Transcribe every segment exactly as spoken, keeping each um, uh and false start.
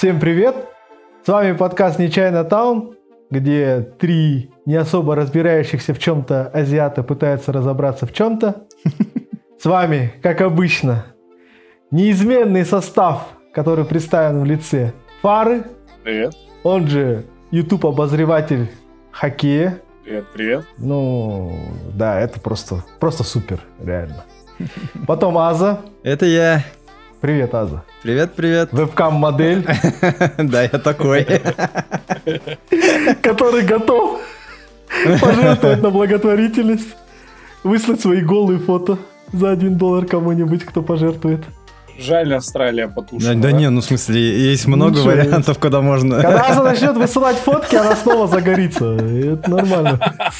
Всем привет! С вами подкаст Нечаянно Таун, где три не особо разбирающихся в чем-то азиата пытаются разобраться в чем-то. С вами, как обычно, неизменный состав, который представлен в лице Фары. Привет. Он же YouTube-обозреватель хоккея. Привет, привет. Ну, да, это просто, просто супер, реально. Потом Аза. Это я. Привет, Аза. Привет, привет. Вебкам-модель. Да, я такой. Который готов пожертвовать на благотворительность, выслать свои голые фото за один доллар кому-нибудь, кто пожертвует. Жаль, Австралия потушена. Да, да не, ну в смысле, есть много Ничего. вариантов, куда можно. Когда Аза начнет высылать фотки, она снова загорится. Это нормально.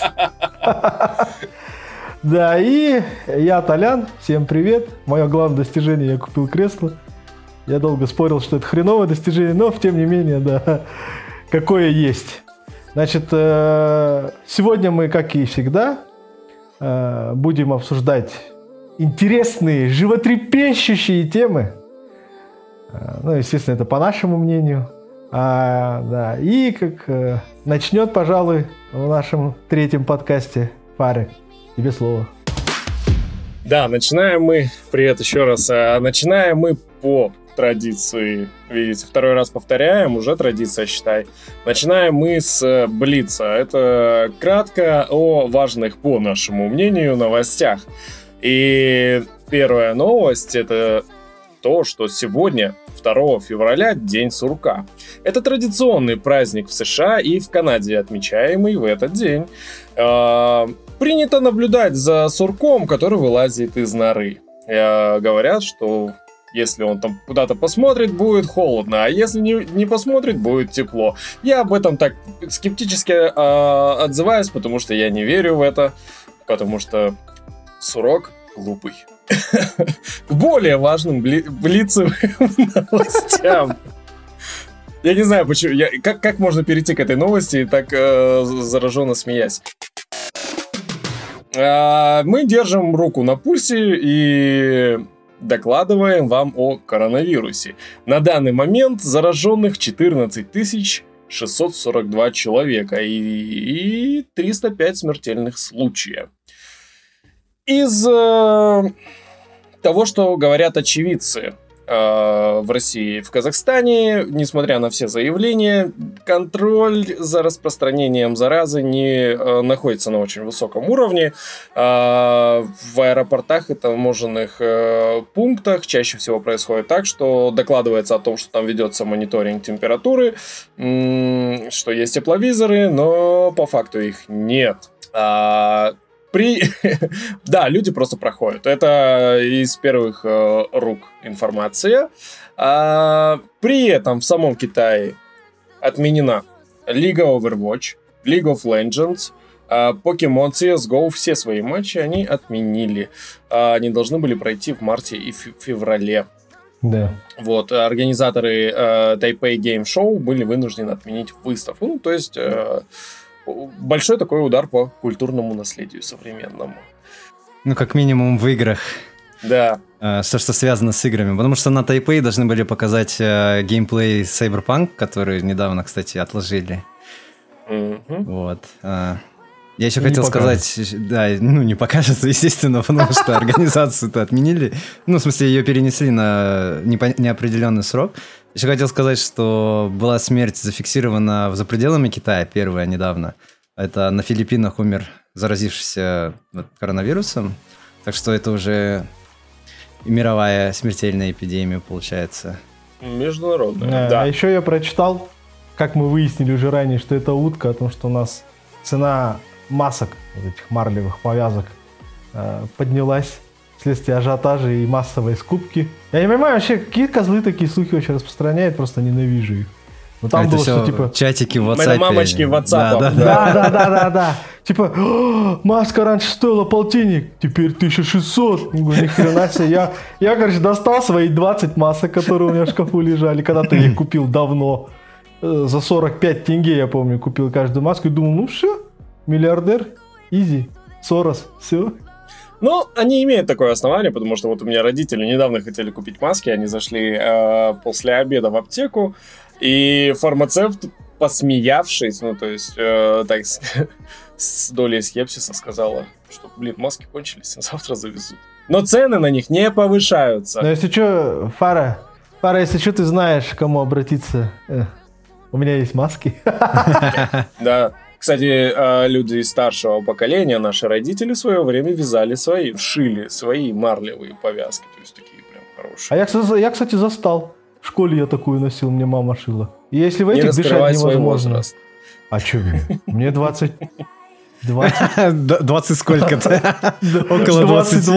Да, и я Толян. Всем привет. Мое главное достижение — я купил кресло. Я долго спорил, что это хреновое достижение, но, тем не менее, да, какое есть. Значит, сегодня мы, как и всегда, будем обсуждать интересные, животрепещущие темы. Ну, естественно, это по нашему мнению. А, да. И как начнет, пожалуй, в нашем третьем подкасте Фары. Тебе слово. Да, начинаем мы, привет еще раз, начинаем мы по традиции, видите, второй раз повторяем, уже традиция, считай. Начинаем мы с Блица. Это кратко о важных, по нашему мнению, новостях. И первая новость — это то, что сегодня, второго февраля, День сурка. Это традиционный праздник в США и в Канаде, отмечаемый в этот день. Принято наблюдать за сурком, который вылазит из норы. Э, говорят, что если он там куда-то посмотрит, будет холодно, а если не, не посмотрит, будет тепло. Я об этом так скептически э, отзываюсь, потому что я не верю в это, потому что сурок глупый. К более важным блицевым новостям. Я не знаю, почему. Я, как, как можно перейти к этой новости и так э, зараженно смеясь. Мы держим руку на пульсе и докладываем вам о коронавирусе. На данный момент зараженных четырнадцать тысяч шестьсот сорок два человека и, и триста пять смертельных случаев. Из э, того, что говорят очевидцы э, в России и в Казахстане, несмотря на все заявления, контроль за распространением заразы не э, находится на очень высоком уровне. Э, в аэропортах и таможенных э, пунктах чаще всего происходит так, что докладывается о том, что там ведется мониторинг температуры, м- что есть тепловизоры, но по факту их нет. А, При... да, люди просто проходят. Это из первых э, рук информация. А, при этом в самом Китае отменена League Overwatch, League of Legends, э, Pokemon, си эс го. Все свои матчи они отменили. Э, они должны были пройти в марте и в феврале. Да. Вот, организаторы э, Taipei Game Show были вынуждены отменить выставку. Ну, то есть... Э, большой такой удар по культурному наследию современному. Ну, как минимум в играх. Да. Э, все, что связано с играми. Потому что на Taipei должны были показать э, геймплей Cyberpunk, который недавно, кстати, отложили. Mm-hmm. Вот. Э, я еще И хотел не сказать, да, ну, не покажется, естественно, потому что организацию-то отменили. Ну, в смысле, ее перенесли на неопределенный срок. Еще хотел сказать, что была смерть зафиксирована за пределами Китая, первая недавно. Это на Филиппинах умер заразившийся коронавирусом. Так что это уже мировая смертельная эпидемия получается. Международная, А, да. а еще я прочитал, как мы выяснили уже ранее, что это утка, о том, что у нас цена масок, вот этих марлевых повязок, поднялась вследствие ажиотажа и массовой скупки. Я не понимаю вообще, какие козлы такие слухи вообще распространяют, просто ненавижу их. Но там это было, все что типа... чатики в WhatsApp. Это мамочки в WhatsApp. Да, да, да. Да, да, да, да, да. Типа, маска раньше стоила полтинник, теперь тысяча шестьсот. Я говорю, ни хрена себе. Я, я, короче, достал свои двадцать масок, которые у меня в шкафу лежали. Когда-то я их купил давно. За сорок пять тенге, я помню, купил каждую маску. И думал, ну все, миллиардер, изи, Сорос, все. Ну, они имеют такое основание, потому что вот у меня родители недавно хотели купить маски, они зашли э, после обеда в аптеку, И фармацевт, посмеявшись, ну, то есть, э, так, с, с долей скепсиса сказала, что, блин, маски кончились, завтра завезут. Но цены на них не повышаются. Но если что, Фара, Фара, если что, ты знаешь, к кому обратиться. Э, у меня есть маски. Да. Кстати, люди из старшего поколения, наши родители в свое время вязали свои, шили свои марлевые повязки. То есть такие прям хорошие. А я, кстати, я, кстати, застал. В школе я такую носил, мне мама шила. И если в этих дышать невозможно. А что мне? Мне двадцать... двадцать двадцать сколько-то? Около двадцати.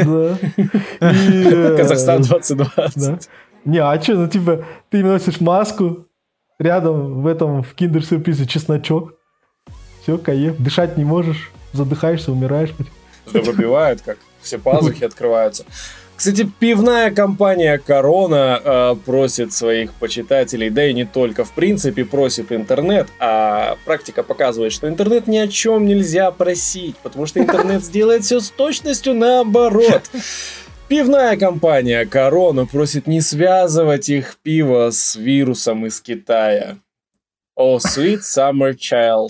Казахстан двадцать двадцать. Не, а что, ну типа, ты носишь маску, рядом в этом, в киндер-сюрпризе чесночок. Все, кайф, дышать не можешь, задыхаешься, умираешь. Да выбивают, как все пазухи открываются. Кстати, пивная компания «Корона» э, просит своих почитателей, да и не только, в принципе, просит интернет, а практика показывает, что интернет ни о чем нельзя просить, потому что интернет сделает все с точностью наоборот. Пивная компания «Корона» просит не связывать их пиво с вирусом из Китая. Oh, sweet summer child.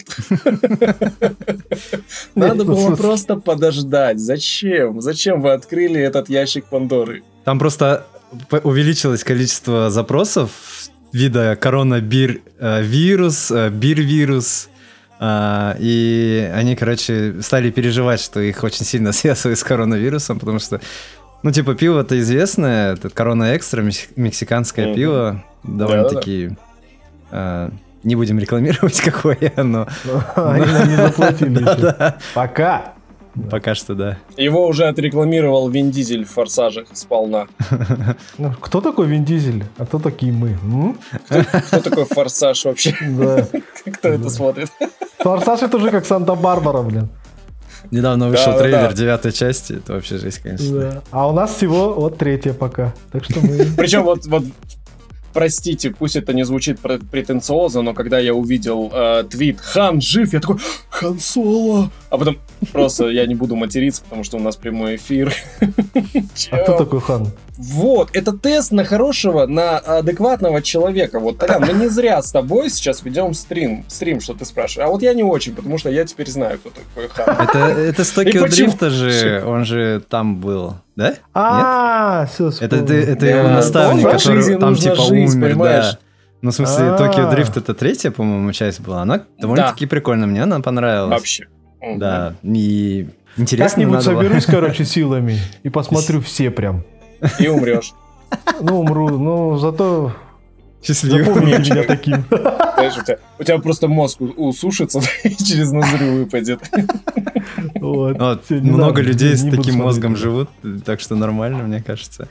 Надо было просто подождать. Зачем? Зачем вы открыли этот ящик Пандоры? Там просто увеличилось количество запросов вида коронавирус, бир-вирус. И они, короче, стали переживать, что их очень сильно связывают с коронавирусом, потому что, ну, типа, пиво-то известное, это Корона Экстра, мексиканское mm-hmm. пиво, довольно-таки... Да-да-да. Не будем рекламировать, какое, но... Они нам не заплатили еще. Пока. Пока что, да. Его уже отрекламировал Вин Дизель в «Форсажах» сполна. Кто такой Вин Дизель? А кто такие мы? Кто, кто такой «Форсаж» вообще? Да. Кто это смотрит? «Форсаж» это уже как Санта-Барбара, блин. Недавно вышел да, трейлер да. девятой части. Это вообще жесть, конечно. Да. А у нас всего вот третья пока. Так что мы... Причем вот... вот простите, пусть это не звучит претенциозно, но когда я увидел э, твит «Хан жив», я такой «Хан Соло!» А потом просто я не буду материться, потому что у нас прямой эфир. А кто такой Хан? Вот, это тест на хорошего, на адекватного человека. Вот, Толян, мы не зря с тобой сейчас ведем стрим, стрим, что ты спрашиваешь. А вот я не очень, потому что я теперь знаю, кто такой Хан. Это, это с Токио Дрифта же, он же там был, да? А, все, Это, это, это да, его наставник, который там типа жизнь, умер, понимаешь? Да. Ну, в смысле, Токио Дрифт это третья, по-моему, часть была. Она довольно-таки прикольная, мне она понравилась. Вообще. Да, и интересно. Как-нибудь соберусь, короче, силами и посмотрю все прям. И умрешь. Ну, умру, но зато... Счастливый. Запомни меня таким. Знаешь, у тебя, у тебя просто мозг усушится и через ноздрю выпадет. Вот. Вот. Все, много надо, людей с таким мозгом живут, так что нормально, мне кажется.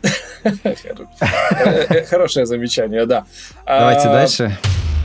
Хорошее замечание, да. Давайте дальше.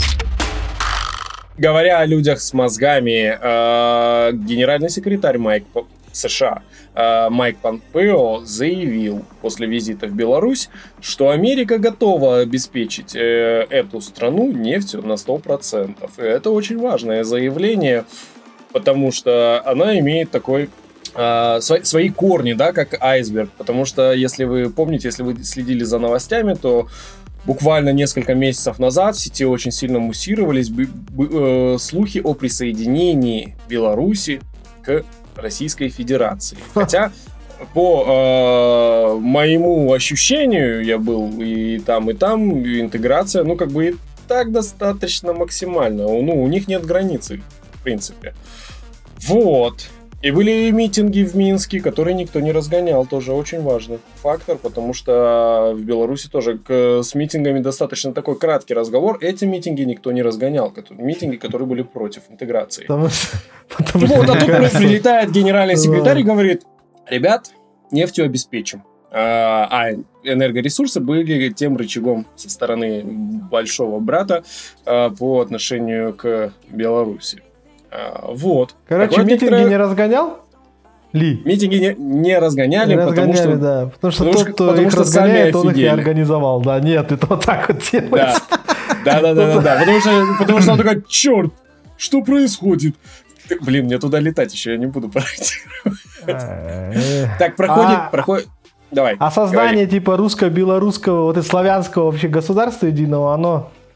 Говоря о людях с мозгами, генеральный секретарь Майк США Майк Помпео заявил после визита в Беларусь, что Америка готова обеспечить э, эту страну нефтью на сто процентов. И это очень важное заявление, потому что она имеет такой э, свои, свои корни, да, как айсберг. Потому что, если вы помните, если вы следили за новостями, то буквально несколько месяцев назад в сети очень сильно муссировались б- б- э, слухи о присоединении Беларуси к Российской Федерации. Хотя по э, моему ощущению, я был и там, и там, и интеграция, ну, как бы и так достаточно максимально. Ну, у них нет границы, в принципе. Вот. И были митинги в Минске, которые никто не разгонял. Тоже очень важный фактор, потому что в Беларуси тоже к, с митингами достаточно такой краткий разговор. Эти митинги никто не разгонял. Митинги, которые были против интеграции. Потому что, потому вот, а тут кажется... прилетает генеральный секретарь и говорит: ребят, нефтью обеспечим. А, а энергоресурсы были тем рычагом со стороны большого брата а, по отношению к Беларуси. А, вот. Короче, так, митинги некоторые... не разгонял? Ли? Митинги не, не разгоняли, не потому разгоняли, что... да. Потому что потому тот, что, кто потому их что разгоняет, он их и организовал. Да, нет, это вот так вот делается. Да, да, да, да, да. Потому что, потому что он такой: черт, что происходит? Блин, мне туда летать еще, я не буду пародировать. Так, проходит, проходит... Давай. А создание типа русско-белорусского, вот и славянского вообще государства единого, оно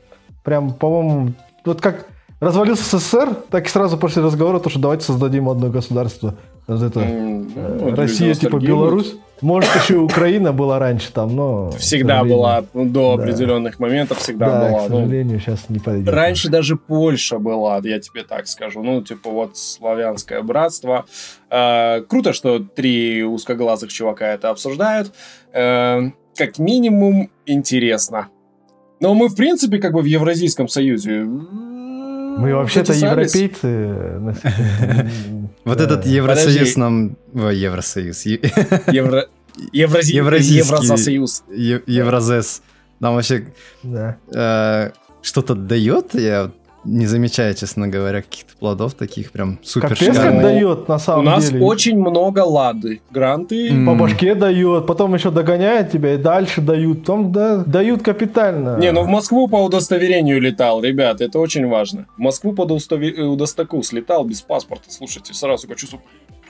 Прям, по-моему, вот как развалился СССР, так и сразу после разговора, то, что давайте создадим одно государство. Вот это, mm, ну, Россия, типа Беларусь. Может, еще и Украина была раньше там, но... Всегда была, до да. определенных моментов всегда да, была. к сожалению, ну, сейчас не пойдет. Раньше даже Польша была, я тебе так скажу. Ну, типа вот славянское братство. Э, круто, что три узкоглазых чувака это обсуждают. Э, как минимум, интересно. Но мы, в принципе, как бы в Евразийском Союзе... Мы вообще-то европейцы. Вот этот Евросоюз нам... Евросоюз. Евро... Евросоюз. Евразес. Нам вообще что-то дает? Я не замечаю, честно говоря, каких-то плодов таких прям супер шикарных. Капец как дает, на самом деле. У деле. нас очень много лады. Гранты. Mm. По башке дает, потом еще догоняют тебя и дальше дают. Потом да, дают капитально. Не, ну в Москву по удостоверению летал, ребят, это очень важно. В Москву по удостовер... удостоку слетал без паспорта. Слушайте, сразу хочу чувство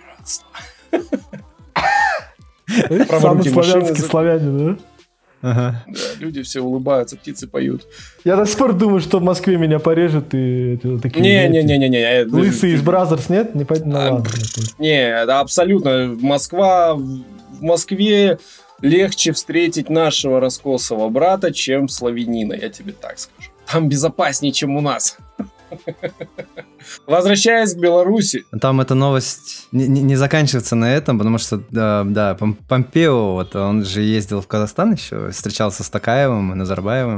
братства. Самый славянский славянин, да? Ага. Да, люди все улыбаются, птицы поют. Я до сих пор думаю, что в Москве меня порежут и такие... Не-не-не-не-не. Лысый из Бразерс, нет? Не, ну, а, ладно. Не, абсолютно. Москва... В Москве легче встретить нашего раскосого брата, чем славянина, я тебе так скажу. Там безопаснее, чем у нас. Возвращаясь к Беларуси. Там эта новость не, не, не заканчивается на этом, потому что, да, да, Помпео, вот, он же ездил в Казахстан еще, встречался с Токаевым и Назарбаевым.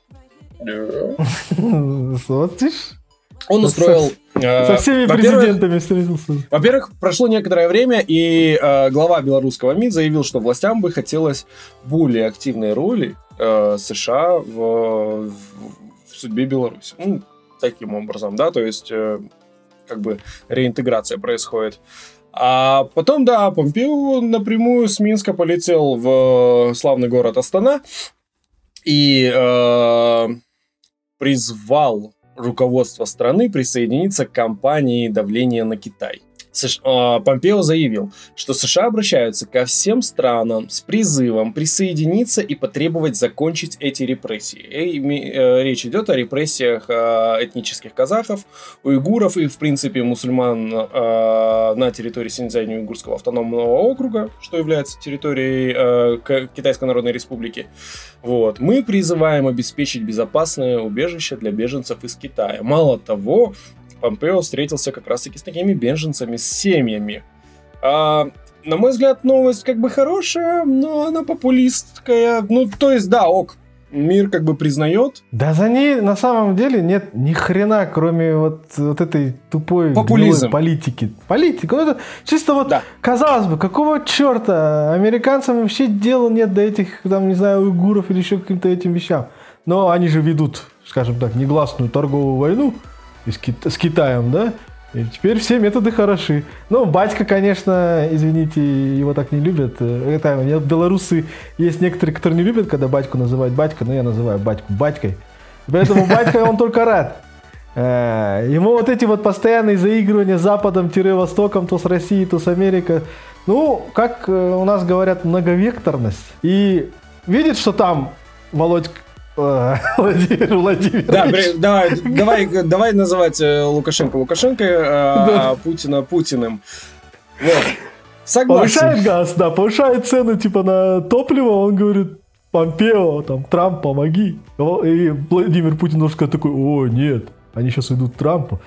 Смотришь? Он устроил... Со всеми президентами встретился. Во-первых, прошло некоторое время, и э, глава белорусского МИД заявил, что властям бы хотелось более активной роли э, США в, в, в судьбе Беларуси. Ну, таким образом, да, то есть э, как бы реинтеграция происходит. А потом, да, Помпео напрямую с Минска полетел в славный город Астана и э, призвал руководство страны присоединиться к кампании давления на Китай. Сш... Помпео заявил, что США обращаются ко всем странам с призывом присоединиться и потребовать закончить эти репрессии. И, э, речь идет о репрессиях э, этнических казахов, уйгуров и, в принципе, мусульман э, на территории Синьцзянь-Уйгурского автономного округа, что является территорией э, Китайской Народной Республики. Вот. Мы призываем обеспечить безопасное убежище для беженцев из Китая. Мало того, Помпео встретился как раз-таки с такими беженцами, с семьями. А, на мой взгляд, новость как бы хорошая, но она популистская. Ну, то есть, да, ок, мир как бы признает. Да за ней на самом деле нет ни хрена, кроме вот, вот этой тупой популизм. Политики. Политика, ну это чисто вот, да. Казалось бы, какого черта? Американцам вообще дела нет до этих, там, не знаю, уйгуров или еще каким-то этим вещам. Но они же ведут, скажем так, негласную торговую войну с, Кита- с Китаем, да? И теперь все методы хороши. Ну, батька, конечно, извините, его так не любят. Это, белорусы есть некоторые, которые не любят, когда батьку называют батька, но я называю батьку батькой. Поэтому батька, он только рад. Ему вот эти вот постоянные заигрывания с Западом-Востоком, то с Россией, то с Америкой, ну, как у нас говорят, многовекторность. И видит, что там Володька, Владимир Владимирович. Да, давай, давай, давай называть Лукашенко Лукашенко, а, а Путина Путиным. Вот. Согласен. Повышает газ, да, повышает цену типа на топливо, он говорит, Помпео, там, Трамп, помоги. И Владимир Путин должен сказать такой, о, нет, они сейчас идут к Трампу.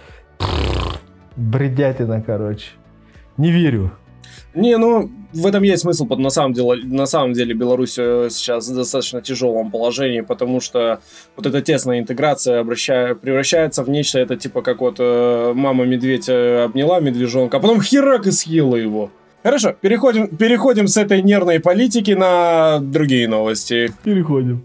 Бредятина, короче. Не верю. Не, ну, в этом есть смысл, на самом деле, на самом деле Беларусь сейчас в достаточно тяжелом положении, потому что вот эта тесная интеграция обращая, превращается в нечто, это типа как вот э, мама-медведь обняла медвежонка, а потом херак и съела его. Хорошо, переходим, переходим с этой нервной политики на другие новости. Переходим.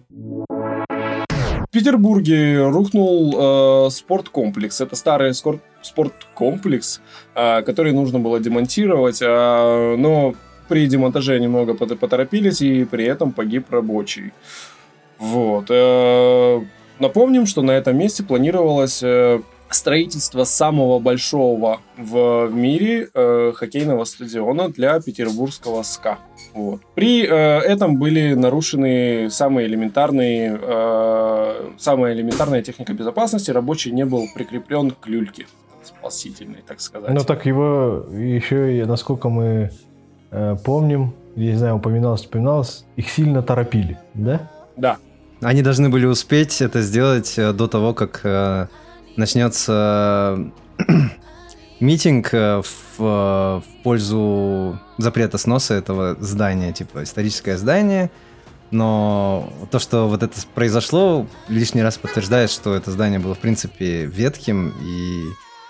В Петербурге рухнул э, спорткомплекс. Это старый скор- спорткомплекс, э, который нужно было демонтировать, э, но при демонтаже немного поторопились, и при этом погиб рабочий. Вот. Э, напомним, что на этом месте планировалось э, строительство самого большого в мире э, хоккейного стадиона для петербургского СКА. Вот. При э, этом были нарушены самые элементарные, э, самая элементарная техника безопасности. Рабочий не был прикреплен к люльке спасительной, так сказать. Ну так его еще, насколько мы э, помним, я не знаю, упоминалось, упоминалось, их сильно торопили, да? Да. Они должны были успеть это сделать до того, как э, начнется митинг в, в пользу запрета сноса этого здания, типа историческое здание. Но то, что вот это произошло, лишний раз подтверждает, что это здание было в принципе ветхим, и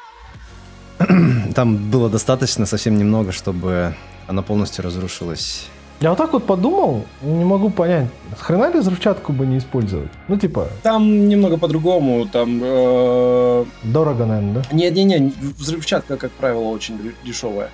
там было достаточно совсем немного, чтобы оно полностью разрушилось. Я вот так вот подумал, не могу понять, хрена ли взрывчатку бы не использовать? Ну, типа... Там немного по-другому, там... Э... Дорого, наверное, да? Не-не-не, взрывчатка, как правило, очень дешевая.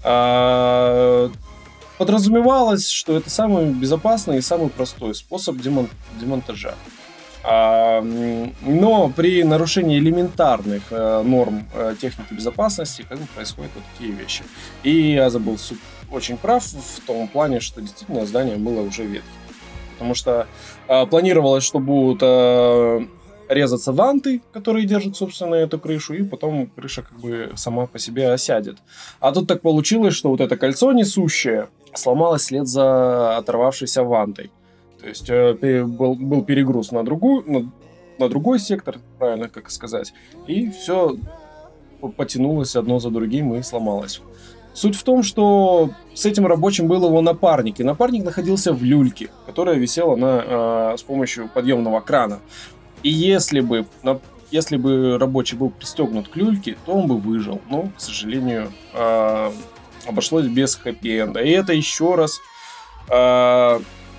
А... Подразумевалось, что это самый безопасный и самый простой способ демон... демонтажа. А... Но при нарушении элементарных э, норм э, техники безопасности как бы происходят вот такие вещи. И я забыл суть. Очень прав в том плане, что действительно здание было уже ветхим. Потому что э, планировалось, что будут э, резаться ванты, которые держат, собственно, эту крышу, и потом крыша как бы сама по себе осядет. А тут так получилось, что вот это кольцо несущее сломалось вслед за оторвавшейся вантой. То есть э, был, был перегруз на, другую, на, на другой сектор, правильно как сказать, и все потянулось одно за другим и сломалось. Суть в том, что с этим рабочим был его напарник, и напарник находился в люльке, которая висела на, э, с помощью подъемного крана. И если бы, на, если бы рабочий был пристегнут к люльке, то он бы выжил. Но, к сожалению, э, обошлось без хэппи-энда. И это еще раз э,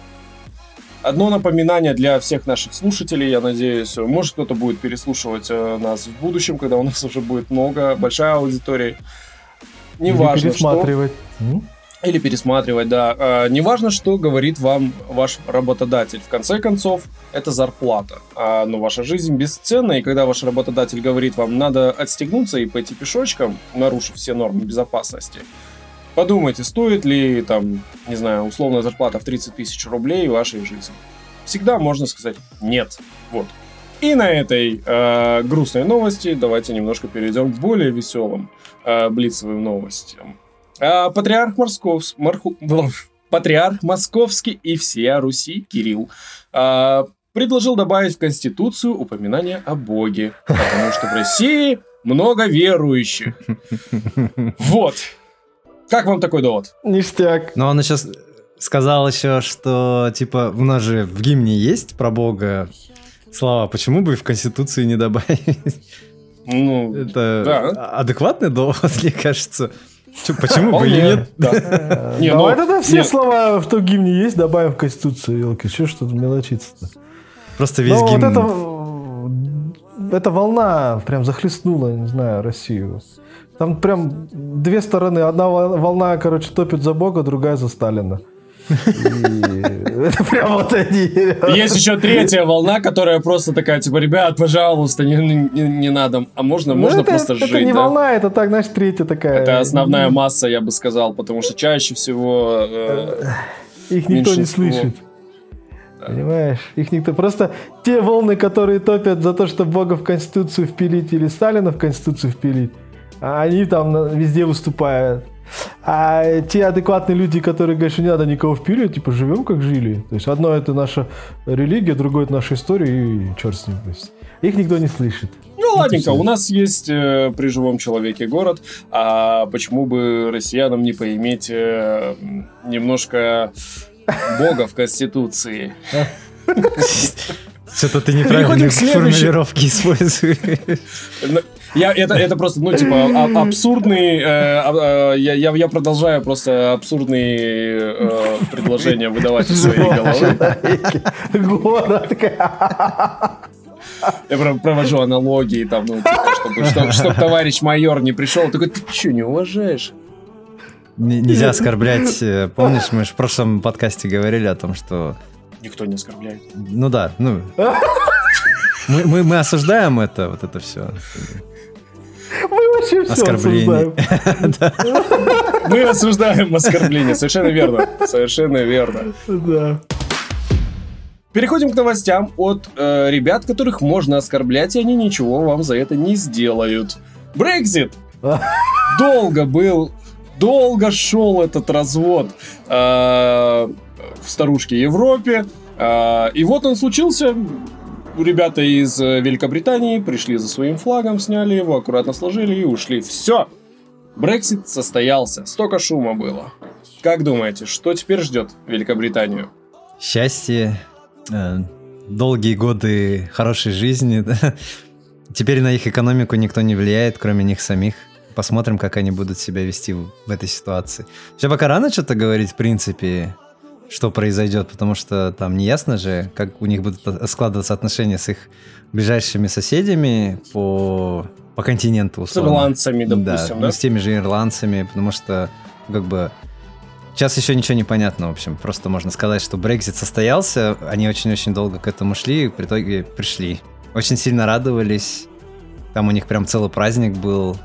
одно напоминание для всех наших слушателей, я надеюсь. Может, кто-то будет переслушивать э, нас в будущем, когда у нас уже будет много, большая аудитория. Не Или важно, пересматривать. Что... Или пересматривать, да. А, не важно, что говорит вам ваш работодатель. В конце концов, это зарплата. А, но ваша жизнь бесценна, и когда ваш работодатель говорит вам, надо отстегнуться и пойти пешочком, нарушив все нормы безопасности, подумайте, стоит ли, там, не знаю, условная зарплата в тридцать тысяч рублей вашей жизни. Всегда можно сказать «нет». Вот. И на этой э, грустной новости давайте немножко перейдем к более веселым э, блицевым новостям. Э, патриарх, Московс... Марху... Патриарх Московский и всея Руси Кирилл э, предложил добавить в Конституцию упоминание о Боге, потому что в России много верующих. Вот. Как вам такой довод? Ништяк. Но он сейчас сказал еще, что типа у нас же в гимне есть про Бога слова, почему бы и в Конституции не добавить? Ну, это да. Адекватный довод, мне кажется. Че, почему бы и нет? Да. Не, ну это все слова, что в гимне есть, добавим в Конституцию, елки. Че что тут мелочиться-то? Просто весь гимн. Эта волна прям захлестнула, не знаю, Россию. Там прям две стороны. Одна волна, короче, топит за Бога, другая за Сталина. Это прям вот они. Есть еще третья волна, которая просто такая, типа, ребят, пожалуйста, не, не, не надо. А можно, ну можно это, просто это жить, Это не да? волна, это так, знаешь, третья такая. Это основная масса, я бы сказал, потому что чаще всего э, их никто не слышит. Да. Понимаешь? Их никто... Просто те волны, которые топят за то, чтобы Бога в Конституцию впилить или Сталина в Конституцию впилить, они там везде выступают. А те адекватные люди, которые говорят, что не надо никого впиливать, типа, живем как жили. То есть одно это наша религия, другое это наша история, и черт с ним. Их никто не слышит. Ну, ладненько, у нас есть э, при живом человеке город, а почему бы россиянам не поиметь э, немножко Бога в Конституции? Что-то ты неправильные формулировки используешь. Я, это, это просто, ну, типа, а, абсурдный... Э, э, я, я продолжаю просто абсурдные э, предложения выдавать из своей головы. Я провожу аналогии, там, ну, типа, чтобы, чтобы, чтобы товарищ майор не пришел, такой, ты что, не уважаешь? Нельзя оскорблять. Помнишь, мы же в прошлом подкасте говорили о том, что... Никто не оскорбляет. Ну да, ну... Мы, мы, мы осуждаем это, вот это все. Мы вообще вообще все оскорблений. осуждаем. Мы осуждаем оскорбление. Совершенно верно. Совершенно верно. Да. Переходим к новостям от э, ребят, которых можно оскорблять, и они ничего вам за это не сделают. Брексит! Долго был, долго шел этот развод э, в старушке Европе. Э, и вот он случился. Ребята из Великобритании пришли за своим флагом, сняли его, аккуратно сложили и ушли. Все! Брексит состоялся. Столько шума было. Как думаете, что теперь ждет Великобританию? Счастье, э, долгие годы хорошей жизни. Да? Теперь на их экономику никто не влияет, кроме них самих. Посмотрим, как они будут себя вести в, в этой ситуации. Сейчас пока рано что-то говорить, в принципе, что произойдет, потому что там не ясно же, как у них будут складываться отношения с их ближайшими соседями по, по континенту, условно. С ирландцами, допустим, да? да? Ну, с теми же ирландцами, потому что, как бы, сейчас еще ничего не понятно, в общем. Просто можно сказать, что Брексит состоялся, они очень-очень долго к этому шли, и в итоге пришли. Очень сильно радовались, там у них прям целый праздник был.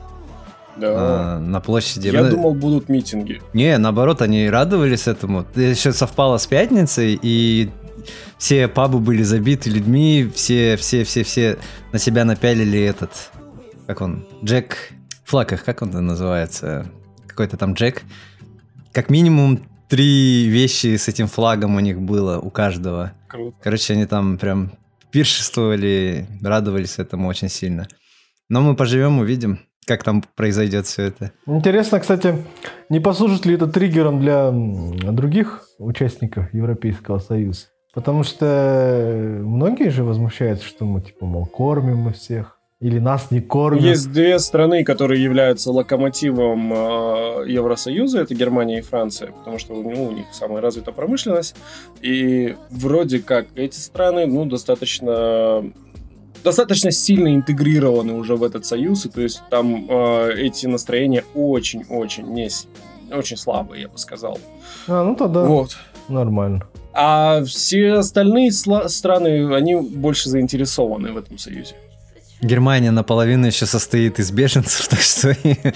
Да. На площади. Я ну, думал, будут митинги. Не, наоборот, они радовались этому. Еще совпало с пятницей, и все пабы были забиты людьми, все, все, все, все на себя напялили этот, как он, Джек, флаг, как он называется, какой-то там Джек. Как минимум три вещи с этим флагом у них было, у каждого. Круто. Короче, они там прям пиршествовали, радовались этому очень сильно. Но мы поживем, увидим, как там произойдет все это. Интересно, кстати, не послужит ли это триггером для других участников Европейского Союза? Потому что многие же возмущаются, что мы, типа, мол, кормим мы всех. Или нас не кормят. Есть две страны, которые являются локомотивом э, Евросоюза. Это Германия и Франция. Потому что ну, у них самая развитая промышленность. И вроде как эти страны ну, достаточно... достаточно сильно интегрированы уже в этот союз, и то есть там э, эти настроения очень-очень не, очень слабые, я бы сказал. А, ну тогда вот. Нормально. А все остальные сла- страны, они больше заинтересованы в этом союзе. Германия наполовину еще состоит из беженцев, так что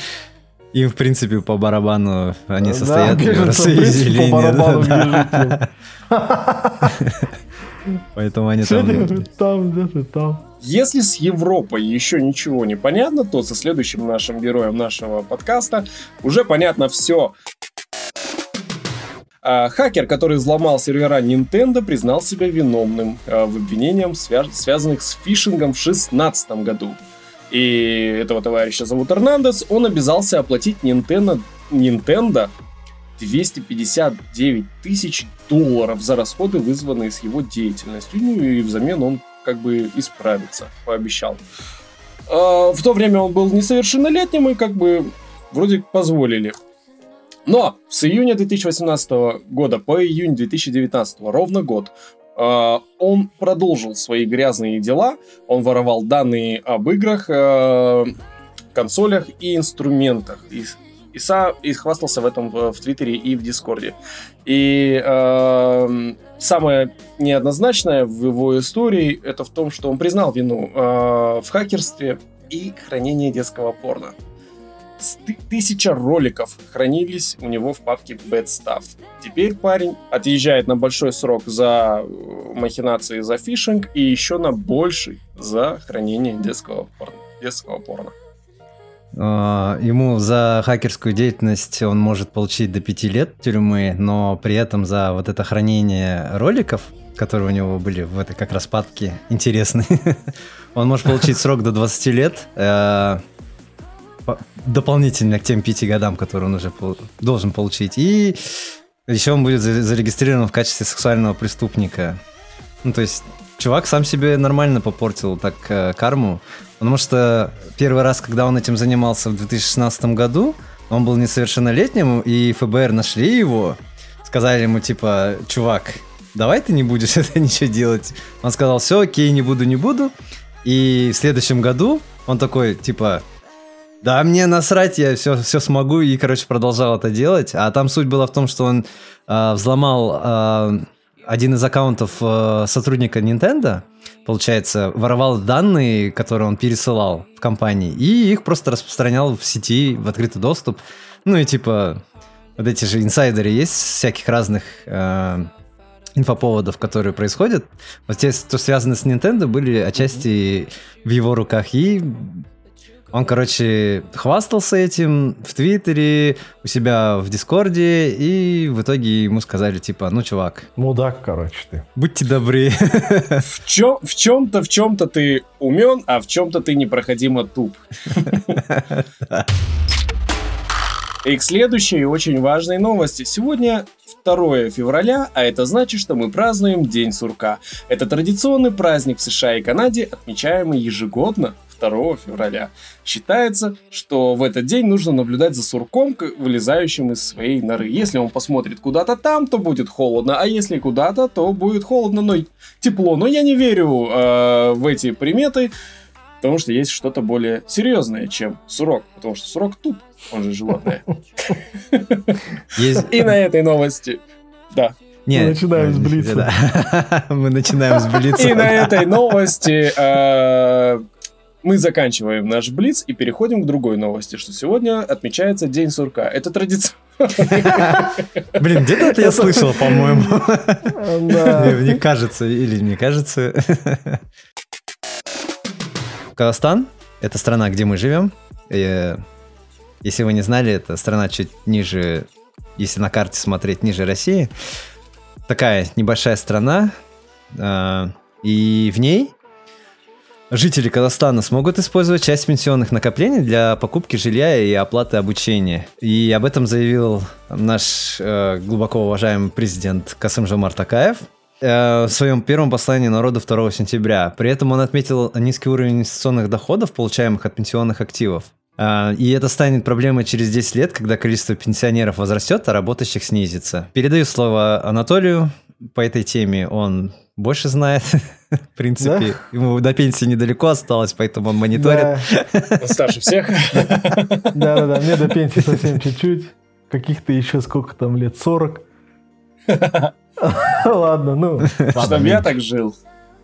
им, в принципе, по барабану они да, состоят в Евросоюзе или нет. Поэтому они там... Там, где-то там. Если с Европой еще ничего не понятно, то со следующим нашим героем нашего подкаста уже понятно все. А, хакер, который взломал сервера Nintendo, признал себя виновным а, в обвинениях, свя- связанных с фишингом в две тысячи шестнадцатом году. И этого товарища зовут Эрнандес. Он обязался оплатить Nintendo, Nintendo двести пятьдесят девять тысяч долларов за расходы, вызванные с его деятельностью. Ну и взамен он как бы исправится, пообещал. А, в то время он был несовершеннолетним и как бы вроде позволили. Но с июня две тысячи восемнадцатого года по июнь две тысячи девятнадцатого, ровно год, э, он продолжил свои грязные дела. Он воровал данные об играх, э, консолях и инструментах. И, и, са, и хвастался в этом в, в Твиттере и в Дискорде. И э, самое неоднозначное в его истории это в том, что он признал вину э, в хакерстве и хранении детского порно. Тысяча роликов хранились у него в папке Bad Stuff. Теперь парень отъезжает на большой срок за махинации, за фишинг и еще на больший за хранение детского порно. Детского порно. Ему за хакерскую деятельность он может получить до пяти лет тюрьмы, но при этом за вот это хранение роликов, которые у него были в этой как раз папке интересные, он может получить срок до двадцати лет. Дополнительно к тем пяти годам, которые он уже пол- должен получить. И еще он будет за- зарегистрирован в качестве сексуального преступника. Ну, то есть, чувак сам себе нормально попортил так э, карму. Потому что первый раз, когда он этим занимался в две тысячи шестнадцатом году, он был несовершеннолетним, и эф бэ эр нашли его, сказали ему, типа, чувак, давай ты не будешь это ничего делать. Он сказал, все, окей, не буду, не буду. И в следующем году он такой, типа... Да, мне насрать, я все, все смогу, и, короче, продолжал это делать. А там суть была в том, что он э, взломал э, один из аккаунтов э, сотрудника Nintendo, получается, воровал данные, которые он пересылал в компании, и их просто распространял в сети, в открытый доступ. Ну и типа, вот эти же инсайдеры есть всяких разных э, инфоповодов, которые происходят. Вот те, что связаны с Nintendo, были отчасти в его руках. И он, короче, хвастался этим в Твиттере, у себя в Дискорде, и в итоге ему сказали, типа, ну, чувак. Мудак, короче, ты. Будьте добры. В, чем, в чем-то, в чем-то ты умен, а в чем-то ты непроходимо туп. И к следующей очень важной новости. Сегодня второе февраля, а это значит, что мы празднуем День сурка. Это традиционный праздник в США и Канаде, отмечаемый ежегодно второго февраля. Считается, что в этот день нужно наблюдать за сурком, вылезающим из своей норы. Если он посмотрит куда-то там, то будет холодно, а если куда-то, то будет холодно, но тепло. Но я не верю э, в эти приметы, потому что есть что-то более серьезное, чем сурок. Потому что сурок туп, он же животное. И на этой новости, да. Мы начинаем с блица. Мы начинаем с блица. И на этой новости мы заканчиваем наш блиц и переходим к другой новости, что сегодня отмечается День сурка. Это традиционно. Блин, где-то это я слышал, по-моему. Мне кажется, или мне кажется. Казахстан — это страна, где мы живем. Если вы не знали, это страна чуть ниже, если на карте смотреть, ниже России. Такая небольшая страна. И в ней жители Казахстана смогут использовать часть пенсионных накоплений для покупки жилья и оплаты обучения. И об этом заявил наш э, глубоко уважаемый президент Касым-Жомарт Токаев э, в своем первом послании народу второго сентября. При этом он отметил низкий уровень инвестиционных доходов, получаемых от пенсионных активов. Э, и это станет проблемой через десять лет, когда количество пенсионеров возрастет, а работающих снизится. Передаю слово Анатолию по этой теме. Он больше знает, в принципе. Да? Ему до пенсии недалеко осталось, поэтому он мониторит. Да. Он старше всех. Да-да-да, мне до пенсии совсем чуть-чуть. Каких-то еще сколько там лет, сорок. Ладно, ну. Чтобы я так жил.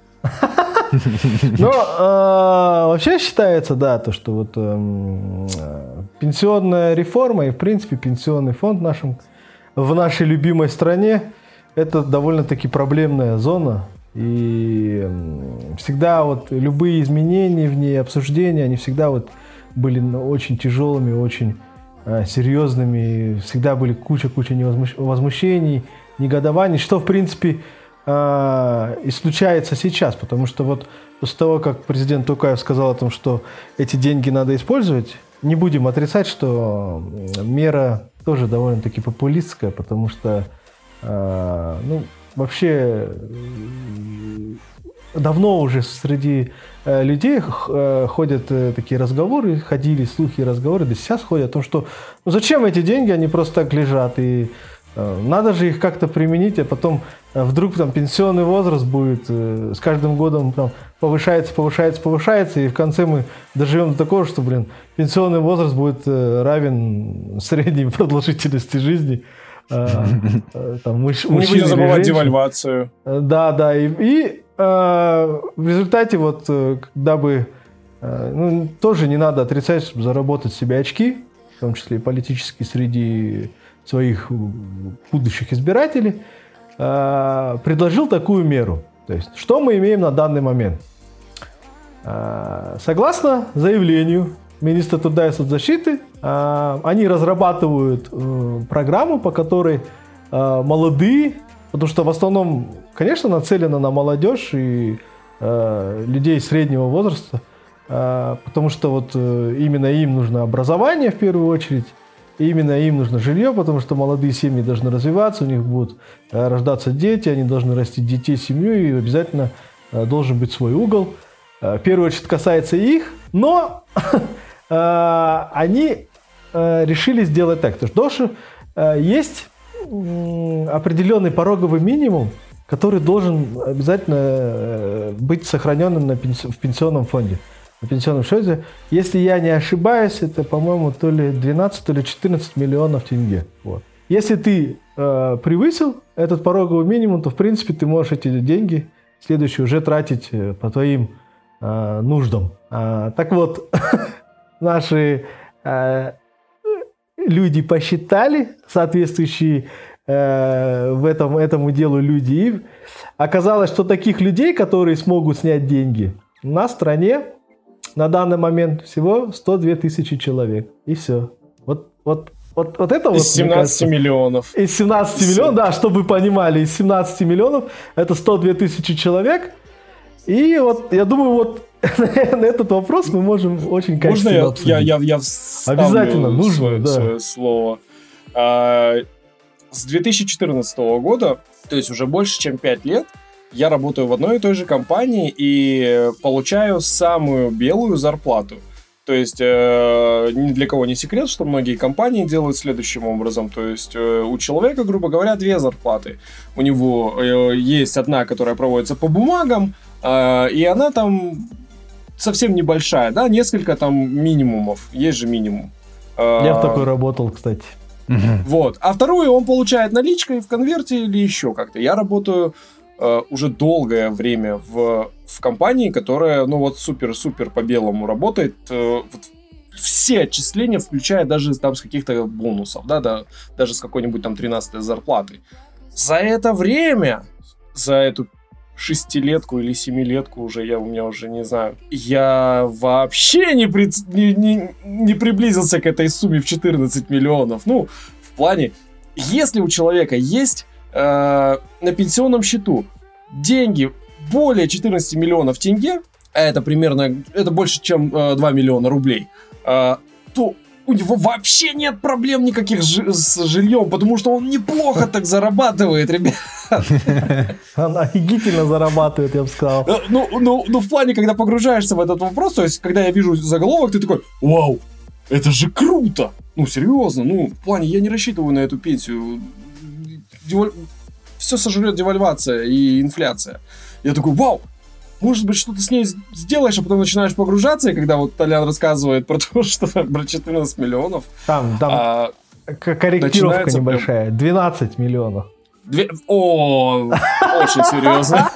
Но вообще считается, да, то, что вот пенсионная реформа и, в принципе, пенсионный фонд в нашей любимой стране это довольно-таки проблемная зона, и всегда вот любые изменения в ней, обсуждения, они всегда вот были очень тяжелыми, очень э, серьезными, всегда были куча-куча возмущений, негодований, что, в принципе, э, и случается сейчас, потому что вот после того, как президент Токаев сказал о том, что эти деньги надо использовать, не будем отрицать, что мера тоже довольно-таки популистская, потому что Uh, ну, вообще давно уже среди uh, людей uh, ходят uh, такие разговоры, ходили слухи и разговоры, да сейчас ходят о том, что ну, зачем эти деньги, они просто так лежат, и uh, надо же их как-то применить, а потом uh, вдруг там пенсионный возраст будет uh, с каждым годом там, повышается, повышается, повышается, и в конце мы доживем до такого, что, блин, пенсионный возраст будет uh, равен средней продолжительности жизни. Там, муж, не будем забывать девальвацию. Да, да. И, и э, в результате, вот, когда бы э, ну, тоже не надо отрицать, чтобы заработать себе очки, в том числе и политические, среди своих будущих избирателей, э, предложил такую меру. То есть, что мы имеем на данный момент? Э, согласно заявлению министра труда и соцзащиты, они разрабатывают программу, по которой молодые, потому что в основном, конечно, нацелено на молодежь и людей среднего возраста, потому что вот именно им нужно образование в первую очередь, именно им нужно жилье, потому что молодые семьи должны развиваться, у них будут рождаться дети, они должны растить детей, семью, и обязательно должен быть свой угол. В первую очередь касается их, но они решили сделать так, потому что есть определенный пороговый минимум, который должен обязательно быть сохраненным на пенс... в пенсионном фонде, на пенсионном счете. Если я не ошибаюсь, это, по-моему, то ли двенадцать, то ли четырнадцать миллионов тенге. Вот. Если ты э, превысил этот пороговый минимум, то, в принципе, ты можешь эти деньги следующие уже тратить э, по твоим э, нуждам. А, так вот, наши э, люди посчитали, соответствующие э, в этом, этому делу люди, и оказалось, что таких людей, которые смогут снять деньги, на стране на данный момент всего сто две тысячи человек. И все. Вот, вот, вот, вот это из вот, семнадцати кажется, миллионов. Из семнадцати миллионов, да, чтобы вы понимали, из семнадцати миллионов это сто две тысячи человек. И вот, я думаю, вот на этот вопрос мы можем очень качественно Можно обсудить. я, я, я, я вставлю Обязательно, нужно, свое, да. свое слово? А, с две тысячи четырнадцатого года, то есть уже больше, чем пять лет, я работаю в одной и той же компании и получаю самую белую зарплату. То есть э, ни для кого не секрет, что многие компании делают следующим образом. То есть э, у человека, грубо говоря, две зарплаты. У него э, есть одна, которая проводится по бумагам, э, и она там совсем небольшая, да, несколько там минимумов. Есть же минимум. Э, Я в такой работал, кстати. Вот. А вторую он получает наличкой в конверте или еще как-то. Я работаю Uh, уже долгое время в, в компании, которая, ну вот, супер-супер по-белому работает. Uh, вот, все отчисления, включая даже там с каких-то бонусов, да, да, даже с какой-нибудь там тринадцатой зарплаты. За это время, за эту шестилетку или семилетку уже, я у меня уже не знаю, я вообще не, при, не, не, не приблизился к этой сумме в четырнадцать миллионов. Ну, в плане, если у человека есть на пенсионном счету деньги более четырнадцать миллионов тенге, а это примерно, это больше, чем э, два миллиона рублей, э, то у него вообще нет проблем никаких ж- с жильем, потому что он неплохо так зарабатывает, ребят. Он офигительно зарабатывает, я бы сказал. Ну, ну, ну, в плане, когда погружаешься в этот вопрос, то есть, когда я вижу заголовок, ты такой, вау, это же круто! Ну, серьезно, ну, в плане, я не рассчитываю на эту пенсию. Деваль... Все сожрет девальвация и инфляция. Я такой, вау, может быть, что-то с ней сделаешь, а потом начинаешь погружаться, и когда вот Толян рассказывает про то, что про четырнадцать миллионов. Там, там а, корректировка небольшая, прям... двенадцать миллионов. Две... О, очень серьезно.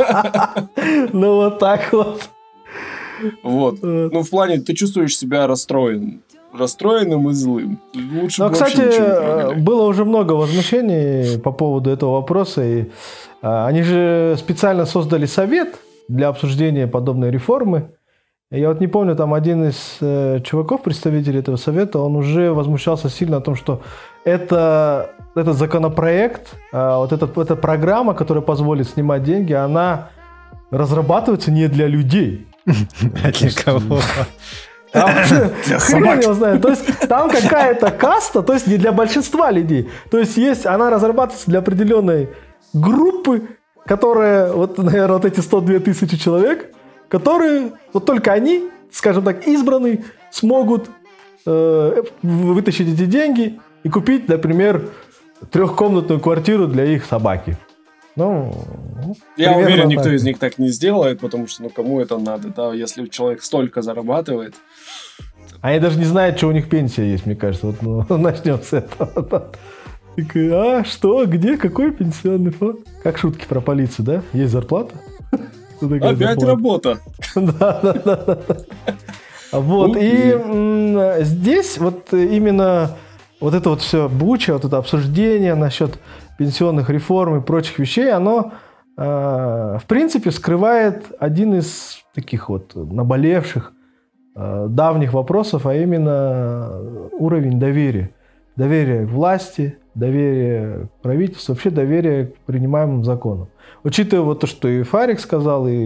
Ну вот так вот. Вот. Ну, в плане, ты чувствуешь себя расстроен. Расстроенным и злым. Лучше Но, бы кстати, вообще ничего не трогали. Было уже много возмущений по поводу этого вопроса. И, а, они же специально создали совет для обсуждения подобной реформы. Я вот не помню, там один из э, чуваков, представителей этого совета, он уже возмущался сильно о том, что это, этот законопроект, э, вот эта, эта программа, которая позволит снимать деньги, она разрабатывается не для людей. А для кого? Там, хрен его знает. То есть там какая-то каста, то есть не для большинства людей. То есть есть, она разрабатывается для определенной группы, которая, вот, наверное, вот эти сто две тысячи человек, которые, вот только они, скажем так, избранные, смогут э, вытащить эти деньги и купить, например, трехкомнатную квартиру для их собаки. Ну, я уверен, никто так. из них так не сделает, потому что, ну, кому это надо, да, если человек столько зарабатывает. Они даже не знают, что у них пенсия есть, мне кажется. Вот, ну, начнем с этого. Такой, а, что, где, какой пенсионный фонд? Как шутки про полицию, да? Есть зарплата? Опять работа. Да, да, да. Вот, и здесь вот именно вот это вот все буча, вот это обсуждение насчет пенсионных реформ и прочих вещей, оно, э, в принципе, скрывает один из таких вот наболевших э, давних вопросов, а именно уровень доверия. Доверие к власти, доверие к правительству, вообще доверие к принимаемым законам. Учитывая вот то, что и Фарик сказал, и,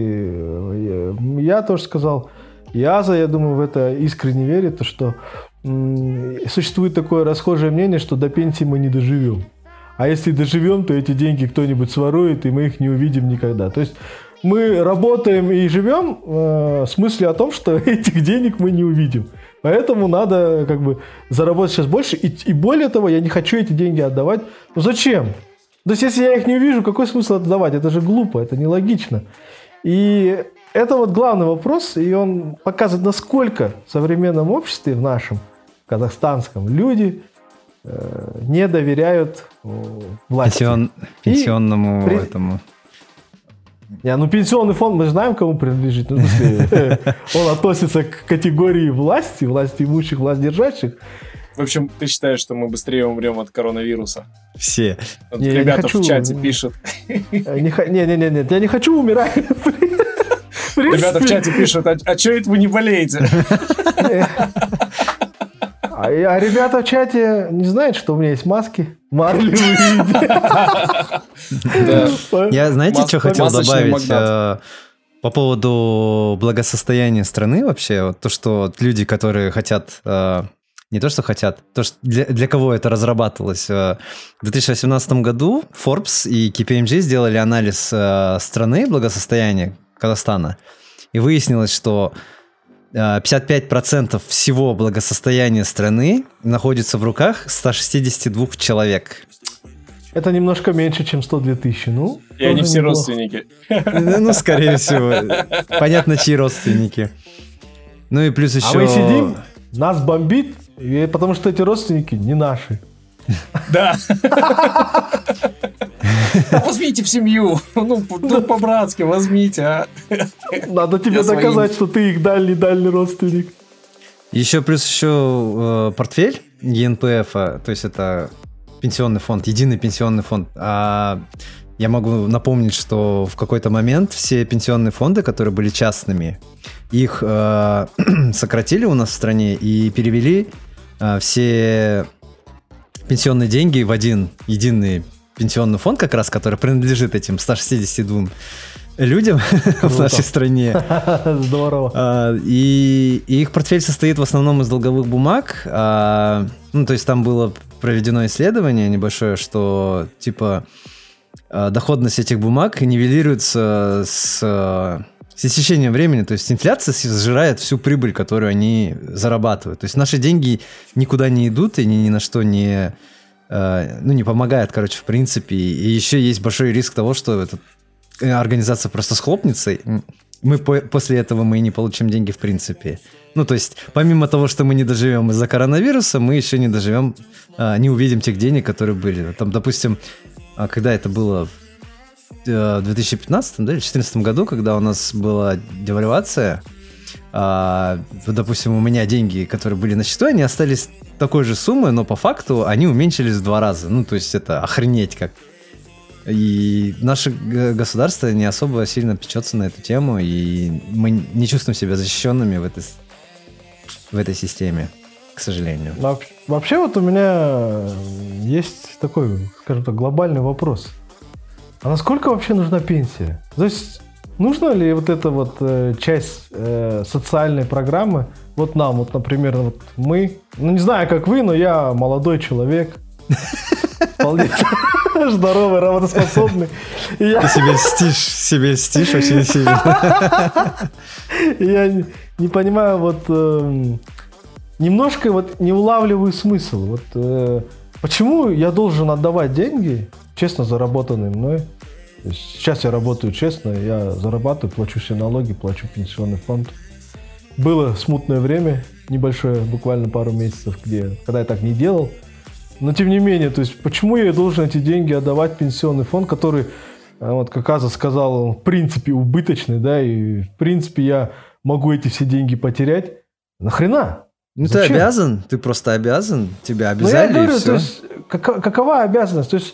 и я тоже сказал, и Аза, я думаю, в это искренне верит, то, что м- существует такое расхожее мнение, что до пенсии мы не доживем. А если доживем, то эти деньги кто-нибудь сворует, и мы их не увидим никогда. То есть мы работаем и живем э, в смысле о том, что этих денег мы не увидим. Поэтому надо как бы заработать сейчас больше. И, и более того, я не хочу эти деньги отдавать. Ну зачем? То есть если я их не увижу, какой смысл отдавать? Это же глупо, это нелогично. И это вот главный вопрос, и он показывает, насколько в современном обществе, в нашем казахстанском, люди э, не доверяют э, власти. Пенсион, пенсионному при... этому. Не, ну пенсионный фонд, мы же знаем, кому принадлежит. Ну, в смысле, он относится к категории власти, власти имущих, власть держащих. В общем, ты считаешь, что мы быстрее умрем от коронавируса? Все. Вот не, ребята не хочу, в чате пишут. Не-не-не, я не хочу умирать. Ребята в чате пишут, а, а что это вы не болеете? А, а ребята в чате не знают, что у меня есть маски марлевые. Я, знаете, что хотел добавить по поводу благосостояния страны вообще? Вот то, что люди, которые хотят... Не то, что хотят, то, что для, для кого это разрабатывалось. В две тысячи восемнадцатом году Forbes и кей пи эм джи сделали анализ страны, благосостояния Казахстана, и выяснилось, что пятьдесят пять процентов всего благосостояния страны находится в руках ста шестидесяти двух человек. Это немножко меньше, чем сто две тысячи, ну. И они все родственники. Ну, скорее всего. Понятно, чьи родственники. Ну и плюс еще... А мы сидим, нас бомбит, потому что эти родственники не наши. Да. Возьмите в семью. Ну, ну по-братски возьмите, а. Надо тебе доказать, что ты их дальний-дальний родственник. Еще плюс еще э, портфель е эн пэ эф, то есть это пенсионный фонд, единый пенсионный фонд. А я могу напомнить, что в какой-то момент все пенсионные фонды, которые были частными, их э, сократили у нас в стране и перевели э, все пенсионные деньги в один единый пенсионный фонд, как раз, который принадлежит этим ста шестидесяти двум людям в нашей стране. Здорово. А, и, и их портфель состоит в основном из долговых бумаг. А, ну, то есть там было проведено исследование небольшое, что типа доходность этих бумаг нивелируется с, с истечением времени. То есть инфляция сжирает всю прибыль, которую они зарабатывают. То есть наши деньги никуда не идут и ни, ни на что не, ну, не помогают, короче, в принципе. И еще есть большой риск того, что эта организация просто схлопнется. Мы по- после этого мы и не получим деньги в принципе. Ну, то есть, помимо того, что мы не доживем из-за коронавируса, мы еще не доживем, а, не увидим тех денег, которые были. Там, допустим, когда это было в две тысячи пятнадцатом, да, или две тысячи четырнадцатом году, когда у нас была девальвация, а, допустим, у меня деньги, которые были на счету, они остались такой же суммы, но по факту они уменьшились в два раза. Ну, то есть, это охренеть как. И наше государство не особо сильно печется на эту тему, и мы не чувствуем себя защищенными в этой, в этой системе, к сожалению. Вообще вот у меня есть такой, скажем так, глобальный вопрос. А насколько вообще нужна пенсия? То есть нужна ли вот эта вот э, часть э, социальной программы вот нам, вот, например, вот мы, ну не знаю, как вы, но я молодой человек, вполне здоровый, работоспособный. Я... Ты себе льстишь, себе льстишь очень сильно. Я не, не понимаю, вот э, немножко вот не улавливаю смысл. Вот э, почему я должен отдавать деньги, честно заработанные мной? То есть сейчас я работаю честно, я зарабатываю, плачу все налоги, плачу пенсионный фонд. Было смутное время, небольшое, буквально пару месяцев, где, когда я так не делал. Но тем не менее, то есть почему я должен эти деньги отдавать в пенсионный фонд, который, вот как Аза сказал, он в принципе убыточный, да, и в принципе я могу эти все деньги потерять. Нахрена? Ну Зачем? ты обязан, ты просто обязан, тебя Ну обязали, я говорю, и все. то есть, как, какова обязанность? То есть,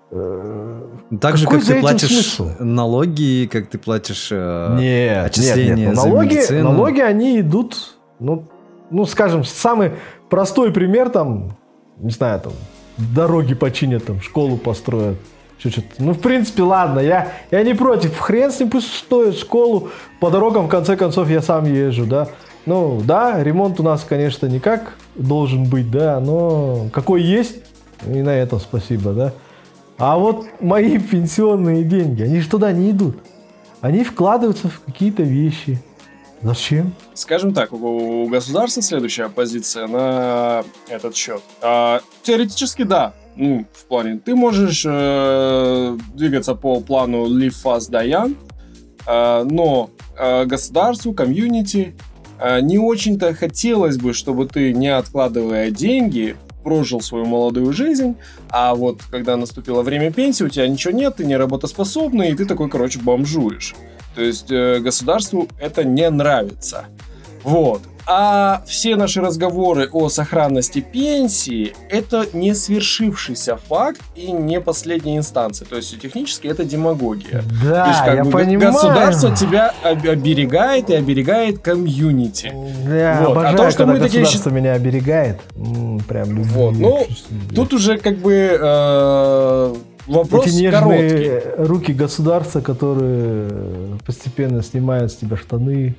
э, так же, какой как за ты этим платишь смысл? налоги, как ты платишь э, Нет, отчисления нет, нет. за Налоги, медицину. налоги, они идут, ну, ну, скажем, самый простой пример, там, не знаю, там, дороги починят, там, школу построят, что-то. Ну, в принципе, ладно, я, я не против, хрен с ним, пусть стоит школу, по дорогам, в конце концов, я сам езжу, да. Ну, да, ремонт у нас, конечно, никак должен быть, да, но какой есть, и на этом спасибо, да. А вот мои пенсионные деньги, они же туда не идут. Они вкладываются в какие-то вещи. Зачем? Скажем так, у государства следующая позиция на этот счет. А, теоретически, да. Ну, в плане, ты можешь э, двигаться по плану Live Fast Die Young, э, но э, государству, комьюнити э, не очень-то хотелось бы, чтобы ты, не откладывая деньги, прожил свою молодую жизнь, а вот когда наступило время пенсии, у тебя ничего нет, ты не работоспособный, и ты такой, короче, бомжуешь. То есть э, государству это не нравится. Вот. А все наши разговоры о сохранности пенсии — это не свершившийся факт и не последняя инстанция. То есть технически это демагогия. Да, То есть, как я бы, понимаю. государство тебя оберегает и оберегает комьюнити. Да, вот. обожаю, А то, что когда мы такие государство меня оберегает. М, прям люблю. Вот, ну, тут уже как бы э, вопрос эти нежные короткий. руки государства, которые постепенно снимают с тебя штаны,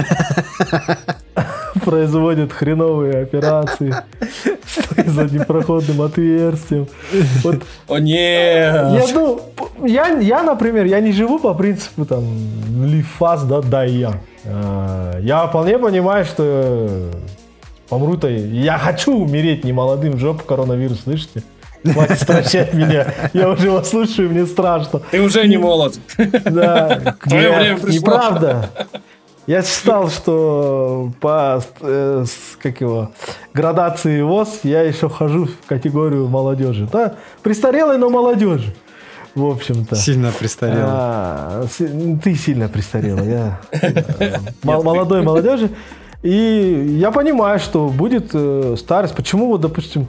производят хреновые операции за непроходным отверстием. Вот. О, нет! Я, ну, я, я, например, я не живу по принципу там live fast, да, die young. А, я вполне понимаю, что помру-то... Я хочу умереть не молодым, в жопу коронавирус, слышите? Хватит стращать меня. Я уже вас слушаю, мне страшно. Ты уже не молод. Да. Твое Нет, время пришло. Неправда. Я считал, что по э, с, как его, градации ВОЗ я еще вхожу в категорию молодежи. Да? Престарелой, но молодежи. В общем-то. Сильно престарелый. А, ты сильно престарелый. Я молодой молодежи. И я понимаю, что будет э, старость. Почему, вот, допустим,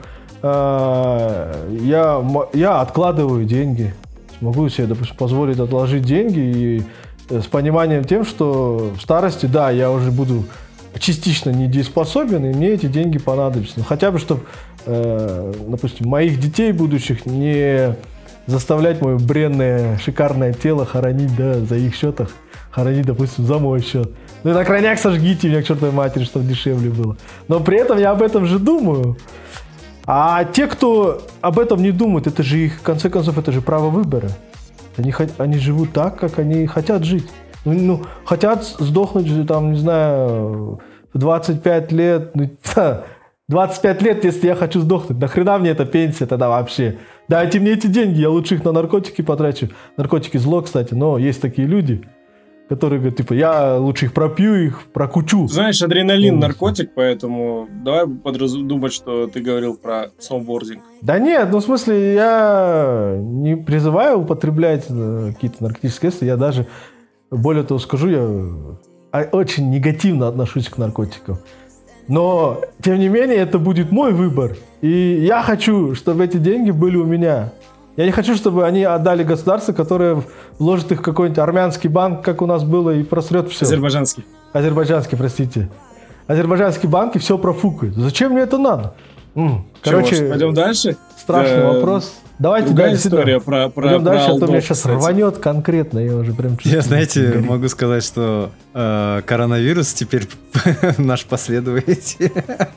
э, я, я откладываю деньги. Могу себе, допустим, позволить отложить деньги и с пониманием тем, что в старости, да, я уже буду частично недееспособен, и мне эти деньги понадобятся. Ну, хотя бы, чтобы, э, допустим, моих детей будущих не заставлять мое бренное, шикарное тело хоронить, да, за их счетах, хоронить, допустим, за мой счет. Ну и на крайняк сожгите меня к чертовой матери, чтобы дешевле было. Но при этом я об этом же думаю. А те, кто об этом не думают, это же их, в конце концов, это же право выбора. Они, они живут так, как они хотят жить. Ну, ну, хотят сдохнуть, там, не знаю, в двадцать пять лет. Ну, двадцать пять лет, если я хочу сдохнуть. Нахрена мне эта пенсия тогда вообще? Дайте мне эти деньги, я лучше их на наркотики потрачу. Наркотики зло, кстати, но есть такие люди, которые говорят, типа, я лучше их пропью, их прокучу. Знаешь, адреналин наркотик, поэтому давай подразумевать, что ты говорил про сноубординг. Да нет, ну в смысле, я не призываю употреблять какие-то наркотические средства, я даже, более того скажу, я очень негативно отношусь к наркотикам. Но, тем не менее, это будет мой выбор. И я хочу, чтобы эти деньги были у меня. Я не хочу, чтобы они отдали государству, которое вложит их в какой-нибудь армянский банк, как у нас было, и просрет все. Азербайджанский. Азербайджанский, простите. Азербайджанские банки все профукают. Зачем мне это надо? М, Короче, Что, пойдем дальше? Страшный Да, вопрос. Давайте другая дальше. история про, про, Пойдем про дальше, Алдов, а то меня сейчас кстати. рванет конкретно. Я уже прям чувствую. Я, знаете, горит. могу сказать, что э, коронавирус теперь наш последователь.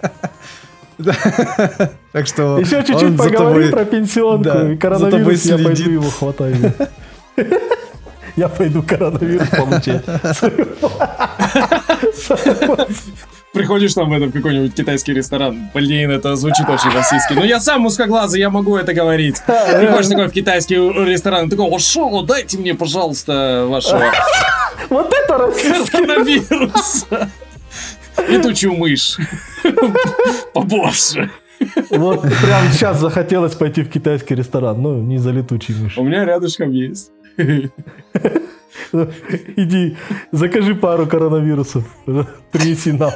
Да. Так что Еще он чуть-чуть за поговорим тобой- про пенсионку Да, и за коронавирус. тобой Я пойду следит. его хватаю. Я пойду коронавирус получать. Приходишь там в этот какой-нибудь китайский ресторан. Блин, это звучит очень российски. Но я сам узкоглазый, я могу это говорить. Приходишь такой в китайский ресторан, и такой, о, шо, дайте мне, пожалуйста, вашего Вот это расизм. коронавируса. Летучую мышь. Побольше. Вот прям сейчас захотелось пойти в китайский ресторан. Ну, не за летучей мышью. У меня рядышком есть. Иди, закажи пару коронавирусов. Принеси нам.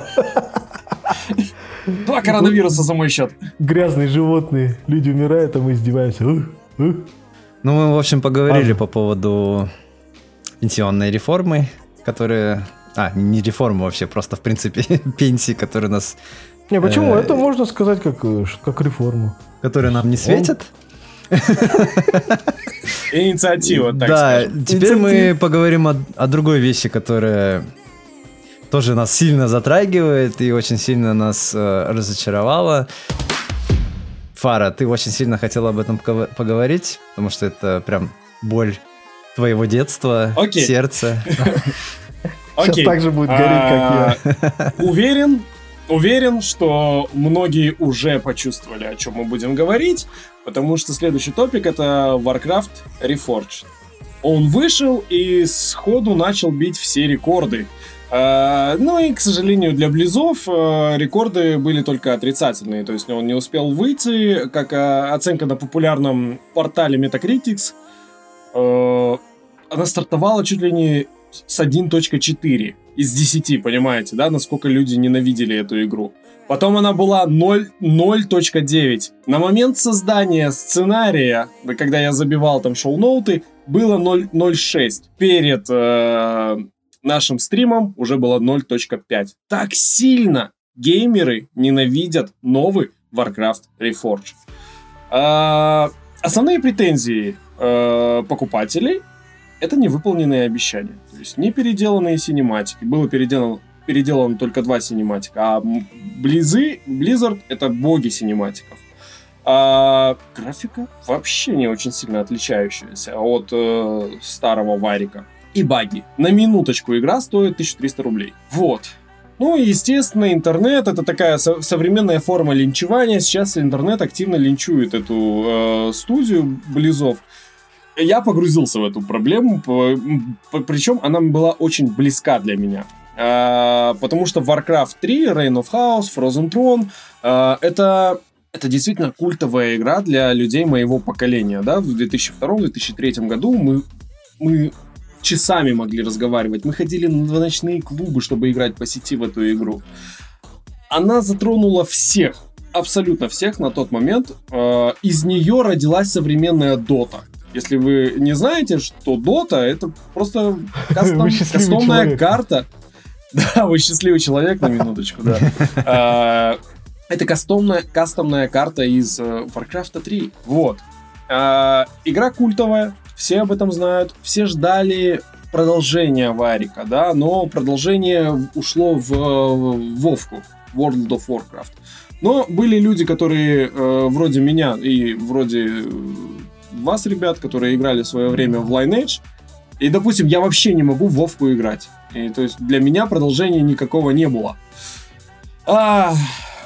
Два коронавируса за мой счет. Грязные животные. Люди умирают, а мы издеваемся. Ух, ух. Ну, мы, в общем, поговорили А. по поводу пенсионной реформы, которая... А, не реформы вообще, просто, в принципе, пенсии, которые нас... Не, почему? Э, Это можно сказать как, э, ш- как реформу. Которые нам не светят. Инициатива, так Да, скажем. теперь мы поговорим о, о другой вещи, которая тоже нас сильно затрагивает и очень сильно нас э, разочаровала. Фара, ты очень сильно хотела об этом пого- поговорить, потому что это прям боль твоего детства, Окей. сердца. Сейчас Окей. так же будет гореть, как А, Уверен, уверен, что многие уже почувствовали, о чем мы будем говорить, потому что следующий топик — это Warcraft Reforged. Он вышел и сходу начал бить все рекорды. Uh, ну и, к сожалению, для Близов uh, рекорды были только отрицательные. То есть он не успел выйти, как uh, оценка на популярном портале Metacritic. Uh, она стартовала чуть ли не с один точка четыре из десяти, понимаете, да, насколько люди ненавидели эту игру. Потом она была ноль точка девять. На момент создания сценария, когда я забивал там шоу-ноуты, было ноль целых шесть. Перед э, нашим стримом уже было ноль точка пять. Так сильно геймеры ненавидят новый Warcraft Reforged. Э, основные претензии э, покупателей — это невыполненные обещания. То есть не переделанные синематики. Было переделано переделано только два синематика, а Близы, Blizzard — это боги синематиков. А графика вообще не очень сильно отличающаяся от э, старого Варика. И баги. На минуточку игра стоит тысяча триста рублей. Вот. Ну и, естественно, интернет — это такая со- современная форма линчевания. Сейчас интернет активно линчует эту э, студию Близов. Я погрузился в эту проблему, по- по- причем она была очень близка для меня. Uh, потому что Warcraft три, Reign of Chaos, Frozen Throne uh, это, это действительно культовая игра для людей моего поколения. Да? В две тысячи втором - две тысячи третьем году мы, мы часами могли разговаривать. Мы ходили в ночные клубы, чтобы играть по сети в эту игру. Она затронула всех, абсолютно всех на тот момент. Uh, из нее родилась современная Dota. Если вы не знаете, что Dota — это просто кастом, кастомная карта. Да, вы счастливый человек, на минуточку, да. Это кастомная, кастомная карта из Warcraft три. Вот. Игра культовая, все об этом знают, все ждали продолжения Варика, да, но продолжение ушло в Вовку, World of Warcraft. Но были люди, которые вроде меня и вроде вас, ребят, которые играли в свое время в Lineage. И, допустим, я вообще не могу в Вовку играть. И, то есть для меня продолжения никакого не было. А...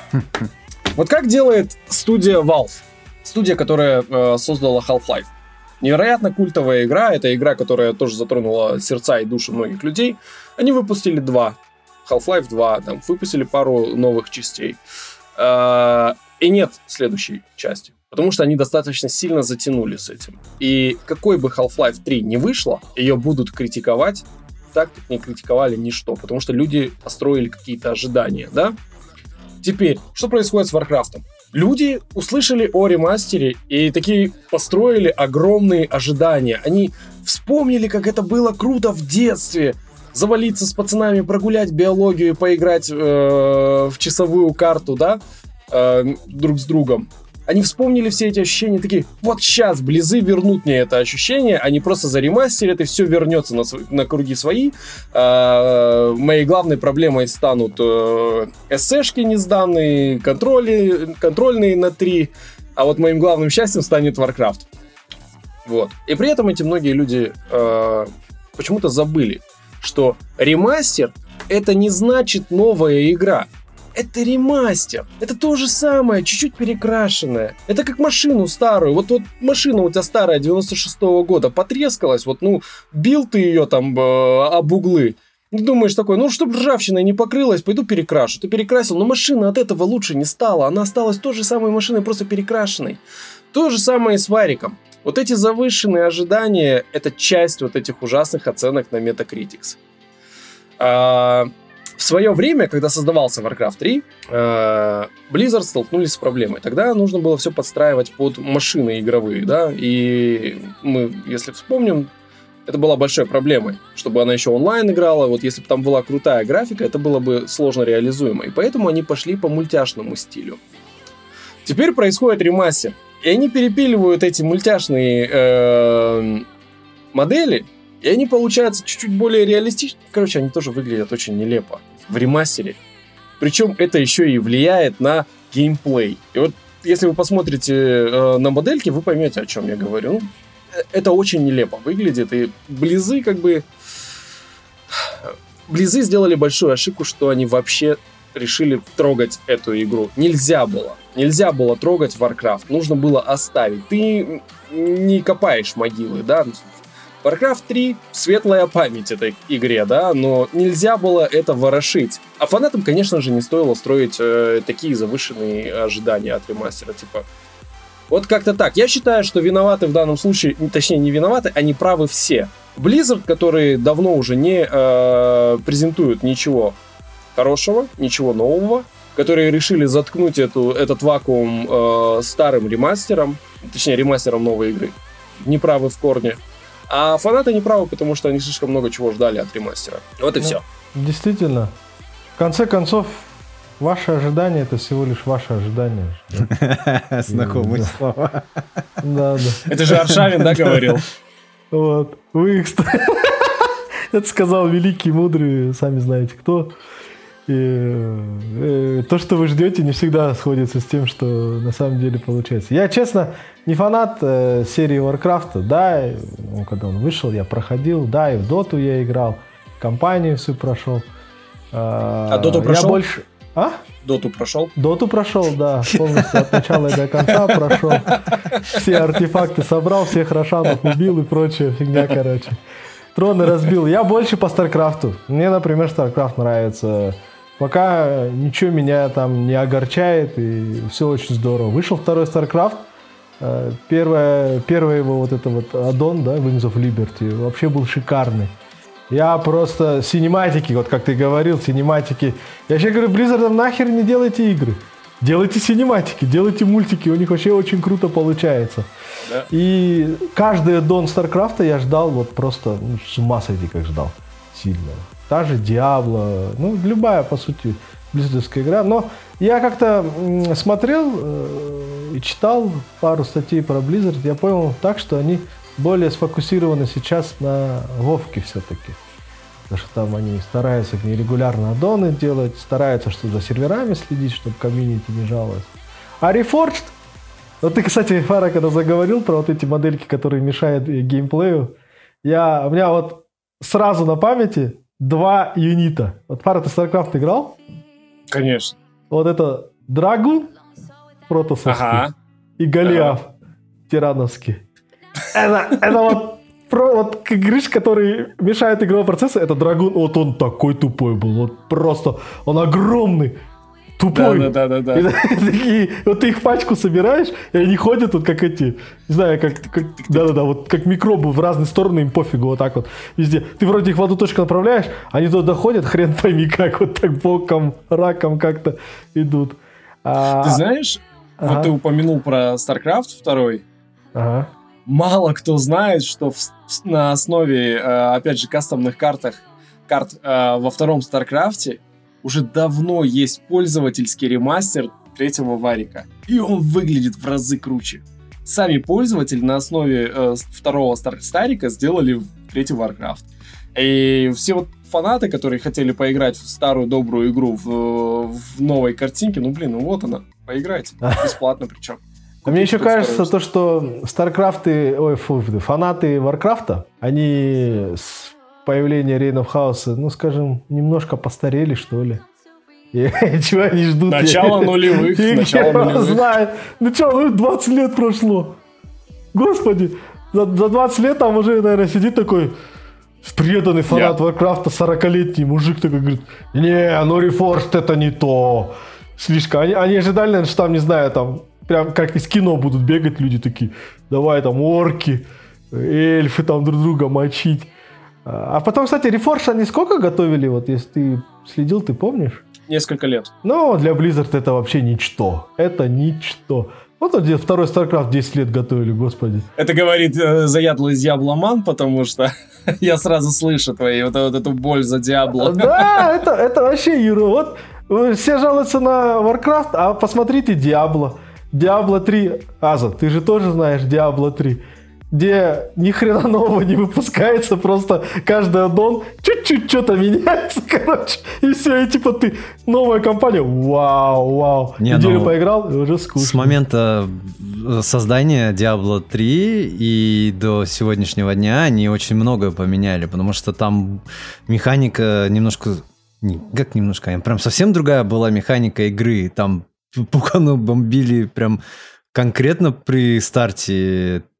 Вот как делает студия Valve? Студия, которая э, создала Half-Life. Невероятно культовая игра. Это игра, которая тоже затронула сердца и души многих людей. Они выпустили два. Half-Life два. Там, выпустили пару новых частей. Э, и нет следующей части. Потому что они достаточно сильно затянули с этим. И какой бы Half-Life три не вышло, ее будут критиковать так, как не критиковали ничто. Потому что люди построили какие-то ожидания, да? Теперь, что происходит с Warcraft'ом? Люди услышали о ремастере и такие построили огромные ожидания. Они вспомнили, как это было круто в детстве. Завалиться с пацанами, прогулять биологию, поиграть э, в часовую карту, да? Э, друг с другом. Они вспомнили все эти ощущения, такие, вот сейчас Близы вернут мне это ощущение, они просто заремастерят, и все вернется на, св- на круги свои. А, моей главной проблемой станут э, эс-шки несданные, контроли, контрольные на три, а вот моим главным счастьем станет Warcraft. Вот. И при этом эти многие люди э, почему-то забыли, что ремастер — это не значит новая игра. Это ремастер. Это то же самое, чуть-чуть перекрашенное. Это как машину старую. Вот, вот машина у тебя старая, девяносто шестого года, потрескалась. Вот, ну, бил ты ее там э, об углы. Думаешь такой, ну, чтобы ржавчиной не покрылась, пойду перекрашу. Ты перекрасил, но машина от этого лучше не стала. Она осталась той же самой машиной, просто перекрашенной. То же самое и с Вариком. Вот эти завышенные ожидания — это часть вот этих ужасных оценок на Metacritic. А... В свое время, когда создавался Warcraft три, Blizzard столкнулись с проблемой. Тогда нужно было все подстраивать под машины игровые, да, и мы, если вспомним, это была большой проблемой, чтобы она еще онлайн играла. Вот если бы там была крутая графика, это было бы сложно реализуемо, и поэтому они пошли по мультяшному стилю. Теперь происходит ремастер, и они перепиливают эти мультяшные э, модели. И они получаются чуть-чуть более реалистичны. Короче, они тоже выглядят очень нелепо в ремастере. Причем это еще и влияет на геймплей. И вот если вы посмотрите э, на модельки, вы поймете, о чем я говорю. Ну, это очень нелепо выглядит. И Близы как бы... Близы сделали большую ошибку, что они вообще решили трогать эту игру. Нельзя было. Нельзя было трогать Warcraft. Нужно было оставить. Ты не копаешь могилы, да? Warcraft три — светлая память этой игре, да, но нельзя было это ворошить. А фанатам, конечно же, не стоило строить э, такие завышенные ожидания от ремастера, типа... Вот как-то так. Я считаю, что виноваты в данном случае, точнее, не виноваты, они правы все. Blizzard, которые давно уже не э, презентуют ничего хорошего, ничего нового, которые решили заткнуть эту, этот вакуум э, старым ремастером, точнее, ремастером новой игры, неправы в корне. А фанаты неправы, потому что они слишком много чего ждали от ремастера. Вот и ну, все. Действительно. В конце концов, ваши ожидания — это всего лишь ваши ожидания. Знакомые слова. Да, да. Это же Аршавин, да, говорил? Вот. Вы их... Это сказал великий, мудрый, сами знаете кто. И, э, то, что вы ждете, не всегда сходится с тем, что на самом деле получается. Я, честно, не фанат э, серии Warcraft. Да, ну, когда он вышел, я проходил. Да, и в Доту я играл. Компанию всю прошел. А, а Доту прошел? Я больше... А? Доту прошел? Доту прошел, да. Полностью от начала и до конца прошел. Все артефакты собрал, всех рошанов убил и прочая фигня, короче. Троны разбил. Я больше по Старкрафту. Мне, например, Старкрафт нравится. Пока ничего меня там не огорчает, и все очень здорово. Вышел второй Старкрафт. Первое, первый его вот это вот аддон, да, Wings of Liberty, вообще был шикарный. Я просто... Синематики, вот как ты говорил, синематики. Я вообще говорю, Blizzard, нахер не делайте игры. Делайте синематики, делайте мультики. У них вообще очень круто получается. Да. И каждый аддон Старкрафта я ждал вот просто... Ну, с ума сойти, как ждал. Сильно. Та же Диабло. Ну, любая, по сути, близзардская игра. Но я как-то смотрел э, и читал пару статей про Blizzard. Я понял так, что они более сфокусированы сейчас на Вовке все-таки. Потому что там они стараются нерегулярно аддоны делать, стараются, что за серверами следить, чтобы комьюнити не жаловалось. А Reforged... Вот ты, кстати, Фара, когда заговорил про вот эти модельки, которые мешают геймплею, я, у меня вот сразу на памяти два юнита. Вот, Фара, ты в StarCraft играл? Конечно. Вот это Драгун протосовский, ага. И Голиаф ага. Тирановский. Это, это вот, про, вот игрыш, который мешает игровому процессу, это Драгун. Вот он такой тупой был. Вот просто, он огромный, тупой. Да, да, да, да, да. И, и, вот ты их в пачку собираешь, и они ходят вот как эти, не знаю, как, как да-да-да, вот как микробы в разные стороны, им пофигу, вот так вот везде. Ты вроде их в одну точку направляешь, они туда доходят, хрен пойми как, вот так боком, раком как-то идут. А... Ты знаешь, ага. Вот ты упомянул про StarCraft два. Ага. Мало кто знает, что в, на основе, опять же, кастомных картах, карт во втором StarCraft'е уже давно есть пользовательский ремастер третьего Варика. И он выглядит в разы круче. Сами пользователи на основе э, второго Стар- Старика сделали третий Warcraft. И все вот фанаты, которые хотели поиграть в старую добрую игру в, в новой картинке, ну блин, ну вот она, поиграйте. Бесплатно причем. А мне еще кажется, то, что StarCraft, ой, фу, фанаты Warcraft'а, они с появления Reign of Chaos, ну, скажем, немножко постарели, что ли. И чего они ждут? Начало нулевых. Начало нулевых. Знаю. Ну что, ну двадцать лет прошло. Господи, за, за двадцать лет там уже, наверное, сидит такой преданный фанат yeah. Warcraft'а, сорокалетний мужик такой говорит, не, ну Reforged это не то. Слишком. Они, они ожидали, наверное, что там, не знаю, там прям как из кино будут бегать люди такие, давай там орки, эльфы там друг друга мочить. А потом, кстати, Reforged они сколько готовили, вот если ты следил, ты помнишь? Несколько лет. Ну, для Blizzard это вообще ничто. Это ничто. Вот он где второй StarCraft десять лет готовили, господи. Это говорит э, заядлый Диабломан, потому что я сразу слышу твою вот, вот эту боль за Диабло. Да, это, это вообще ерунда. Вот все жалуются на Warcraft, а посмотрите Диабло. Диабло три. Аза, ты же тоже знаешь Диабло три. Где ни хрена нового не выпускается, просто каждый аддон чуть-чуть что-то меняется, короче, и все, и типа ты, новая компания, вау, вау, не, неделю ну, поиграл, и уже скучно. С момента создания Diablo три и до сегодняшнего дня они очень многое поменяли, потому что там механика немножко, как немножко, прям совсем другая была механика игры, там пукану бомбили прям конкретно при старте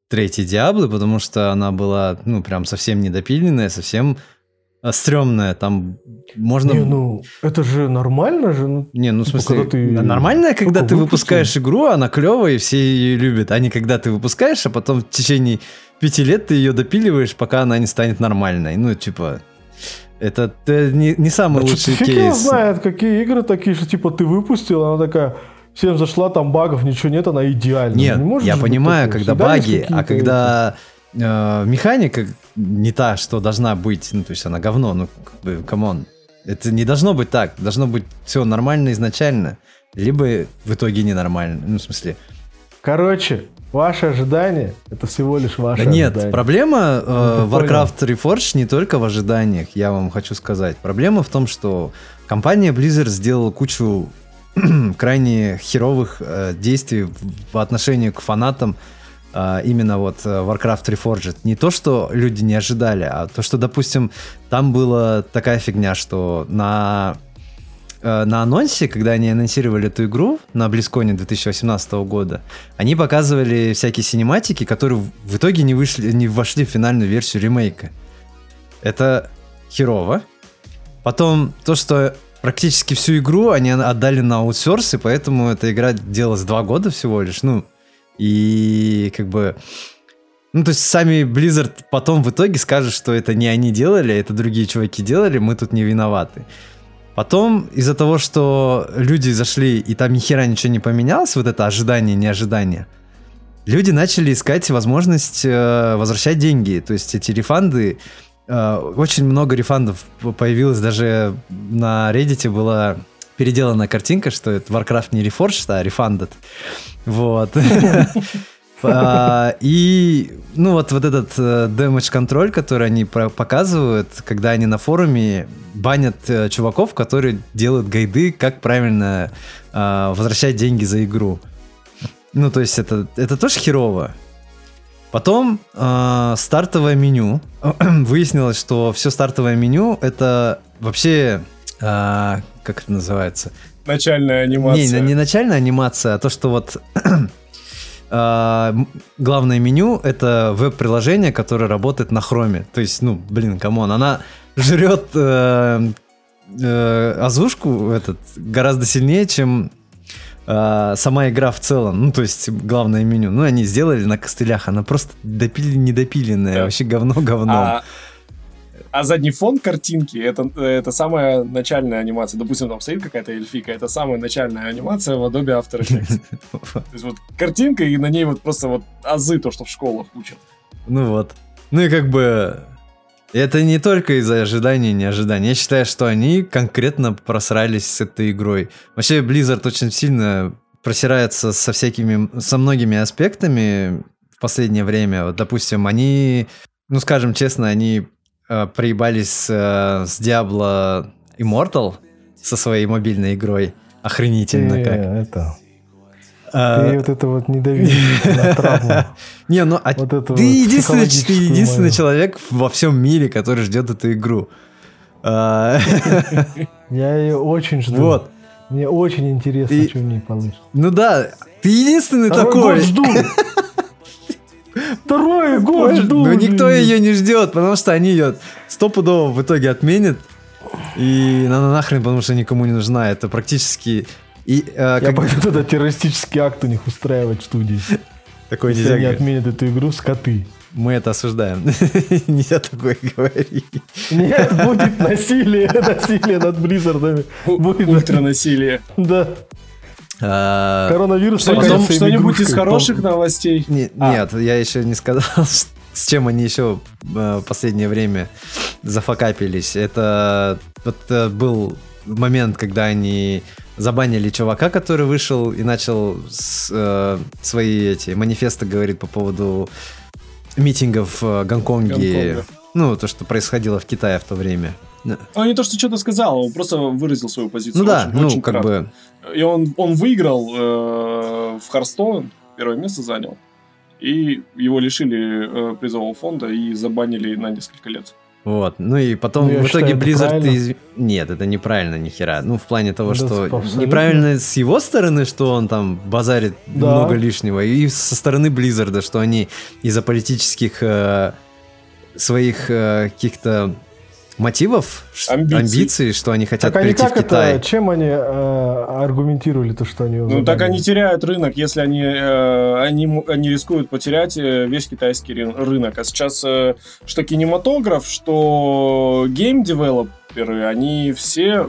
третьей Диаблы, потому что она была, ну, прям совсем недопиленная, совсем стрёмная. Там можно... Не, ну, это же нормально же. Ну, не, ну, в типа, смысле, когда ты... нормально, когда ты выпустил? выпускаешь игру, она клевая, и все ее любят, а не когда ты выпускаешь, а потом в течение пяти лет ты ее допиливаешь, пока она не станет нормальной. Ну, типа... Это, это не, не самый да лучший фиг кейс. его знает, какие игры такие, что типа ты выпустил, она такая, всем зашла, там багов, ничего нет, она идеальна. Нет, не я понимаю, когда Всегда баги, а когда э, механика не та, что должна быть, ну, то есть она говно, ну, как бы, камон. Это не должно быть так, должно быть все нормально изначально, либо в итоге ненормально, ну, в смысле... Короче, ваши ожидания — это всего лишь ваши да нет, ожидания. проблема э, Ну, Warcraft Reforged не только в ожиданиях, я вам хочу сказать. Проблема в том, что компания Blizzard сделала кучу крайне херовых э, действий по отношению к фанатам э, именно вот Warcraft Reforged. Не то, что люди не ожидали, а то, что, допустим, там была такая фигня, что на... на анонсе, когда они анонсировали эту игру на BlizzCon две тысячи восемнадцатого года, они показывали всякие синематики, которые в итоге не вышли, не вошли в финальную версию ремейка. Это херово. Потом то, что практически всю игру они отдали на аутсорс, и поэтому эта игра делалась два года всего лишь. Ну, и как бы... Ну, то есть сами Blizzard потом в итоге скажут, что это не они делали, это другие чуваки делали, мы тут не виноваты. Потом, из-за того, что люди зашли, и там ни хера ничего не поменялось, вот это ожидание, неожидание, люди начали искать возможность э, возвращать деньги. То есть эти рефанды, э, очень много рефандов появилось, даже на Reddit была переделана картинка, что это Warcraft не Reforged, а Refunded. Вот. И, ну, вот, вот этот damage control, который они показывают, когда они на форуме банят чуваков, которые делают гайды, как правильно э, возвращать деньги за игру. Ну, то есть это, это тоже херово. Потом э, стартовое меню. Выяснилось, что все стартовое меню это вообще, э, как это называется? Начальная анимация. Не, не начальная анимация, а то, что вот... Uh, главное меню — это веб-приложение, которое работает на хроме. То есть, ну, блин, камон, она жрет uh, uh, озвучку этот, гораздо сильнее, чем uh, сама игра в целом. Ну, то есть, главное меню. Ну, они сделали на костылях, она просто допили, недопиленная, да. Вообще говно-говно. А... А задний фон картинки это, это самая начальная анимация. Допустим, там стоит какая-то эльфика, это самая начальная анимация в Adobe After Effects. То есть вот картинка, и на ней вот просто вот азы, то, что в школах учат. Ну вот. Ну и как бы это не только из-за ожиданий и неожиданий. Я считаю, что они конкретно просрались с этой игрой. Вообще Blizzard очень сильно просирается со всякими, со многими аспектами в последнее время. Вот, допустим, они, ну скажем честно, они проебались с, с Diablo Immortal со своей мобильной игрой. Охренительно ты как. Это... А... Ты вот это вот недоверие на травму. Не, ну а вот ты единственный, ты единственный человек во всем мире, который ждет эту игру. Я ее очень жду. Вот. Мне очень интересно, и... что в ней получится. Ну да, ты единственный Второй такой. Год жду. Второй год жду. Но никто ее не ждет, потому что они ее стопудово в итоге отменят. И она нахрен, потому что никому не нужна. Это практически... И, э, Я пойду тогда террористический акт у них устраивать в студии. Такой Если они отменят эту игру, скоты. Мы это осуждаем. Нельзя такое говорить. Нет, будет насилие. Насилие над Близзардами. Будет ультранасилие. Да. А... Коронавирус. Потом что-нибудь из хороших новостей? Не, а. Нет, я еще не сказал, с чем они еще в последнее время зафакапились. Это вот был момент, когда они забанили чувака, который вышел и начал с, э, свои эти манифесты говорить по поводу митингов в Гонконге. Гонконга. Ну, то, что происходило в Китае в то время. Он не то, что что-то сказал, он просто выразил свою позицию. Ну да, очень, ну очень как кратко. бы... И он, он выиграл э, в Харстоун, первое место занял, и его лишили э, призового фонда и забанили на несколько лет. Вот. Ну и потом Ну, в итоге считаю, Blizzard... это Из... Нет, это неправильно ни хера. Ну, в плане того, Да, что абсолютно. неправильно с его стороны, что он там базарит Да. много лишнего, и со стороны Blizzard, что они из-за политических э, своих э, каких-то мотивов, ш- Амбиций. амбиций, что они хотят Так они прийти в как Китай. это, чем они э, аргументировали то, что они его Ну, так забанили? они теряют рынок, если они, э, они, м- они рискуют потерять э, весь китайский рын- рынок. А сейчас э, что кинематограф, что гейм-девелоперы, они все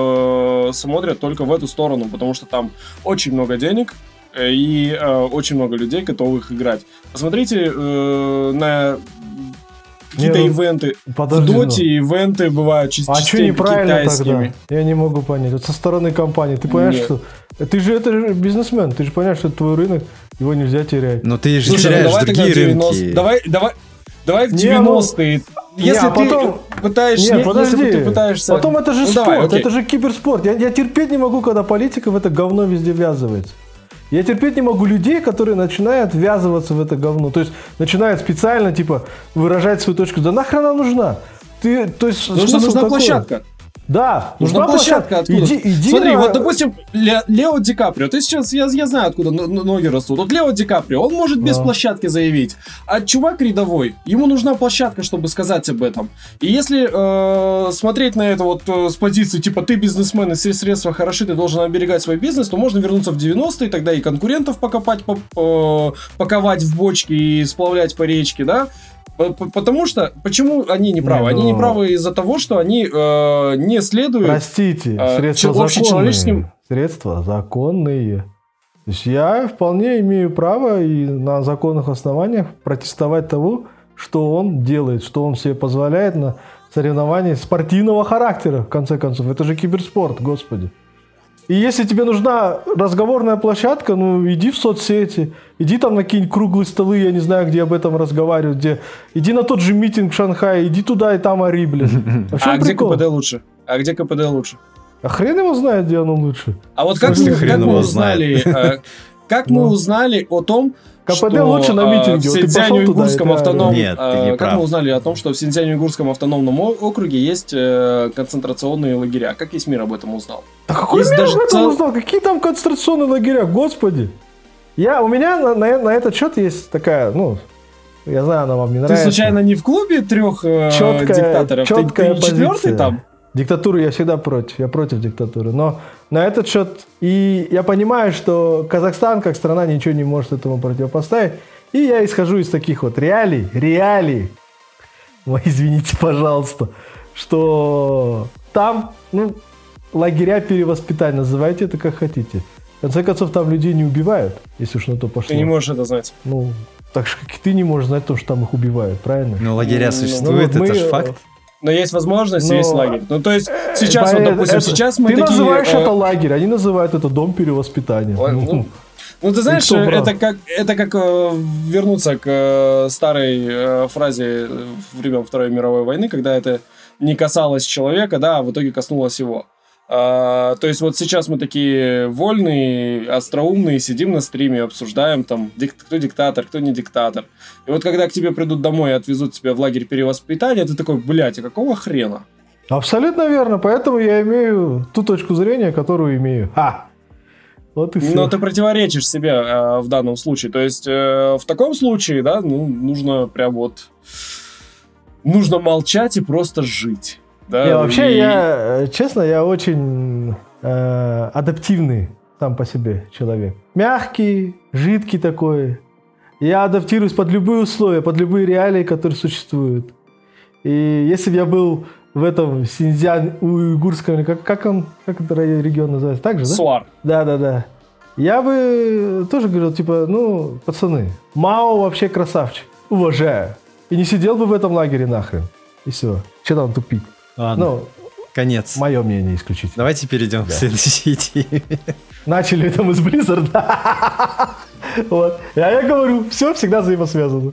э, смотрят только в эту сторону, потому что там очень много денег э, и э, очень много людей, готовых играть. Посмотрите э, на какие-то Не, ну, ивенты. Подожди, в ну. Доте ивенты бывают чис- А что частенько неправильно китайскими. тогда? Я не могу понять. Вот со стороны компании. Ты понимаешь, Нет. что... Ты же, это же бизнесмен. Ты же понимаешь, что это твой рынок. Его нельзя терять. Но ты же Слушай, ну теряешь давай тогда другие в девяностые. рынки. Давай, давай, давай в Не, девяностые. Не, Если а ты потом- пытаешься... Не, не- подожди. Если ты пытаешься... Потом это же Ну, спорт, давай, окей. это же киберспорт. Я, я терпеть не могу, когда политика в это говно везде ввязывается. Я терпеть не могу людей, которые начинают ввязываться в это говно. То есть начинают специально, типа, выражать свою точку. Да нахрен она нужна? Ты, то есть, Нужна, смысл нужна какой? площадка. Да, Нужна площадка. Откуда? Иди, иди Смотри, на- вот, допустим, Ле- Лео Ди Каприо. Ты сейчас, я, я знаю, откуда н- н- ноги растут. Вот Лео Ди Каприо, он может без Да. площадки заявить. А чувак рядовой, ему нужна площадка, чтобы сказать об этом. И если э, смотреть на это вот э, с позиции, типа, ты бизнесмен, и все средства хороши, ты должен оберегать свой бизнес, то можно вернуться в девяностые, тогда и конкурентов покопать, по- э, паковать в бочки и сплавлять по речке, да? П- п- Потому что, почему они не правы? Не, Они ну- не правы из-за того, что они э, не следуют... Простите, А, средства че- общечеловеческим- законные. Средства законные. То есть я вполне имею право и на законных основаниях протестовать того, что он делает, что он себе позволяет на соревновании спортивного характера, в конце концов. Это же киберспорт, господи. И если тебе нужна разговорная площадка, ну иди в соцсети, иди там на какие-нибудь круглые столы, я не знаю, где об этом разговаривают, где... Иди на тот же митинг в Шанхае, иди туда и там ори, блин. А в чем А где прикол? КПД лучше? А где КПД лучше? А хрен его знает, где оно лучше. А вот как, Слушай, мы, хрен как мы его узнали, э, как мы Ну. узнали о том, КПД что лучше на э, митинге. в Вот ты пошел Синьцзянь-Уйгурском туда, и ты автономном... Нет, ты э, не как прав. мы узнали о том, что в Синьцзянь-Уйгурском автономном о- округе есть э, концентрационные лагеря? Как весь мир об этом узнал? Да какой Есть мир даже об этом цел- узнал? Какие там концентрационные лагеря, господи. Я, у меня на, на- на этот счет есть такая, ну, я знаю, она вам не Ты нравится. случайно не в клубе трех э, Четкая- диктаторов? Ты- Ты, четкая не четвертый позиция. там? Диктатуру я всегда против, я против диктатуры. Но на этот счет, и я понимаю, что Казахстан как страна ничего не может этому противопоставить. И я исхожу из таких вот реалий, реалий, ой, извините, пожалуйста, что там, ну, лагеря перевоспитания, называйте это как хотите. В конце концов, там людей не убивают, если уж на то пошло. Ты не можешь это знать. Ну, так же, как и ты не можешь знать то, что там их убивают, правильно? Но лагеря Ну, существуют, ну, вот это мы, ж факт. Но есть возможность, Но- есть лагерь. Ну, то есть, сейчас, вот, Поэтому допустим, это- сейчас мы ты такие... называешь э, это лагерь, они называют это дом перевоспитания. Ой, ну, Ну, ты знаешь, кто прав? это как, это как э, вернуться к э, старой э, фразе времен Второй мировой войны, когда это не касалось человека, да, а в итоге коснулось его. А, то есть вот сейчас мы такие вольные, остроумные, сидим на стриме, обсуждаем там, дик- кто диктатор, кто не диктатор. И вот когда к тебе придут домой и отвезут тебя в лагерь перевоспитания, ты такой, блядь, а какого хрена? Абсолютно верно, поэтому я имею ту точку зрения, которую имею. А! Вот и все. Но ты противоречишь себе э, в данном случае. То есть э, в таком случае, да, ну, нужно прям вот... Нужно молчать и просто жить. Да? Не, вообще, И- я, э, честно, я очень э, адаптивный сам по себе человек. Мягкий, жидкий такой. Я адаптируюсь под любые условия, под любые реалии, которые существуют. И если бы я был в этом Синьцзянь-Уйгурском, или как, как он, как этот регион называется, так же, да? Суар. Да-да-да. Я бы тоже говорил, типа, ну, пацаны, Мао вообще красавчик, уважаю. И не сидел бы в этом лагере нахрен. И все. Че там тупить? Ладно, Ну, конец. мое мнение исключительно. Давайте перейдем к следующей теме. Начали это мы с Blizzard. Вот. А я говорю, все всегда взаимосвязано.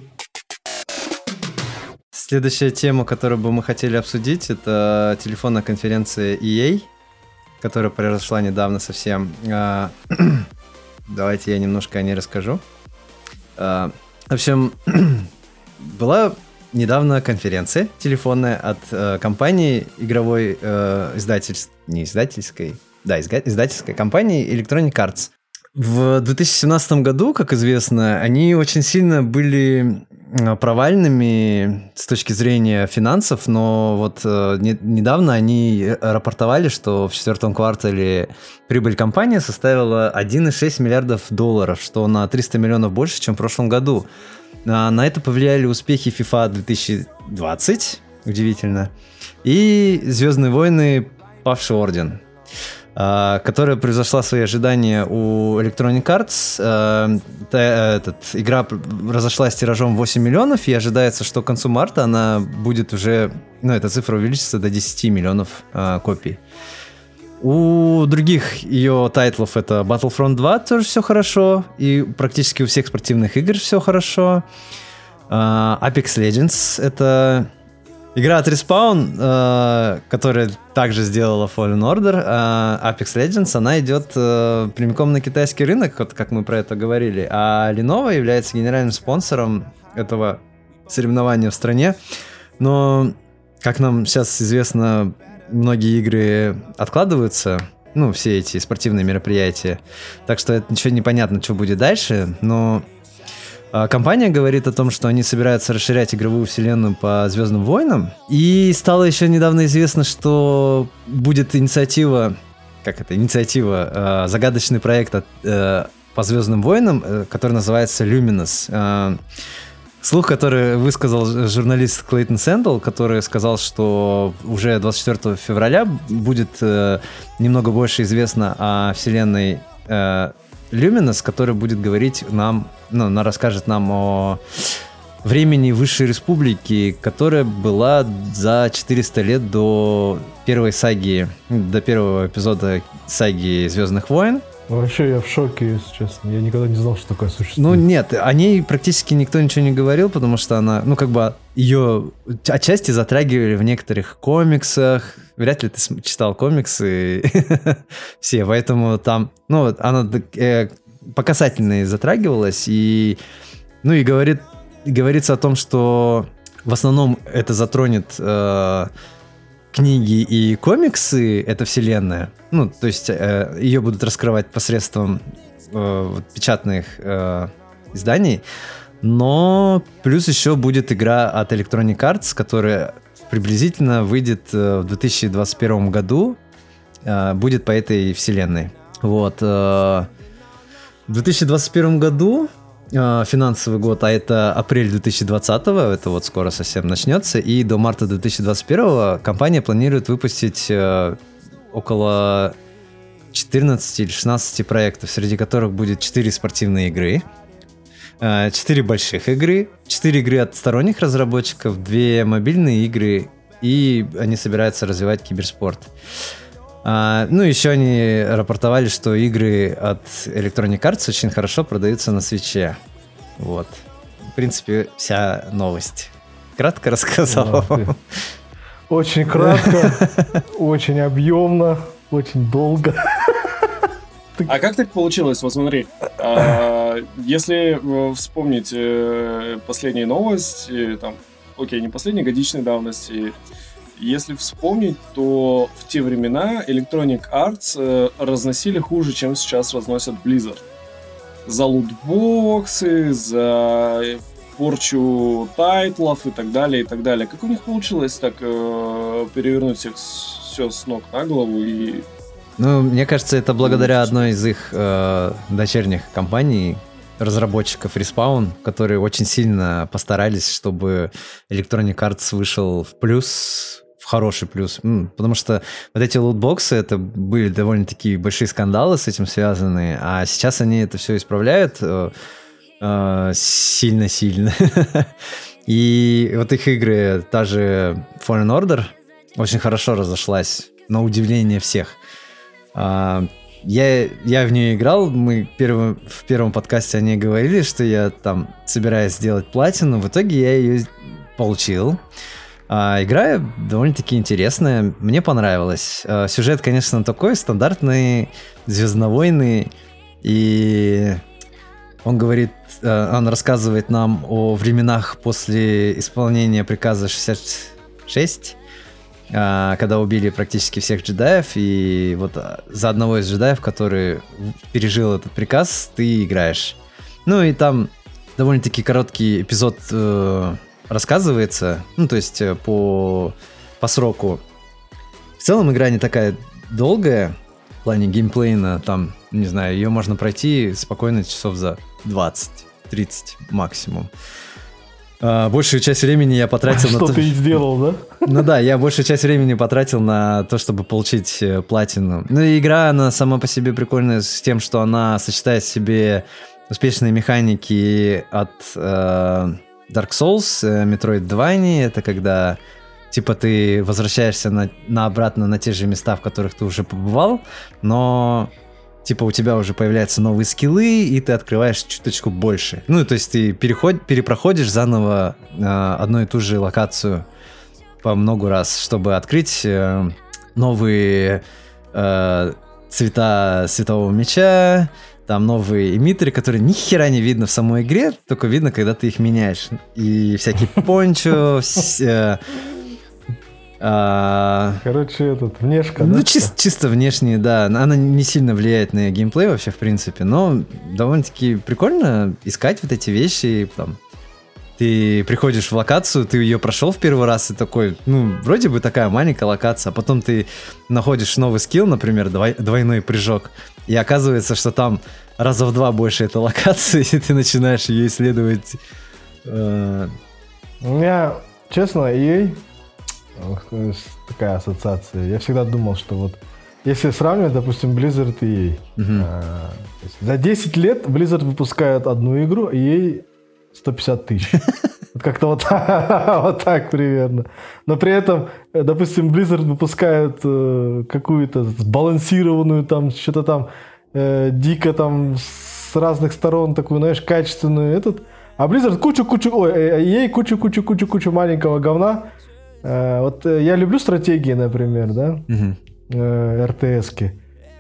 Следующая тема, которую бы мы хотели обсудить, это телефонная конференция и эй, которая произошла недавно совсем. А, Давайте я немножко о ней расскажу. А, В общем, была недавно конференция телефонная от э, компании игровой э, издательств, не издательской, да, изга- издательской компании Electronic Arts. В две тысячи семнадцатом году, как известно, они очень сильно были провальными с точки зрения финансов, но вот э, не, недавно они рапортовали, что в четвертом квартале прибыль компании составила один целых шесть миллиардов долларов, что на триста миллионов больше, чем в прошлом году. А на это повлияли успехи FIFA две тысячи двадцать, удивительно, и «Звездные войны. Павший орден», которая превзошла свои ожидания у Electronic Arts. Этот, игра разошлась тиражом восемь миллионов, и ожидается, что к концу марта она будет уже, ну, эта цифра увеличится до десять миллионов а, копий. У других ее тайтлов это Battlefront два тоже все хорошо, и практически у всех спортивных игр все хорошо. А, Apex Legends — это игра от Respawn, э, которая также сделала Fallen Order, а Apex Legends, она идет э, прямиком на китайский рынок, вот как мы про это говорили, а Lenovo является генеральным спонсором этого соревнования в стране. Но, как нам сейчас известно, многие игры откладываются, ну, все эти спортивные мероприятия, так что это ничего не понятно, что будет дальше, но компания говорит о том, что они собираются расширять игровую вселенную по «Звездным войнам». И стало еще недавно известно, что будет инициатива, как это, инициатива, э, загадочный проект от, э, по «Звездным войнам», э, который называется Luminous. Э, слух, который высказал журналист Клейтон Сэндл, который сказал, что уже двадцать четвёртого февраля будет э, немного больше известно о вселенной э, Luminous, который будет говорить нам, ну, она расскажет нам о времени Высшей Республики, которая была за четыреста лет до первой саги, до первого эпизода саги «Звездных войн». Вообще я в шоке, если честно. Я никогда не знал, что такое существует. Ну нет, о ней практически никто ничего не говорил, потому что она, ну как бы ее отчасти затрагивали в некоторых комиксах. Вряд ли ты читал комиксы все, поэтому там, ну она э, по касательной затрагивалась, и, ну и говорит, говорится о том, что в основном это затронет э, книги и комиксы, эта вселенная. Ну, то есть э, ее будут раскрывать посредством э, печатных э, изданий. Но плюс еще будет игра от Electronic Arts, которая приблизительно выйдет э, в две тысячи двадцать первом году. Э, будет по этой вселенной. Вот. Э, в две тысячи двадцать первом году э, финансовый год, а это апрель две тысячи двадцатого, это вот скоро совсем начнется, и до марта две тысячи двадцать первого компания планирует выпустить э, около четырнадцати или шестнадцати проектов, среди которых будет четыре спортивные игры, четыре больших игры, четыре игры от сторонних разработчиков, две мобильные игры, и они собираются развивать киберспорт. Ну, еще они рапортовали, что игры от Electronic Arts очень хорошо продаются на Switch'е. Вот. В принципе, вся новость. Кратко рассказал. Очень кратко, очень объемно, очень долго. А как так получилось? Вот смотри, а, если вспомнить э, последние новости, там, окей, не последние, годичной давности, если вспомнить, то в те времена Electronic Arts э, разносили хуже, чем сейчас разносят Blizzard. За лутбоксы, за порчу тайтлов и так далее, и так далее. Как у них получилось так э, перевернуть всех все с ног на голову и... Ну, мне кажется, это благодаря одной из их э, дочерних компаний, разработчиков Respawn, которые очень сильно постарались, чтобы Electronic Arts вышел в плюс, в хороший плюс. М, потому что вот эти лутбоксы, это были довольно-таки большие скандалы с этим связаны, а сейчас они это все исправляют э, э, сильно-сильно. И вот их игры, та же Fallen Order, очень хорошо разошлась, на удивление всех. Uh, я, я в нее играл, мы первым, в первом подкасте о ней говорили, что я там собираюсь сделать платину, в итоге я ее получил. Uh, игра довольно-таки интересная, мне понравилась. Uh, сюжет, конечно, такой стандартный, звездновойный, и Он говорит, он рассказывает нам о временах после исполнения приказа шестьдесят шесть, когда убили практически всех джедаев, и вот за одного из джедаев, который пережил этот приказ, ты играешь. Ну и там довольно-таки короткий эпизод э, рассказывается, ну то есть по, по сроку. В целом игра не такая долгая, в плане геймплейна, там, не знаю, ее можно пройти спокойно часов за двадцать-тридцать максимум. А, большую часть времени я потратил а на что то... ты сделал, да? Ну да, я большую часть времени потратил на то, чтобы получить платину. Ну и игра, она сама по себе прикольная с тем, что она сочетает в себе успешные механики от э, Dark Souls, э, Metroidvania. Это когда типа ты возвращаешься на, на обратно на те же места, в которых ты уже побывал, но типа у тебя уже появляются новые скиллы, и ты открываешь чуточку больше. Ну, то есть ты переход, перепроходишь заново э, одну и ту же локацию по много раз, чтобы открыть э, новые э, цвета светового меча, там новые эмиттеры, которые ни хера не видно в самой игре, только видно, когда ты их меняешь. И всякие пончо, все... А... Короче, этот, внешка, ну, да? чис- чисто внешне, да. Она не сильно влияет на геймплей вообще, в принципе, но довольно-таки прикольно искать вот эти вещи. Там. Ты приходишь в локацию, ты ее прошел в первый раз и такой, ну, вроде бы такая маленькая локация, а потом ты находишь новый скилл, например, двой- двойной прыжок, и оказывается, что там раза в два больше этой локации, и ты начинаешь ее исследовать. Э- У меня, честно, и эй... такая ассоциация. Я всегда думал, что вот если сравнивать, допустим, Blizzard и и эй, uh-huh. а, за десять лет Blizzard выпускает одну игру, и и эй сто пятьдесят тысяч. Вот как-то вот, вот так примерно. Но при этом, допустим, Blizzard выпускает э, какую-то сбалансированную, там, что-то там э, дико там с разных сторон такую, знаешь, качественную этот. А Blizzard кучу-кучу, ой, и эй кучу-кучу-кучу-кучу маленького говна. Вот я люблю стратегии, например, да, uh-huh. эр ти эс-ки.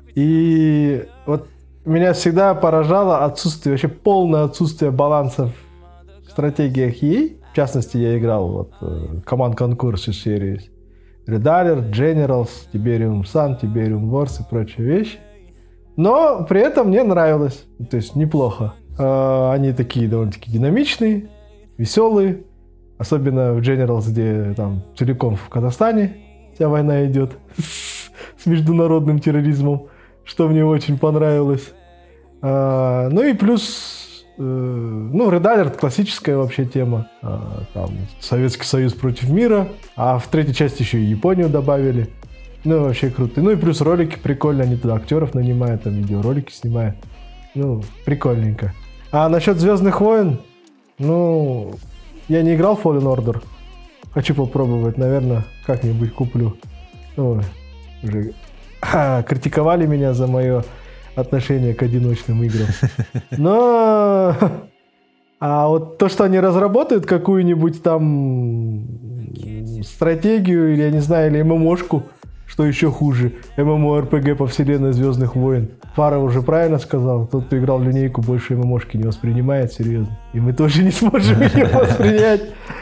И вот меня всегда поражало отсутствие, вообще полное отсутствие баланса в стратегиях и эй. В частности, я играл вот Command Conquer из серии Red Alert, Generals, Tiberium Sun, Tiberium Wars и прочие вещи. Но при этом мне нравилось, то есть неплохо. Они такие довольно-таки динамичные, веселые. Особенно в Generals, где там целиком в Казахстане вся война идет с, с международным терроризмом, что мне очень понравилось. А, ну и плюс, э, ну, Red Alert классическая вообще тема. А, там Советский Союз против мира, а в третьей части еще и Японию добавили. Ну, вообще круто. Ну и плюс ролики прикольно, они туда актеров нанимают, там видеоролики снимают. Ну, прикольненько. А насчет Звездных войн, ну... Я не играл в Fallen Order. Хочу попробовать, наверное, как-нибудь куплю. Ну, уже а, критиковали меня за мое отношение к одиночным играм. Но... А вот то, что они разработают какую-нибудь там стратегию, или, я не знаю, или эм эм о-шку, что еще хуже, эм эм о эр пи джи по вселенной Звездных войн. Фара уже правильно сказал, тот, кто играл в линейку, больше эм эм о-шки не воспринимает серьезно. И мы тоже не сможем ее воспринять.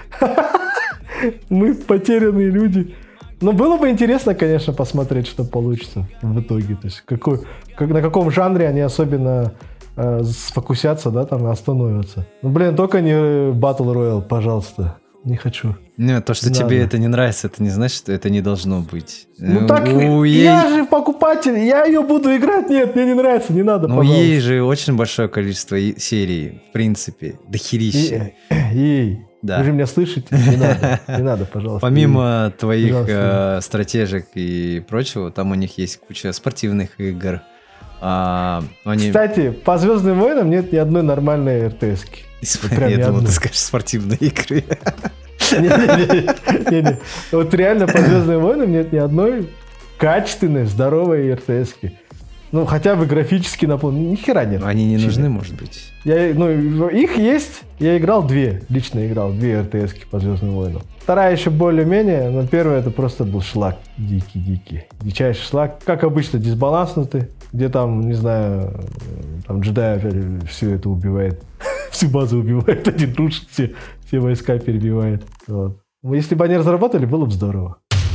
Мы потерянные люди. Но было бы интересно, конечно, посмотреть, что получится в итоге. То есть какой, как, на каком жанре они особенно э, сфокусятся, да, там, остановятся. Ну, блин, только не Battle Royale, пожалуйста. Не хочу. Нет, то, что не тебе надо. Это не нравится, это не значит, что это не должно быть. Ну так, у я ей... же покупатель, я ее буду играть. Нет, мне не нравится, не надо, ну, пожалуйста. ей же очень большое количество серий, в принципе, дохерища. Ей, да. Вы же меня слышите? Не надо, не надо, пожалуйста. Помимо ей. твоих э, стратежек и прочего, там у них есть куча спортивных игр. А, они... Кстати, по Звездным войнам нет ни одной нормальной эр ти эс-ки. Я думал, ты скажешь спортивные игры. Не-не-не. Вот реально по Звездным войнам нет ни одной качественной, здоровой эр ти эс-ки. Ну, хотя бы графически наполненной. Ни хера нет. Они не нужны, может быть. Я, ну, их есть. Я играл две. Лично играл две эр ти эс-ки по Звездным войнам. Вторая еще более-менее, но первая это просто был шлак. Дикий-дикий. Дичайший шлак. Как обычно, дисбаланснутый. Где там, не знаю, там джедай опять все это убивает. Всю базу убивает, один тушит, все, все войска перебивает. Вот. Если бы они разработали, было бы здорово.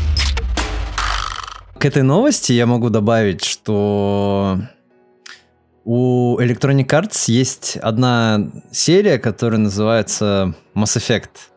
К этой новости я могу добавить, что у Electronic Arts есть одна серия, которая называется Mass Effect.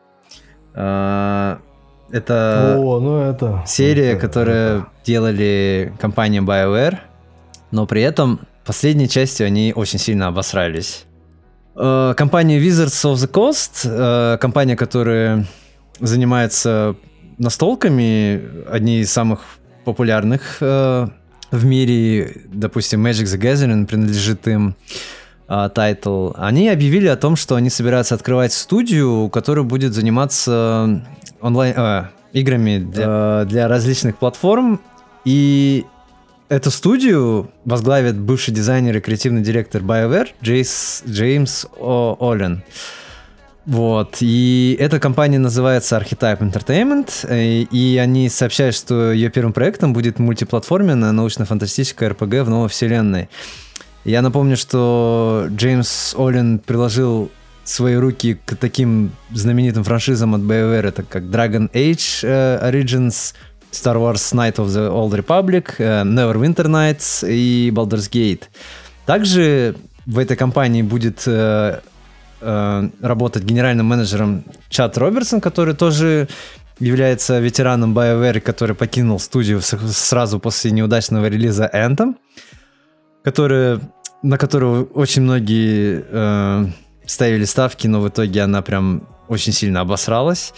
Это, О, ну это серия, это, которую это. делали компания BioWare, но при этом последней частью они очень сильно обосрались. Компания Wizards of the Coast, компания, которая занимается настолками, одни из самых популярных э, в мире, допустим, Magic the Gathering принадлежит им тайтл, э, они объявили о том, что они собираются открывать студию, которая будет заниматься онлайн э, играми для, для различных платформ, и эту студию возглавит бывший дизайнер и креативный директор BioWare Джейс, Джеймс Оллен. Вот, и эта компания называется Archetype Entertainment, и, и они сообщают, что ее первым проектом будет мультиплатформенная научно-фантастическая эр пи джи в новой вселенной. Я напомню, что Джеймс Оллен приложил свои руки к таким знаменитым франшизам от BioWare, это как Dragon Age uh, Origins, Star Wars Knights of the Old Republic, uh, Neverwinter Nights и Baldur's Gate. Также в этой компании будет uh, работать генеральным менеджером Чад Робертсон, который тоже является ветераном BioWare, который покинул студию сразу после неудачного релиза Anthem, который, на которую очень многие э, ставили ставки, но в итоге она прям очень сильно обосралась.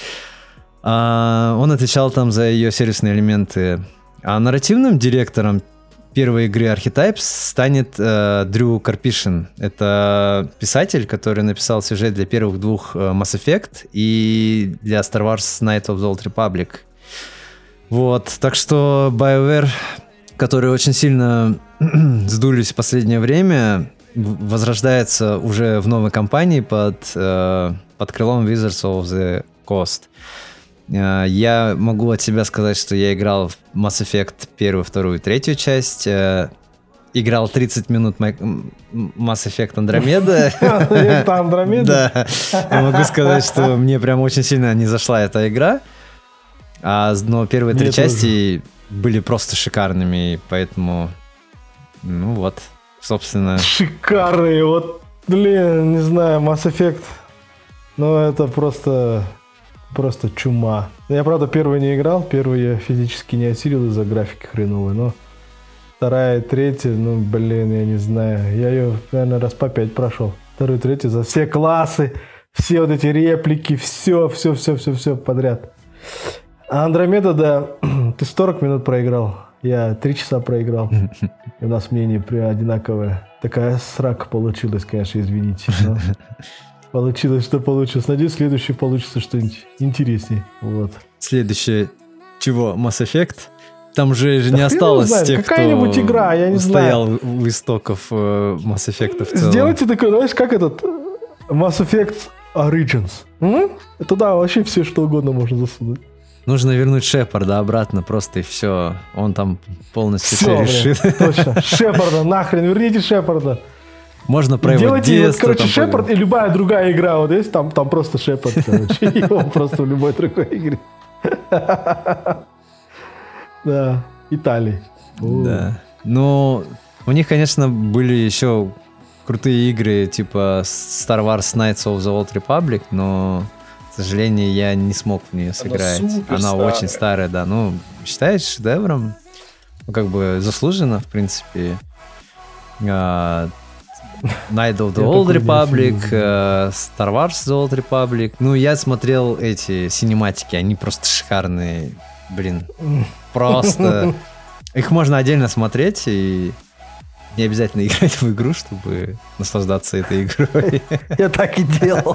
А, он отвечал там за ее сервисные элементы. А нарративным директором первой игры Archetypes станет э, Дрю Карпишин. Это писатель, который написал сюжет для первых двух э, Mass Effect и для Star Wars Knights of the Old Republic. Вот, так что BioWare, которые очень сильно сдулись в последнее время, возрождается уже в новой компании под, э, под крылом Wizards of the Coast. Я могу от себя сказать, что я играл в Mass Effect первую, вторую, третью часть. Играл тридцать минут Mass Effect Andromeda. Это Andromeda? Да. Я могу сказать, что мне прям очень сильно не зашла эта игра. Но первые три части были просто шикарными, поэтому... Ну вот, собственно... Шикарные, вот, блин, не знаю, Mass Effect. Ну это просто... Просто чума. Я, правда, первый не играл. Первый я физически не осилил из-за графики хреновой. Но вторая и третья, ну, блин, я не знаю. Я ее, наверное, раз по пять прошел. Вторую, третью за все классы, все вот эти реплики, все, все, все, все, все подряд. А Андромеда, да, ты сорок минут проиграл. Я три часа проиграл. И у нас мнение одинаковое. Такая срака получилась, конечно, извините. Но... Получилось, что получилось. Надеюсь, следующий получится что-нибудь интереснее. Вот. Следующее чего? Mass Effect? Там же, же да не осталось знает, тех, какая-нибудь кто игра, я не стоял знаю. у истоков э, Mass Effect в целом. Сделайте такой, знаешь, как этот Mass Effect Origins. М? Туда вообще все что угодно можно засунуть. Нужно вернуть Шепарда обратно просто и все. Он там полностью все, все решит. Точно. Шепарда, нахрен, верните Шепарда. Можно про его Делайте, детство. вот, короче, там, Шепард и любая другая игра. Вот есть, там, там просто Шепард, короче. И он просто в любой другой игре. Да, Италии. Да. Ну, у них, конечно, были еще крутые игры, типа Star Wars Knights of the Old Republic, но, к сожалению, я не смог в нее сыграть. Она, Она очень старая, да. Ну, считаешь шедевром? Ну, как бы заслуженно, в принципе. Night of the Old Republic, uh, Star Wars The Old Republic. Ну, я смотрел эти синематики, они просто шикарные. Блин, просто... Их можно отдельно смотреть, и не обязательно играть в игру, чтобы наслаждаться этой игрой. Я так и делал.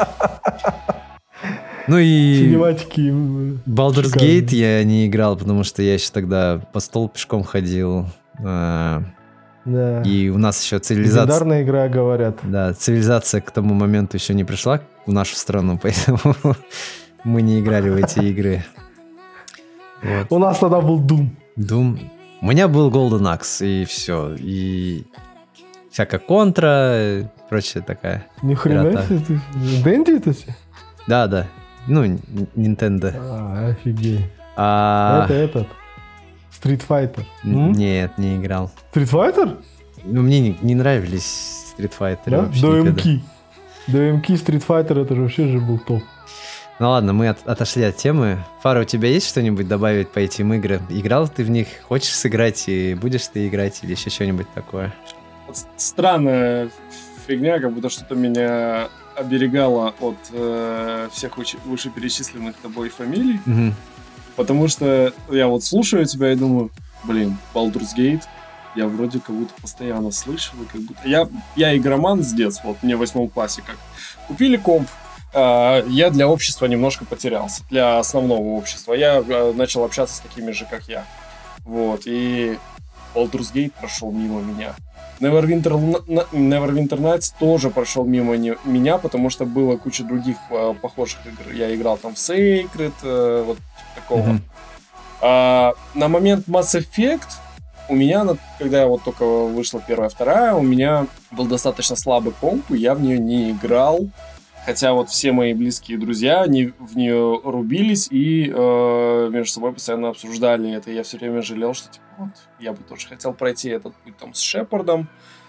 Ну и... Синематики... Baldur's Gate я не играл, потому что я еще тогда по столу пешком ходил. Да. И у нас еще цивилизация... Легендарная игра, говорят. Да, цивилизация к тому моменту еще не пришла в нашу страну, поэтому мы не играли в эти игры. Вот. У нас тогда был Doom. Doom. У меня был Golden Axe, и все. И всякая контра и прочая такая. Ни хрена себе, ты Дэнди это все? Да, да. Ну, Nintendo. А, офигеть. А... Это этот. Street Fighter. Н- Нет, не играл. Street Fighter? Ну, мне не, не нравились Street Fighter. Да? вообще До никогда. МК. До МК Street Fighter это же вообще же был топ. Ну ладно, мы от- отошли от темы. Фара, у тебя есть что-нибудь добавить по этим играм? Играл ты в них? Хочешь сыграть и будешь ты играть или еще что-нибудь такое? Вот странная фигня, как будто что-то меня оберегало от э, всех выше- вышеперечисленных тобой фамилий. Мгм. Потому что я вот слушаю тебя и думаю, блин, Baldur's Gate, я вроде как будто постоянно слышал, и как будто... Я, я игроман с детства, вот мне в восьмом классе как. Купили комп, а, я для общества немножко потерялся, для основного общества. Я а, начал общаться с такими же, как я. Вот, и Baldur's Gate прошел мимо меня. Neverwinter, N- Neverwinter Nights тоже прошел мимо не- меня, потому что было куча других а, похожих игр. Я играл там в Sacred, а, вот такого. Мгм. А, на момент Mass Effect у меня, на- когда вот только вышла первая, вторая, у меня был достаточно слабый комп, и я в нее не играл. Хотя вот все мои близкие друзья, они в нее рубились и э, между собой постоянно обсуждали это. И я все время жалел, что типа, вот, я бы тоже хотел пройти этот путь там с Шепардом.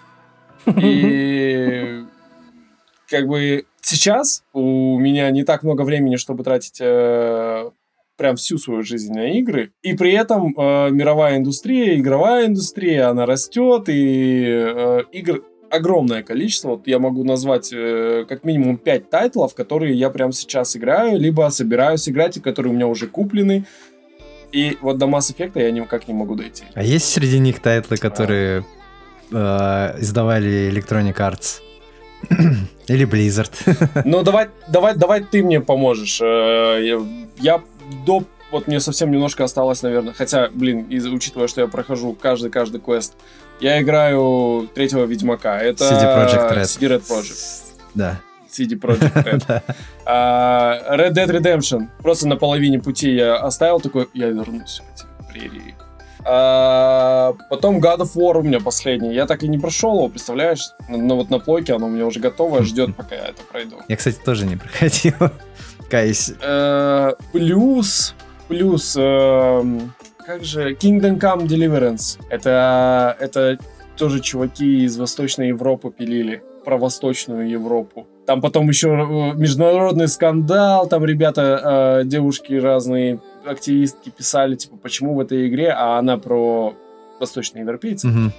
И как бы сейчас у меня не так много времени, чтобы тратить э, прям всю свою жизнь на игры. И при этом э, мировая индустрия, игровая индустрия, она растет, и э, игр огромное количество. Вот я могу назвать э, как минимум пять тайтлов, которые я прямо сейчас играю, либо собираюсь играть, и которые у меня уже куплены. И вот до Mass Effect я никак не могу дойти. А есть среди них тайтлы, которые э, издавали Electronic Arts? Или Blizzard? Ну, давай, давай, давай ты мне поможешь. Э, Я, я до... Вот мне совсем немножко осталось, наверное. Хотя, блин, из, учитывая, что я прохожу каждый-каждый квест, я играю третьего Ведьмака. Это си ди Projekt Red. си ди Red Project. Да. си ди Projekt Red. Да. А, Red Dead Redemption. Просто на половине пути я оставил такой, я вернусь в эти прерии. А, потом God of War у меня последний. Я так и не прошел его, представляешь? Но вот на плойке оно у меня уже готово, ждет, пока я это пройду. Я, кстати, тоже не проходил. Каюсь. Э, Плюс, плюс, эм, как же, Kingdom Come Deliverance. Это, это тоже чуваки из Восточной Европы пилили. Про Восточную Европу. Там потом еще э, международный скандал, там ребята, э, девушки разные, активистки писали, типа, почему в этой игре, а она про восточноевропейцев. Мгм.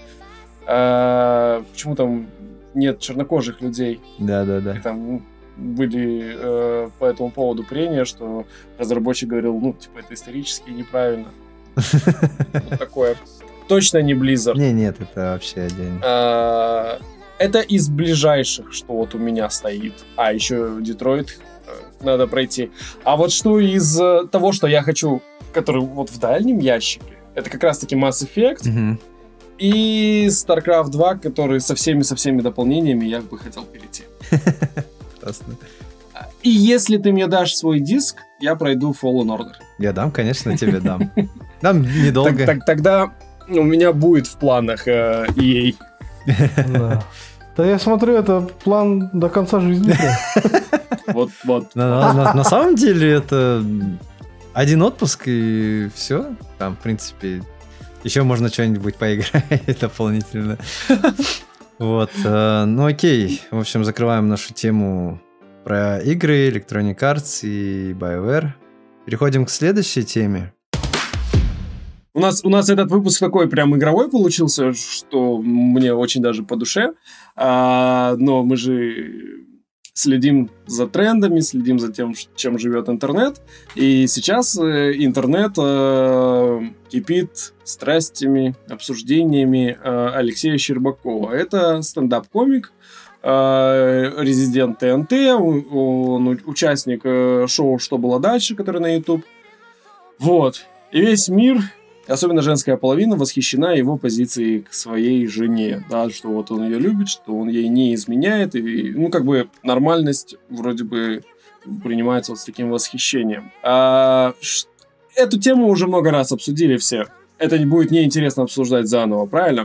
Э, почему там нет чернокожих людей. Да-да-да. И там были э, по этому поводу прения, что разработчик говорил, ну, типа, это исторически неправильно. Вот такое. Точно не Blizzard. Не, нет, это вообще отдельно. А, Это из ближайших, что вот у меня стоит. А, еще Детройт э, надо пройти. А вот что из э, того, что я хочу, который вот в дальнем ящике, это как раз-таки Mass Effect Мгм. и StarCraft два, который со всеми-со всеми дополнениями я бы хотел перейти. Классно. И если ты мне дашь свой диск, я пройду Fallen Order. Я дам, конечно, тебе дам. Дам недолго. Так- так- тогда у меня будет в планах э, и эй. Да. Да я смотрю, это план до конца жизни. Вот, вот. На, на- на самом деле это один отпуск и все. Там, в принципе, еще можно что-нибудь поиграть дополнительно. Вот. э, Ну окей. В общем, закрываем нашу тему про игры, Electronic Arts и BioWare. Переходим к следующей теме. У нас, у нас этот выпуск такой прям игровой получился, что мне очень даже по душе. А, но мы же следим за трендами, следим за тем, ш- чем живет интернет. И сейчас э, интернет э, кипит страстями, обсуждениями э, Алексея Щербакова. Это стендап-комик, э, резидент ТНТ, он, он у- участник э, шоу «Что было дальше», которое на YouTube. Вот. И весь мир, особенно женская половина, восхищена его позицией к своей жене, да, что вот он ее любит, что он ей не изменяет, и, ну, как бы нормальность вроде бы принимается вот с таким восхищением. А, ш- эту тему уже много раз обсудили все. Это не будет неинтересно обсуждать заново, правильно?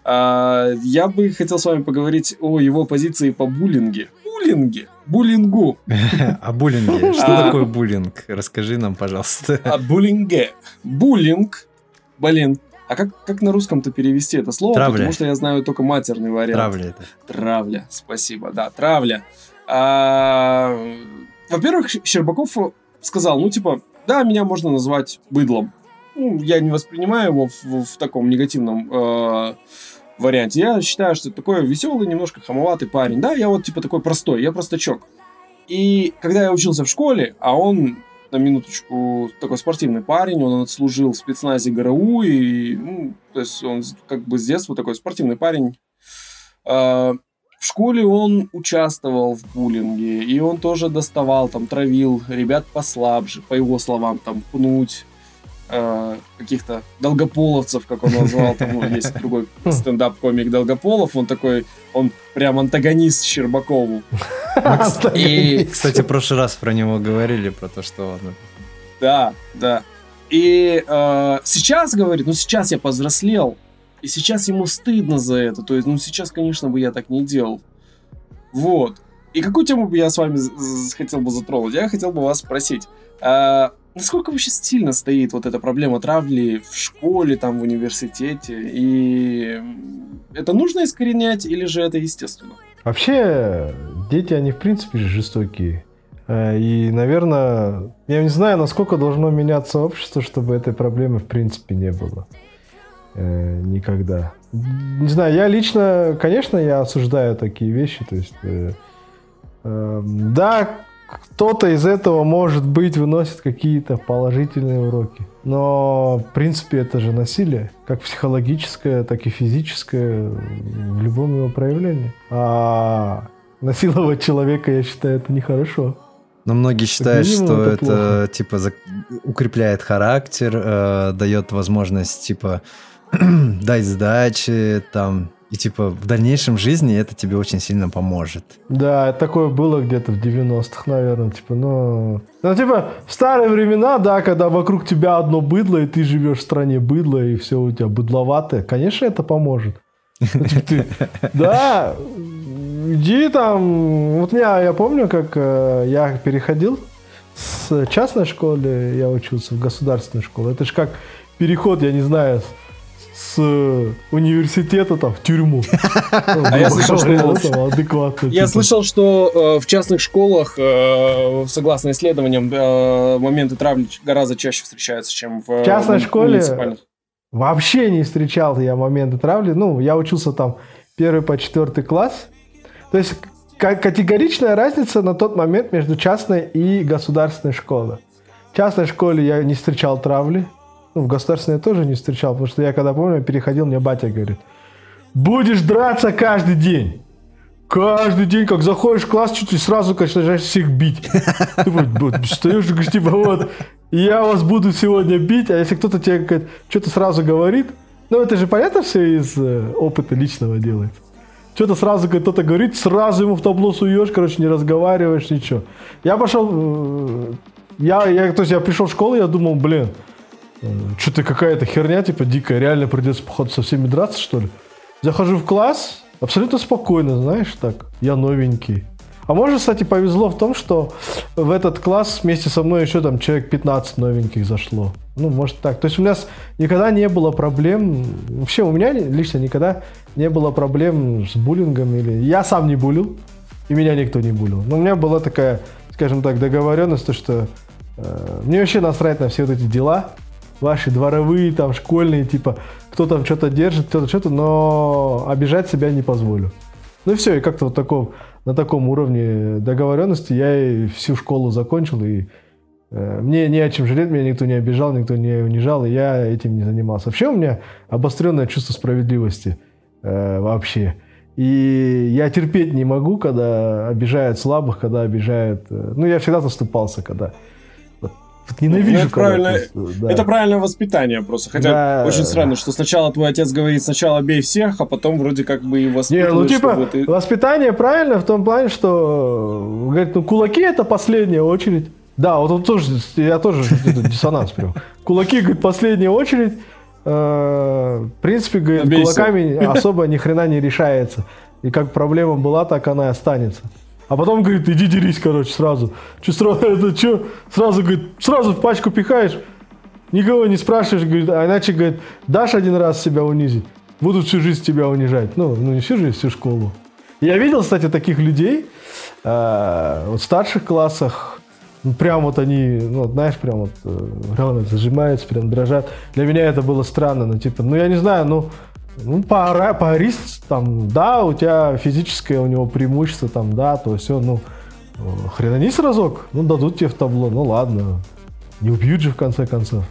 А, я бы хотел с вами поговорить о его позиции по буллинге. Буллинге. Буллингу. О буллинге. Что такое буллинг? Расскажи нам, пожалуйста. О буллинге. Буллинг. Блин. А как, как на русском-то перевести это слово? Травля. Потому что я знаю только матерный вариант. Травля это. Травля. Спасибо. Да, травля. А, во-первых, Щербаков сказал, ну, типа, да, меня можно назвать быдлом. Ну, я не воспринимаю его в, в таком негативном э, варианте. Я считаю, что это такой веселый, немножко хамоватый парень. Да, я вот типа такой простой, я простачок. И когда я учился в школе, а он, на минуточку, такой спортивный парень, он отслужил в спецназе ГРУ, и, ну, то есть он как бы с детства такой спортивный парень. Э, в школе он участвовал в буллинге, и он тоже доставал, там, травил ребят послабже, по его словам, там, пнуть. Каких-то долгополовцев, как он назвал, там, ну, есть другой стендап-комик Долгополов, он такой, он прям антагонист Щербакову. И, кстати, в прошлый раз про него говорили, про то, что он... Да, да. И э, сейчас, говорит, ну сейчас я повзрослел, и сейчас ему стыдно за это, то есть, ну сейчас, конечно, бы я так не делал. Вот. И какую тему бы я с вами хотел бы затронуть? Я хотел бы вас спросить, э, насколько вообще сильно стоит вот эта проблема травли в школе, там, в университете? И это нужно искоренять или же это естественно? Вообще, дети, они в принципе жестокие. И, наверное, я не знаю, насколько должно меняться общество, чтобы этой проблемы в принципе не было. Никогда. Не знаю, я лично, конечно, я осуждаю такие вещи. То есть, да, кто-то из этого, может быть, выносит какие-то положительные уроки. Но, в принципе, это же насилие. Как психологическое, так и физическое в любом его проявлении. А насиловать человека, я считаю, это нехорошо. Но многие считают, минимум, что это это, плохо. типа, за... укрепляет характер, э, дает возможность, типа, дать сдачи, там... И, типа, в дальнейшем жизни это тебе очень сильно поможет. Да, такое было где-то в девяностых, наверное. Типа, ну... Ну, типа, в старые времена, да, когда вокруг тебя одно быдло, и ты живешь в стране быдла, и все у тебя быдловатое, конечно, это поможет. Ну, типа, ты, да, иди там... Вот меня, я помню, как э, я переходил с частной школы, я учился в государственной школе. Это же как переход, я не знаю... с университета там в тюрьму. А я слышал, что адекватно. Я слышал, что в частных школах, согласно исследованиям, моменты травли гораздо чаще встречаются, чем в частной школе. Муниципальных. Вообще не встречал я моменты травли. Ну, я учился там первый по четвертый класс. То есть категоричная разница на тот момент между частной и государственной школой. В частной школе я не встречал травли. Ну, в государственной я тоже не встречал, потому что я, когда помню, переходил, мне батя говорит, будешь драться каждый день. Каждый день, как заходишь в класс, чуть ли сразу, конечно, начинаешь всех бить. Ты вот, встаешь и говоришь, типа, вот, я вас буду сегодня бить, а если кто-то тебе что-то сразу говорит, ну, это же понятно все из э, опыта личного делается. Что-то сразу кто-то говорит, сразу ему в табло суешь, короче, не разговариваешь, ничего. Я пошел, э, я, я, то есть я пришел в школу, я думал, блин, что-то какая-то херня, типа, дикая. Реально придется, походу, со всеми драться, что ли? Захожу в класс, абсолютно спокойно, знаешь, так. Я новенький. А может, кстати, повезло в том, что в этот класс вместе со мной еще там человек пятнадцать новеньких зашло. Ну, может так. То есть у нас никогда не было проблем. Вообще, у меня лично никогда не было проблем с буллингом. Или... Я сам не буллил, и меня никто не буллил. Но у меня была такая, скажем так, договоренность, то, что э, мне вообще насрать на все вот эти дела. Ваши дворовые, там, школьные, типа, кто там что-то держит, кто-то что-то, но обижать себя не позволю. Ну и все, и как-то вот таком, на таком уровне договоренности я и всю школу закончил, и э, мне не о чем жалеть, меня никто не обижал, никто не унижал, и я этим не занимался. Вообще у меня обостренное чувство справедливости э, вообще. И я терпеть не могу, когда обижают слабых, когда обижают... Э, ну, я всегда заступался, когда... Ненавижу, ну, это, правильное, да. это правильное воспитание просто. Хотя да. Очень странно, что сначала твой отец говорит, сначала бей всех, а потом вроде как бы и воспитываешь. Не, ну типа, ты... воспитание правильно в том плане, что говорит, ну кулаки это последняя очередь. Да, вот он тоже, я тоже диссонанс прям. Кулаки, говорит, последняя очередь. э, в принципе, говорит, Набейся. кулаками особо ни хрена не решается. И как проблема была, так она и останется. А потом, говорит, иди дерись, короче, сразу. Че сразу, это что? Сразу, говорит, сразу в пачку пихаешь, никого не спрашиваешь, говорит, а иначе, говорит, дашь один раз себя унизить, будут всю жизнь тебя унижать. Ну, ну не всю жизнь, всю школу. Я видел, кстати, таких людей э, вот в старших классах, ну, прям вот они, ну, знаешь, прям вот э, прям вот зажимаются, прям дрожат. Для меня это было странно, ну, типа, ну, я не знаю, ну, ну поора, поорись, там, да, у тебя физическое у него преимущество, там, да, то все, ну, хренанись разок, ну, дадут тебе в табло, ну, ладно, не убьют же, в конце концов.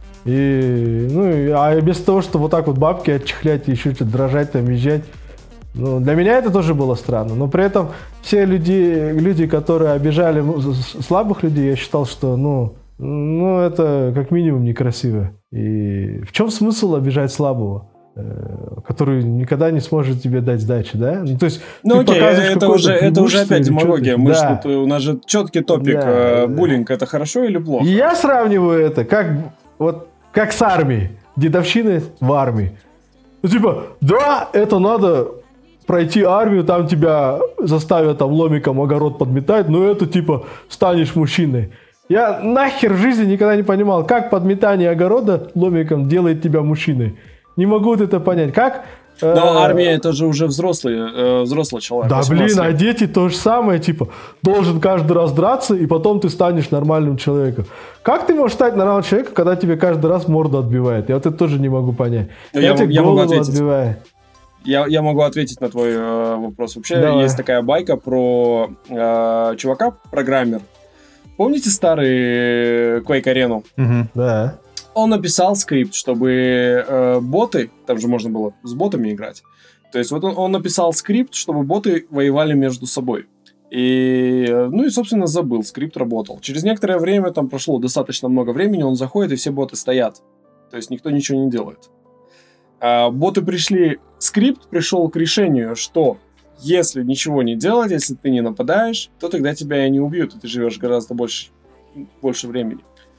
И, ну, и, а без того, что вот так вот бабки отчихлять и еще что-то дрожать, там, визжать, ну, для меня это тоже было странно. Но при этом все люди, люди которые обижали слабых людей, я считал, что, ну, ну, это как минимум некрасиво. И в чем смысл обижать слабого, который никогда не сможет тебе дать сдачи, да? Ну, то есть, ну окей, это уже, это уже опять демагогия. Мы да. Тут, у нас же четкий топик. Да. Буллинг, это хорошо или плохо? И я сравниваю это как, вот, как с армией. Дедовщина в армии. Ну, типа, да, это надо пройти армию, там тебя заставят там ломиком огород подметать, но это типа станешь мужчиной. Я нахер в жизни никогда не понимал, как подметание огорода ломиком делает тебя мужчиной. Не могу вот это понять. Как? Но э, армия это же уже взрослый, э, взрослый человек. Да блин, а дети то же самое, типа, должен каждый раз драться, и потом ты станешь нормальным человеком. Как ты можешь стать нормальным человеком, когда тебе каждый раз морду отбивает? Я вот это тоже не могу понять. Я, я, я могу ответить. Я, я могу ответить на твой э, вопрос. Вообще Давай. Есть такая байка про э, чувака-программер. Помните старый Quake Arena? Угу. Да. Он написал скрипт, чтобы э, боты, там же можно было с ботами играть. То есть вот он, он написал скрипт, чтобы боты воевали между собой. И, ну и, собственно, забыл, скрипт работал. Через некоторое время, там прошло достаточно много времени, он заходит, и все боты стоят. То есть никто ничего не делает. А боты пришли, скрипт пришел к решению, что если ничего не делать, если ты не нападаешь, то тогда тебя и не убьют, и ты живешь гораздо больше, больше времени.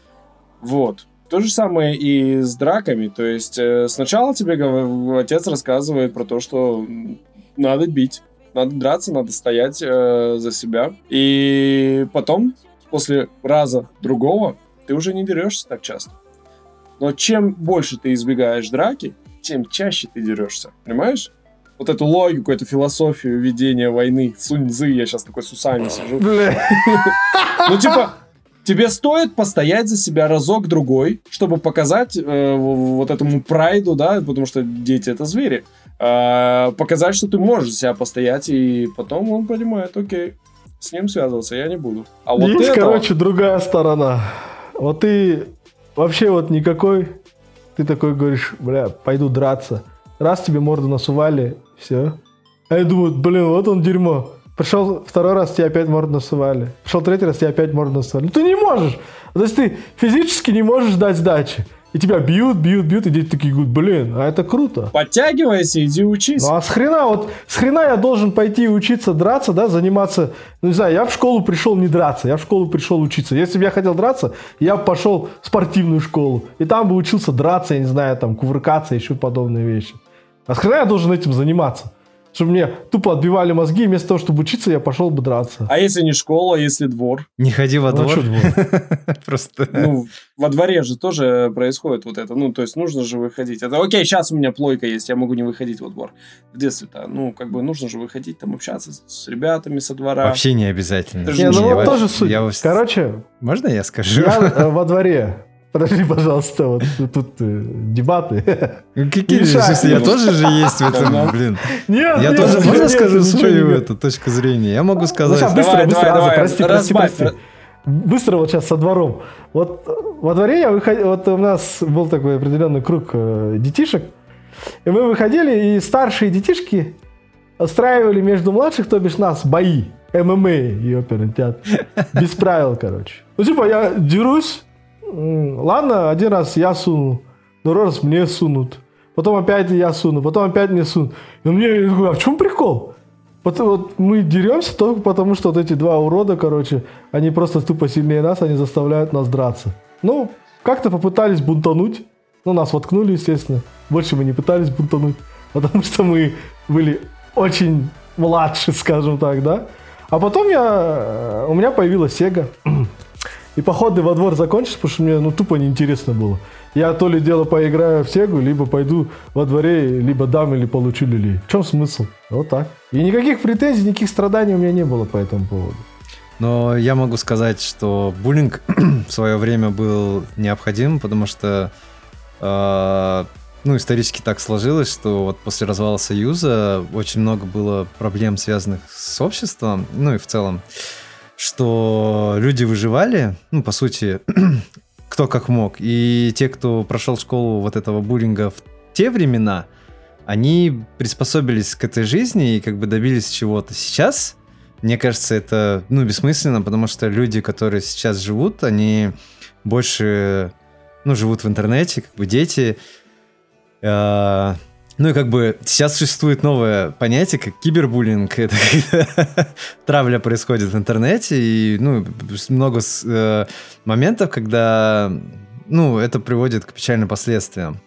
Вот. То же самое и с драками. То есть э, сначала тебе отец рассказывает про то, что надо бить, надо драться, надо стоять э, за себя. И потом, после раза другого, ты уже не дерешься так часто. Но чем больше ты избегаешь драки, тем чаще ты дерешься. Понимаешь? Вот эту логику, эту философию ведения войны. Сунь Цзы, я сейчас такой с усами сижу. Ну, типа, тебе стоит постоять за себя разок-другой, чтобы показать э, вот этому прайду, да, потому что дети — это звери, э, показать, что ты можешь за себя постоять, и потом он понимает, окей, с ним связываться я не буду. А вот есть, это... короче, другая сторона. Вот ты вообще вот никакой, ты такой говоришь, бля, пойду драться. Раз тебе морду насували, все. А я думаю, блин, вот он дерьмо. Пришел второй раз, тебе опять морду насували. Пришел третий раз, тебе опять морду насували. Ну ты не можешь. То есть ты физически не можешь дать сдачи. И тебя бьют, бьют, бьют, и дети такие говорят, блин, а это круто. Подтягивайся, иди учись. Ну а с хрена, вот с хрена я должен пойти учиться драться, да, заниматься. Ну не знаю, я в школу пришел не драться, я в школу пришел учиться. Если бы я хотел драться, я бы пошел в спортивную школу. И там бы учился драться, я не знаю, там, кувыркаться, еще подобные вещи. А с хрена я должен этим заниматься? Чтобы мне тупо отбивали мозги, и вместо того, чтобы учиться, я пошел бы драться. А если не школа, а если двор? Не ходи во двор. Просто. Ну, во дворе же тоже происходит вот это. Ну, то есть нужно же выходить. Это окей, сейчас у меня плойка есть, я могу не выходить во двор. В детстве-то, ну, как бы нужно же выходить, там, общаться с ребятами со двора. Вообще не обязательно. Не, ну вот тоже суть. Короче. Можно я скажу? Я во дворе. Подожди, пожалуйста, вот тут э, дебаты. Какие же, я тоже же есть в этом, блин. Нет, я нет, тоже, нет, можно нет, скажу нет, свою нет. эту точку зрения? Я могу сказать... Ну, сейчас, быстро, давай, быстро, давай, Аза, давай, прости, прости, разбавь. прости. Быстро вот сейчас со двором. Вот во дворе я выходил, вот у нас был такой определенный круг э, детишек, и мы выходили, и старшие детишки устраивали между младших, то бишь нас, бои. эм эм а, ёперный театр. Без правил, короче. Ну, типа, я дерусь, ладно, один раз я суну, другой раз мне сунут, потом опять я суну, потом опять мне сунут. И мне, я говорю, а в чем прикол? Вот, вот мы деремся только потому, что вот эти два урода, короче, они просто тупо сильнее нас, они заставляют нас драться. Ну, как-то попытались бунтануть, Ну, нас воткнули, естественно. Больше мы не пытались бунтануть, потому что мы были очень младше, скажем так, да. А потом я, у меня появилась Sega. И походы во двор закончились, потому что мне ну, тупо неинтересно было. Я то ли дело поиграю в Сегу, либо пойду во дворе, либо дам или получу люлей. В чем смысл? Вот так. И никаких претензий, никаких страданий у меня не было по этому поводу. Но я могу сказать, что буллинг в свое время был необходим, потому что э, ну, исторически так сложилось, что вот после развала Союза очень много было проблем, связанных с обществом, ну и в целом, что люди выживали, ну, по сути, кто как мог. И те, кто прошел школу вот этого буллинга в те времена, они приспособились к этой жизни и как бы добились чего-то. Сейчас, мне кажется, это, ну, бессмысленно, потому что люди, которые сейчас живут, они больше, ну, живут в интернете, как бы дети. Э- ну и как бы сейчас существует новое понятие, как кибербуллинг. Это когда травля происходит в интернете, и, ну, много э- моментов, когда, ну, это приводит к печальным последствиям.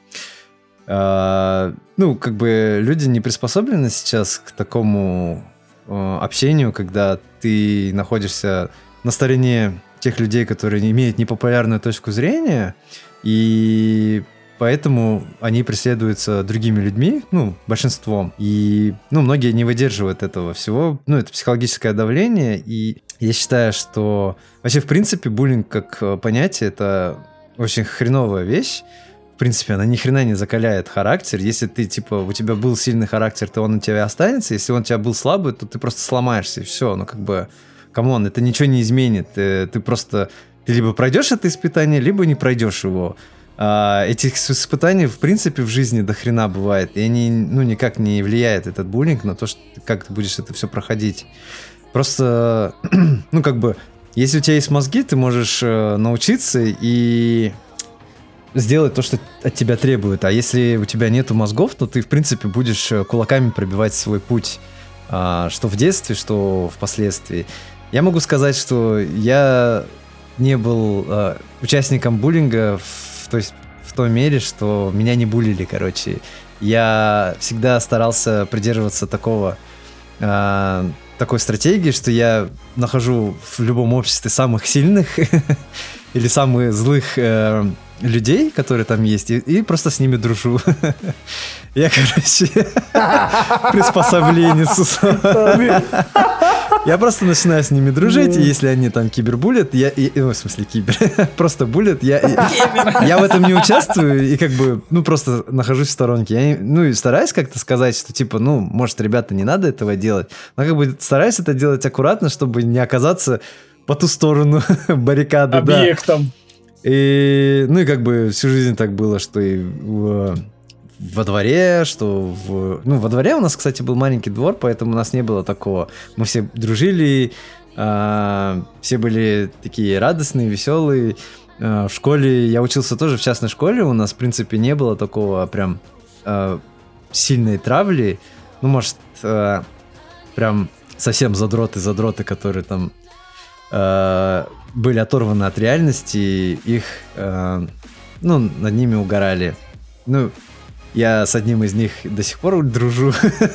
Э- ну, как бы люди не приспособлены сейчас к такому общению, когда ты находишься на стороне тех людей, которые имеют непопулярную точку зрения, и поэтому они преследуются другими людьми, ну, большинством, и, ну, многие не выдерживают этого всего, ну, это психологическое давление, и я считаю, что вообще, в принципе, буллинг как понятие, это очень хреновая вещь. В принципе, она ни хрена не закаляет характер. Если ты, типа, у тебя был сильный характер, то он у тебя останется. Если он у тебя был слабый, то ты просто сломаешься, и все. Ну, как бы, камон, это ничего не изменит. Ты, ты просто, ты либо пройдешь это испытание, либо не пройдешь его. А, этих испытаний, в принципе, в жизни до хрена бывает. И они, ну, никак не влияет, этот буллинг, на то, что, как ты будешь это все проходить. Просто, ну, как бы, если у тебя есть мозги, ты можешь э, научиться и сделать то, что от тебя требуют. А если у тебя нету мозгов, то ты, в принципе, будешь кулаками пробивать свой путь, а, что в детстве, что впоследствии. Я могу сказать, что я не был а, участником буллинга в, то есть, в той мере, что меня не буллили, короче. Я всегда старался придерживаться такого, а, такой стратегии, что я нахожу в любом обществе самых сильных или самых злых людей, которые там есть, и, и просто с ними дружу. Я, короче, приспособленец. Я просто начинаю с ними дружить, и если они там кибербулят, я, и, ну, в смысле кибер, просто булят, я, я в этом не участвую, и как бы, ну, просто нахожусь в сторонке. Я, ну, и стараюсь как-то сказать, что, типа, ну, может, ребята, не надо этого делать, но как бы стараюсь это делать аккуратно, чтобы не оказаться по ту сторону баррикады. Объектом. Да. И, ну и как бы всю жизнь так было, что и в, во дворе, что в... Ну, во дворе у нас, кстати, был маленький двор, поэтому у нас не было такого. Мы все дружили, э, все были такие радостные, веселые. Э, в школе, я учился тоже в частной школе, у нас, в принципе, не было такого прям э, сильной травли. Ну, может, э, прям совсем задроты-задроты, которые там... Э, были оторваны от реальности, их, э, ну, над ними угорали. Ну, я с одним из них до сих пор дружу.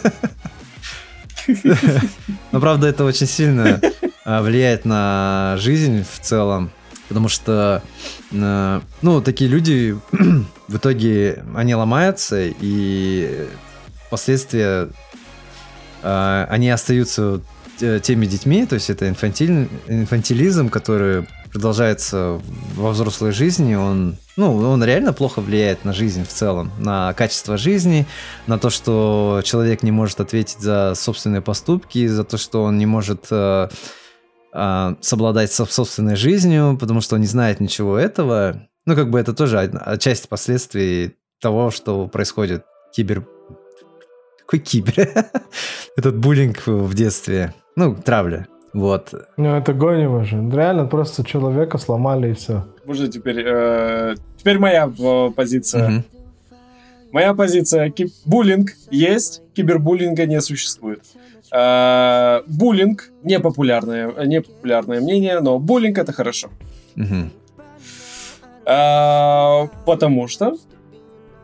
Но, правда, это очень сильно влияет на жизнь в целом, потому что, э, ну, такие люди, в итоге, они ломаются, и впоследствии э, они остаются теми детьми, то есть это инфантиль, инфантилизм, который продолжается во взрослой жизни, он, ну, он реально плохо влияет на жизнь в целом, на качество жизни, на то, что человек не может ответить за собственные поступки, за то, что он не может э, э, совладать со собственной жизнью, потому что он не знает ничего этого. Ну, как бы это тоже часть последствий того, что происходит кибер... Какой кибер? Этот буллинг в детстве. Ну, травля. Вот. Ну, это гонимо же. Реально просто человека сломали, и все. Можно теперь... Э, теперь моя э, позиция. Угу. Моя позиция. Ки- буллинг есть, кибербуллинга не существует. Э, буллинг — непопулярное, непопулярное мнение, но буллинг — это хорошо. Угу. Э, потому что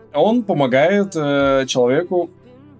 он помогает э, человеку,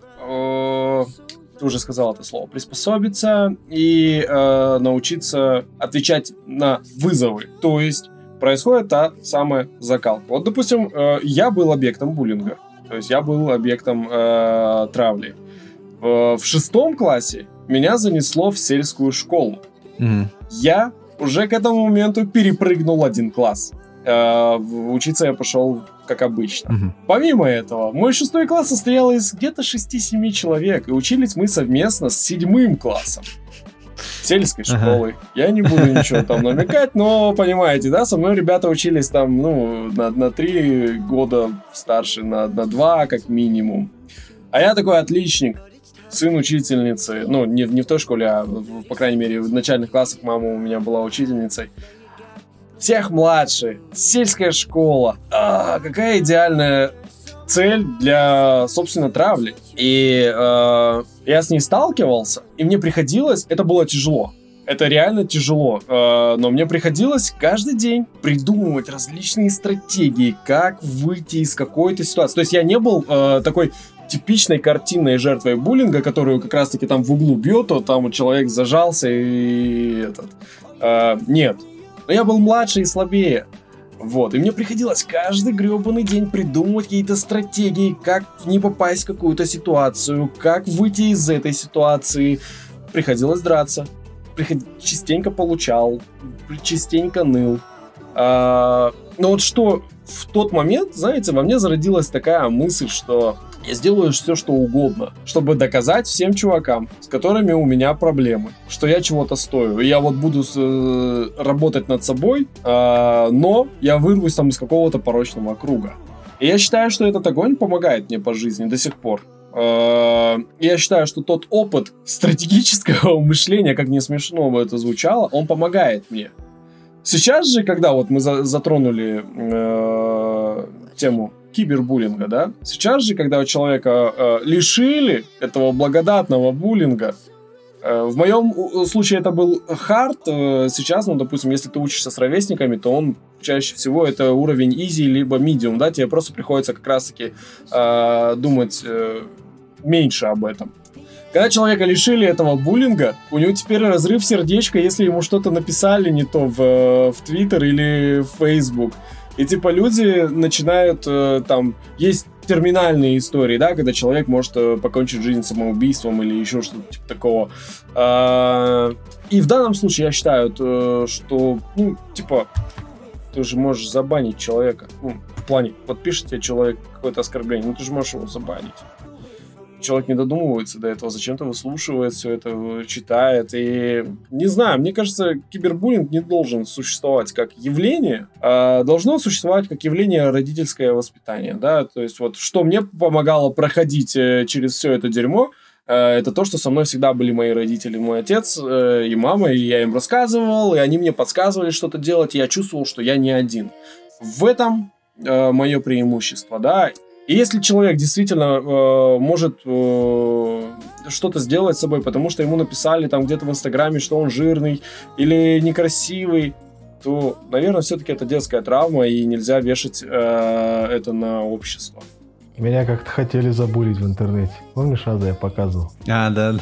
э, ты уже сказал это слово, приспособиться и э, научиться отвечать на вызовы. То есть происходит та самая закалка. Вот, допустим, э, я был объектом буллинга, то есть я был объектом э, травли. В, в шестом классе меня занесло в сельскую школу. Mm. Я уже к этому моменту перепрыгнул один класс. Э, учиться я пошел как обычно. Mm-hmm. Помимо этого, мой шестой класс состоял из где-то шести-семи человек, и учились мы совместно с седьмым классом сельской школы. Uh-huh. Я не буду ничего там намекать, но понимаете, да, со мной ребята учились там, ну, на, на три года старше, на, на два как минимум. А я такой отличник, сын учительницы, ну, не, не в той школе, а, по крайней мере, в начальных классах мама у меня была учительницей. Всех младше, сельская школа. А, какая идеальная цель для, собственно, травли. И э, я с ней сталкивался, и мне приходилось, это было тяжело. Это реально тяжело. Э, но мне приходилось каждый день придумывать различные стратегии, как выйти из какой-то ситуации. То есть я не был э, такой типичной картинной жертвой буллинга, которую как раз-таки там в углу бьет, то там человек зажался и этот. Э, нет. Но я был младше и слабее. Вот, и мне приходилось каждый гребаный день придумывать какие-то стратегии, как не попасть в какую-то ситуацию, как выйти из этой ситуации. Приходилось драться. Приход... Частенько получал, частенько ныл. А... Но вот что в тот момент, знаете, во мне зародилась такая мысль, что я сделаю все, что угодно, чтобы доказать всем чувакам, с которыми у меня проблемы, что я чего-то стою. И я вот буду э, работать над собой, э, но я вырвусь там из какого-то порочного круга. И я считаю, что этот огонь помогает мне по жизни до сих пор. Э, я считаю, что тот опыт стратегического мышления, как не смешно бы это звучало, он помогает мне. Сейчас же, когда вот мы за- затронули э, тему кибербуллинга, да, сейчас же, когда у человека э, лишили этого благодатного буллинга, э, в моем случае это был хард, э, сейчас, ну, допустим, если ты учишься с ровесниками, то он чаще всего это уровень easy либо medium, да, тебе просто приходится как раз-таки э, думать э, меньше об этом. Когда человека лишили этого буллинга, у него теперь разрыв сердечка, если ему что-то написали не то в, в Twitter или в Facebook. И типа люди начинают э, там... Есть терминальные истории, да, когда человек может э, покончить жизнь самоубийством или еще что-то типа такого. А, и в данном случае я считаю, э, что, ну, типа, ты же можешь забанить человека. Ну, в плане, вот пишет тебе человек какое-то оскорбление, ну ты же можешь его забанить. Человек не додумывается до этого, зачем-то выслушивает все это, читает. И не знаю, мне кажется, кибербуллинг не должен существовать как явление, а должно существовать как явление родительское воспитание. Да? То есть вот что мне помогало проходить через все это дерьмо, это то, что со мной всегда были мои родители, мой отец и мама, и я им рассказывал, и они мне подсказывали что-то делать, и я чувствовал, что я не один. В этом мое преимущество, да. И если человек действительно э, может э, что-то сделать с собой, потому что ему написали там где-то в Инстаграме, что он жирный или некрасивый, то, наверное, все-таки это детская травма, и нельзя вешать э, это на общество. Меня как-то хотели забулить в интернете. Помнишь, Ада, я показывал? А, да.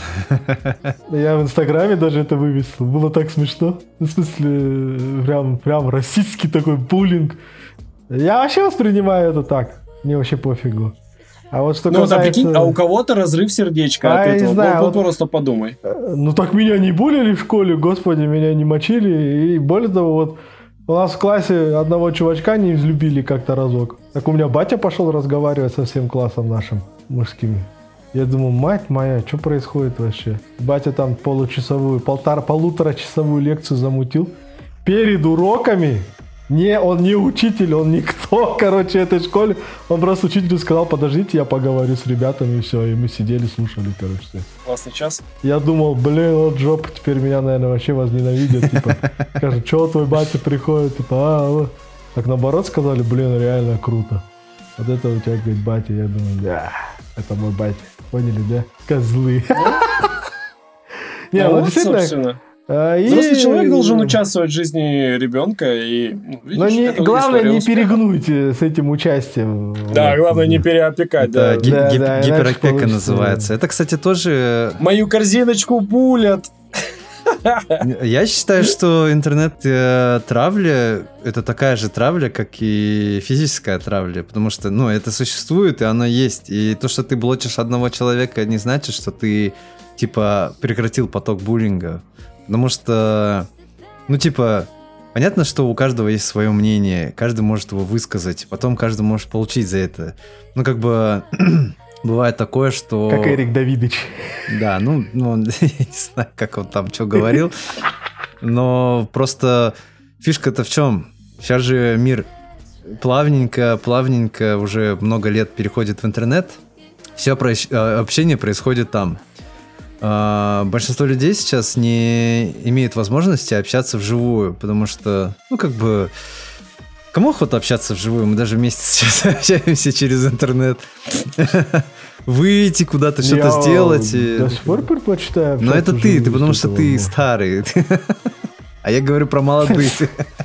Я в Инстаграме даже это вывесил. Было так смешно. В смысле, прям, прям российский такой буллинг. Я вообще воспринимаю это так. Мне вообще пофигу. А вот что ну, касается... да, прикинь, а у кого-то разрыв сердечка а, от этого. Знаю, ну, вот... просто подумай. Ну, так меня не булили в школе, господи, меня не мочили. И более того, вот у нас в классе одного чувачка не взлюбили как-то разок. Так у меня батя пошел разговаривать со всем классом нашим мужским. Я думаю, мать моя, что происходит вообще? Батя там получасовую, полтора, полуторачасовую лекцию замутил. Перед уроками... Не, он не учитель, он никто, короче, этой школе. Он просто учителю сказал, подождите, я поговорю с ребятами, и все. И мы сидели, слушали, короче. Все. Классный час. Я думал, блин, вот жопа, теперь меня, наверное, вообще возненавидят. Типа, скажут, что твой батя приходит? Типа, а, вот. Так наоборот сказали, блин, реально круто. Вот это у тебя, говорит, батя. Я думаю, да, это мой батя. Поняли, да? Козлы. Не, ну действительно... А, Взрослый и... человек должен участвовать в жизни ребенка. И, ну, видишь, Но не, это главное не успеха. перегнуть с этим участием. Да, главное не переопекать. Это Да. ги- Да, гип- да, гиперопека иначе называется. Это, кстати, тоже... Мою корзиночку пулят. Я считаю, что интернет-травля — это такая же травля, как и физическая травля, потому что, ну, это существует, и оно есть. И то, что ты блочишь одного человека, не значит, что ты, типа, прекратил поток буллинга. Потому что, ну, типа, понятно, что у каждого есть свое мнение, каждый может его высказать, потом каждый может получить за это. Ну, как бы... Бывает такое, что... Как Эрик Давидович. Да, ну, ну он, я не знаю, как он там что говорил, но просто фишка-то в чем? Сейчас же мир плавненько, плавненько уже много лет переходит в интернет, все общение происходит там. Большинство людей сейчас не имеют возможности общаться вживую, потому что, ну, как бы... Кому охота общаться вживую? Мы даже вместе сейчас общаемся через интернет. Выйти куда-то, что-то Я сделать. И... до сих пор предпочитаю Но это общаться ты, ты вживую, потому что что-то ты вот. старый. А я говорю про молодых.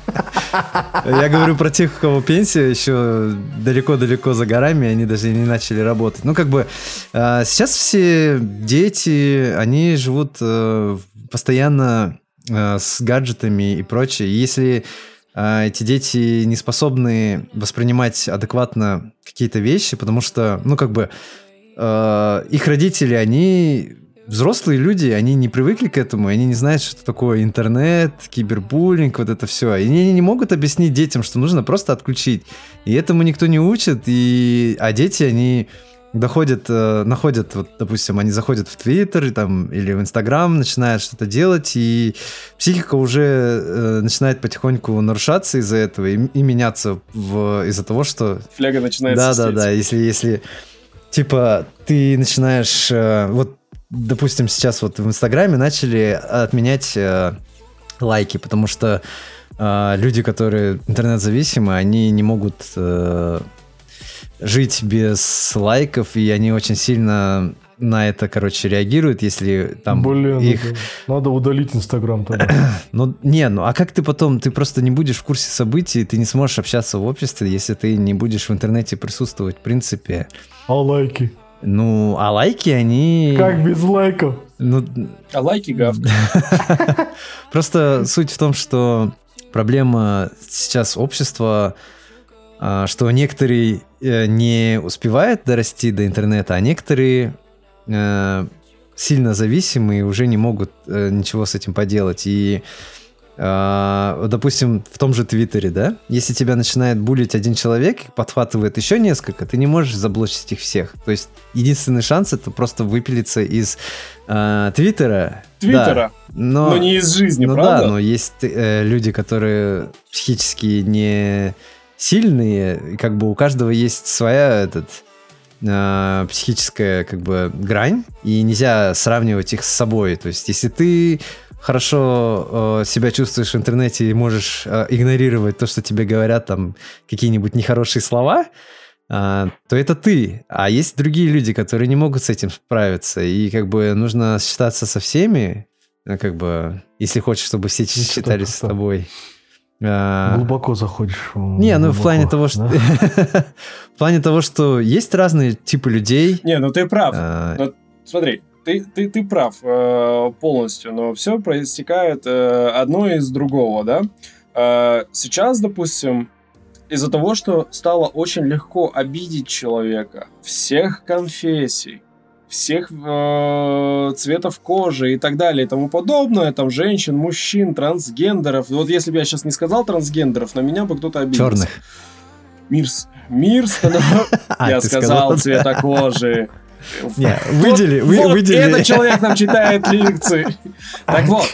Я говорю про тех, у кого пенсия еще далеко-далеко за горами, они даже не начали работать. Ну, как бы сейчас все дети, они живут постоянно с гаджетами и прочее. Если эти дети не способны воспринимать адекватно какие-то вещи, потому что, ну, как бы, э, их родители, они взрослые люди, они не привыкли к этому, они не знают, что такое интернет, кибербуллинг, вот это все. И они не могут объяснить детям, что нужно просто отключить. И этому никто не учит, и... а дети, они... доходят, э, находят, вот, допустим, они заходят в Твиттер там, или в Инстаграм, начинают что-то делать, и психика уже э, начинает потихоньку нарушаться из-за этого и, и меняться в, из-за того, что... Фляга начинает Да, свистеть. да, да, если, если, типа, ты начинаешь... Э, вот, допустим, сейчас вот в Инстаграме начали отменять э, лайки, потому что э, люди, которые интернет-зависимы, они не могут... Э, жить без лайков, и они очень сильно на это, короче, реагируют, если там Блин, их... это- надо удалить Инстаграм тогда. Ну, не, ну, а как ты потом, ты просто не будешь в курсе событий, ты не сможешь общаться в обществе, если ты не будешь в интернете присутствовать, в принципе. А лайки? Ну, а лайки, они... Как без лайков? Ну, А лайки гав. просто суть в том, что проблема сейчас общества, а, что некоторые э, не успевают дорасти до интернета, а некоторые э, сильно зависимы и уже не могут э, ничего с этим поделать. И, э, вот, допустим, в том же Твиттере, да, если тебя начинает булить один человек, подхватывает еще несколько, ты не можешь заблочить их всех. То есть единственный шанс — это просто выпилиться из э, Твиттера. Твиттера. Да, но... Но не из жизни, Ну правда? да, но есть э, люди, которые психически не сильные, и как бы у каждого есть своя этот, э, психическая как бы грань, и нельзя сравнивать их с собой. То есть если ты хорошо э, себя чувствуешь в интернете и можешь э, игнорировать то, что тебе говорят там какие-нибудь нехорошие слова, э, то это ты. А есть другие люди, которые не могут с этим справиться, и как бы нужно считаться со всеми, э, как бы, если хочешь, чтобы все что считались с как-то тобой. А, Глубоко заходишь. Не, ну в глубоко, плане того, что да? в плане того, что есть разные типы людей. Не, ну ты прав. А, Но смотри, ты, ты, ты прав э, полностью, но все проистекает э, одно из другого, да? Э, сейчас, допустим, из-за того, что стало очень легко обидеть человека всех конфессий, всех э, цветов кожи и так далее и тому подобное, там женщин, мужчин, трансгендеров. Вот если бы я сейчас не сказал трансгендеров, на меня бы кто-то обиделся. черных. Мир, с- мир становится... А, Я ты сказал сказал. цвета кожи. Не, выдели, вы- Вот выдели. этот человек нам читает лекции. Так вот.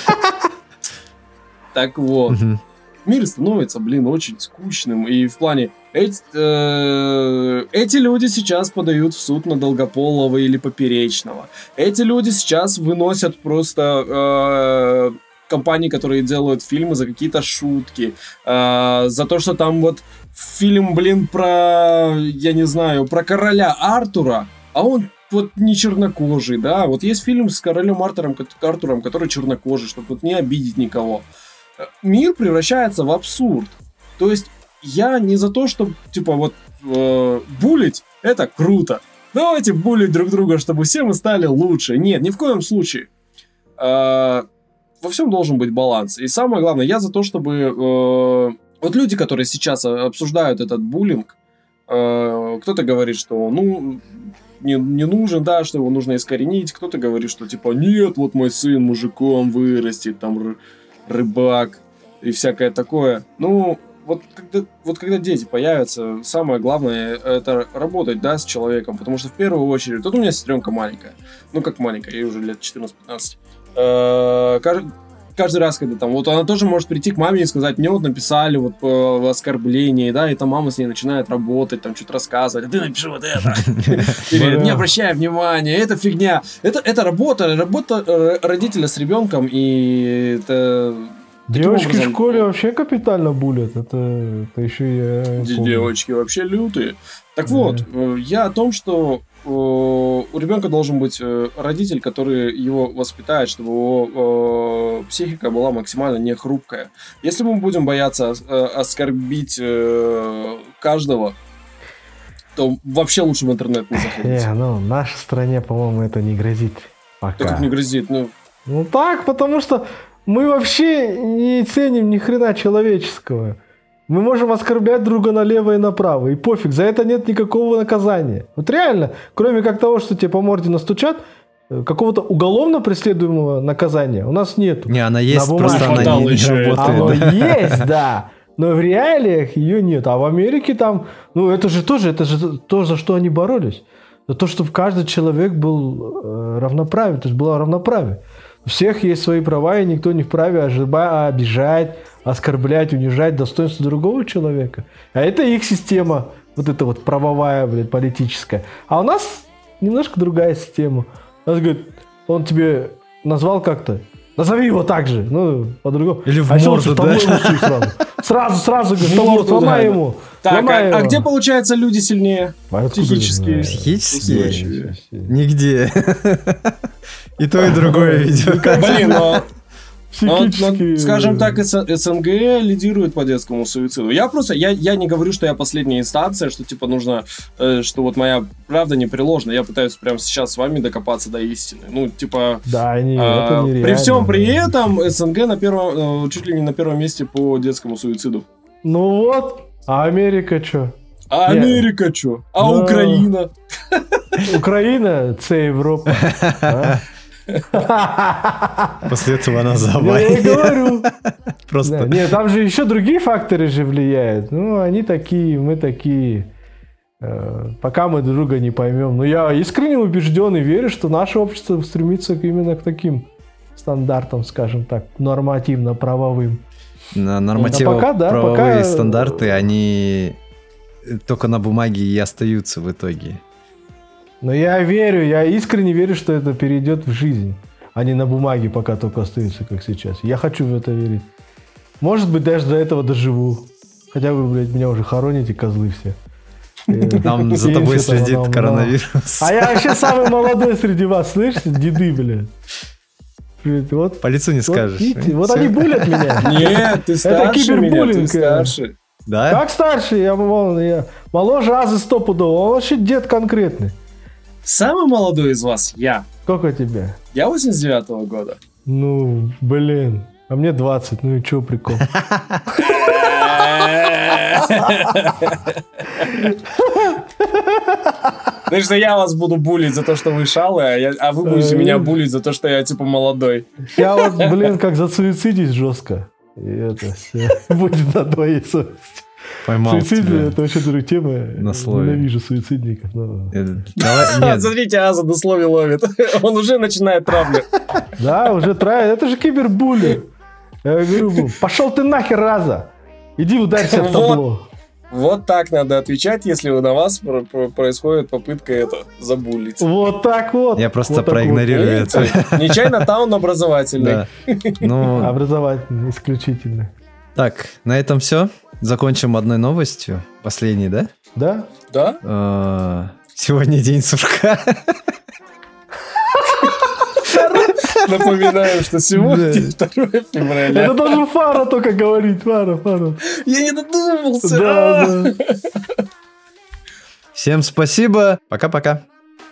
Так вот. Мгм. Мир становится, блин, очень скучным. И в плане... Эти, э, эти люди сейчас подают в суд на Долгополова или Поперечного. Эти люди сейчас выносят просто э, компании, которые делают фильмы, за какие-то шутки. Э, за то, что там вот фильм, блин, про, я не знаю, про короля Артура. А он вот не чернокожий, да, вот есть фильм с королем Артуром, Артуром, который чернокожий, чтобы вот не обидеть никого. Мир превращается в абсурд. То есть я не за то, чтобы, типа, вот э, булить, это круто. Давайте булить друг друга, чтобы все мы стали лучше. Нет, ни в коем случае. Э, во всем должен быть баланс. И самое главное, я за то, чтобы... Э, вот люди, которые сейчас обсуждают этот буллинг, э, кто-то говорит, что, ну... Не, не нужен, да, что его нужно искоренить. Кто-то говорит, что типа, нет, вот мой сын мужиком вырастет, там ры- рыбак и всякое такое. Ну, вот когда, вот когда дети появятся, самое главное это работать, да, с человеком, потому что в первую очередь, тут у меня сестренка маленькая, ну как маленькая, ей уже лет четырнадцать-пятнадцать. Каждый раз, когда там, вот она тоже может прийти к маме и сказать, мне вот написали вот по оскорблении, да, и там мама с ней начинает работать, там что-то рассказывать, а ты напиши вот это, или не обращай внимания, это фигня. Это, это работа, работа родителя с ребенком, и это... Девочки в школе вообще капитально булят, это, это еще я Девочки вообще лютые. Так вот, я о том, что у ребенка должен быть родитель, который его воспитает, чтобы его психика была максимально не хрупкая. Если мы будем бояться оскорбить каждого, то вообще лучше в интернет не заходить. Не, ну, в нашей стране, по-моему, это не грозит пока. Да как не грозит? Ну, ну так, потому что мы вообще не ценим ни хрена человеческого. Мы можем оскорблять друга налево и направо, и пофиг, за это нет никакого наказания. Вот реально, кроме как того, что тебе по морде настучат, какого-то уголовно преследуемого наказания у нас нету. Не, она есть, на просто она не, не работает. Оно да. есть, да, но в реалиях ее нет. А в Америке там, ну это же тоже, это же то, за что они боролись. За то, чтобы каждый человек был э, равноправен, то есть было равноправие. У всех есть свои права, и никто не вправе обижать, оскорблять, унижать достоинство другого человека. А это их система, вот эта вот правовая, блядь, политическая. А у нас немножко другая система. У нас, говорит, он тебе назвал как-то, назови его так же, ну, по-другому. Или в а морду, да? Сразу, сразу, сразу, говорит, морду, сломай ему. Так, сломай а, его. а где, получается, люди сильнее? А Психически. Психически? Нигде. И то, и другое, видимо. Блин, но... Ну, Психически... скажем так, СНГ лидирует по детскому суициду. Я просто, я, я не говорю, что я последняя инстанция, что типа нужно, э, что вот моя правда непреложна. Я пытаюсь прямо сейчас с вами докопаться до истины. Ну, типа, да, не, э, это нереально. При всем при этом СНГ на первом, э, чуть ли не на первом месте по детскому суициду. Ну вот, а Америка что? А Нет. Америка что? А Но... Украина? Украина – це Европа. После этого она Я завалит. и говорю. Просто. Да. Нет, там же еще другие факторы же влияют. Ну, они такие, мы такие. Пока мы друг друга не поймем. Но я искренне убежден и верю, что наше общество стремится именно к таким стандартам, скажем так, нормативно-правовым. Нормативно-правовые да, пока... стандарты, они только на бумаге и остаются в итоге. Но я верю, я искренне верю, что это перейдет в жизнь, а не на бумаге пока только остается, как сейчас. Я хочу в это верить. Может быть, даже до этого доживу. Хотя вы, блядь, меня уже хороните, козлы все. Там за тобой следит коронавирус. А я вообще самый молодой среди вас, слышите? Деды, блядь. Вот, по лицу не скажешь. Вот, вот они булят меня. Нет, ты старше меня, ты старше. Да? Как старше? Я, я моложе Азы стопудово. Он вообще дед конкретный. Самый молодой из вас я. Сколько тебе? Я восемьдесят девятого года. Ну, блин. А мне двадцать. Ну и чё прикол? Значит, что я вас буду булить за то, что вы шалы, а, я, а вы будете меня булить за то, что я типа молодой. Я вот, блин, как зацуицидить жестко. И это все будет на твоей совести. Поймал Суицид тебя. Это вообще другая тема. На слове. Ненавижу суицидников. Но... Смотрите, Аза на слове ловит. Он уже начинает травлю. Да, уже травит. Это же кибербуллинг. Я говорю, пошел ты нахер, Аза. Иди ударься в табло. Вот так надо отвечать, если на вас происходит попытка это забулить. Вот так вот. Я просто вот проигнорирую вот. это. Нечаянно таун образовательный. Да. Ну... Образовательный, исключительно. Так, на этом все. Закончим одной новостью. Последней, да? Да. Да? Сегодня день сурка. Напоминаю, что сегодня второе февраля. Это должен Фара только говорить. Фара, Фара. Я не додумался. Да, да. Всем спасибо. Пока-пока.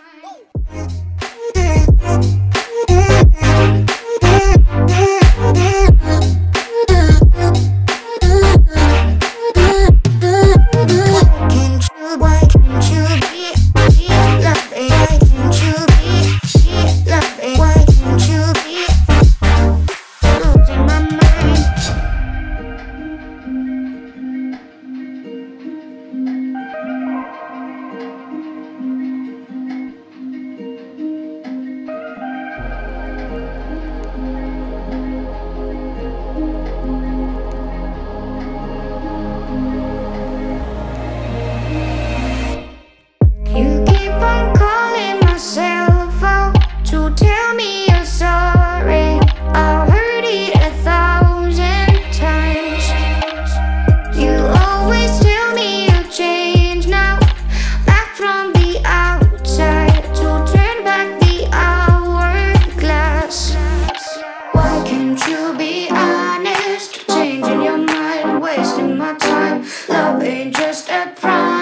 You keep on calling myself out to tell me you're sorry. I heard it a thousand times. You always tell me you change now. Back from the outside to turn back the hourglass. Why can't you be honest? Changing your mind, wasting my time. Love ain't just a crime.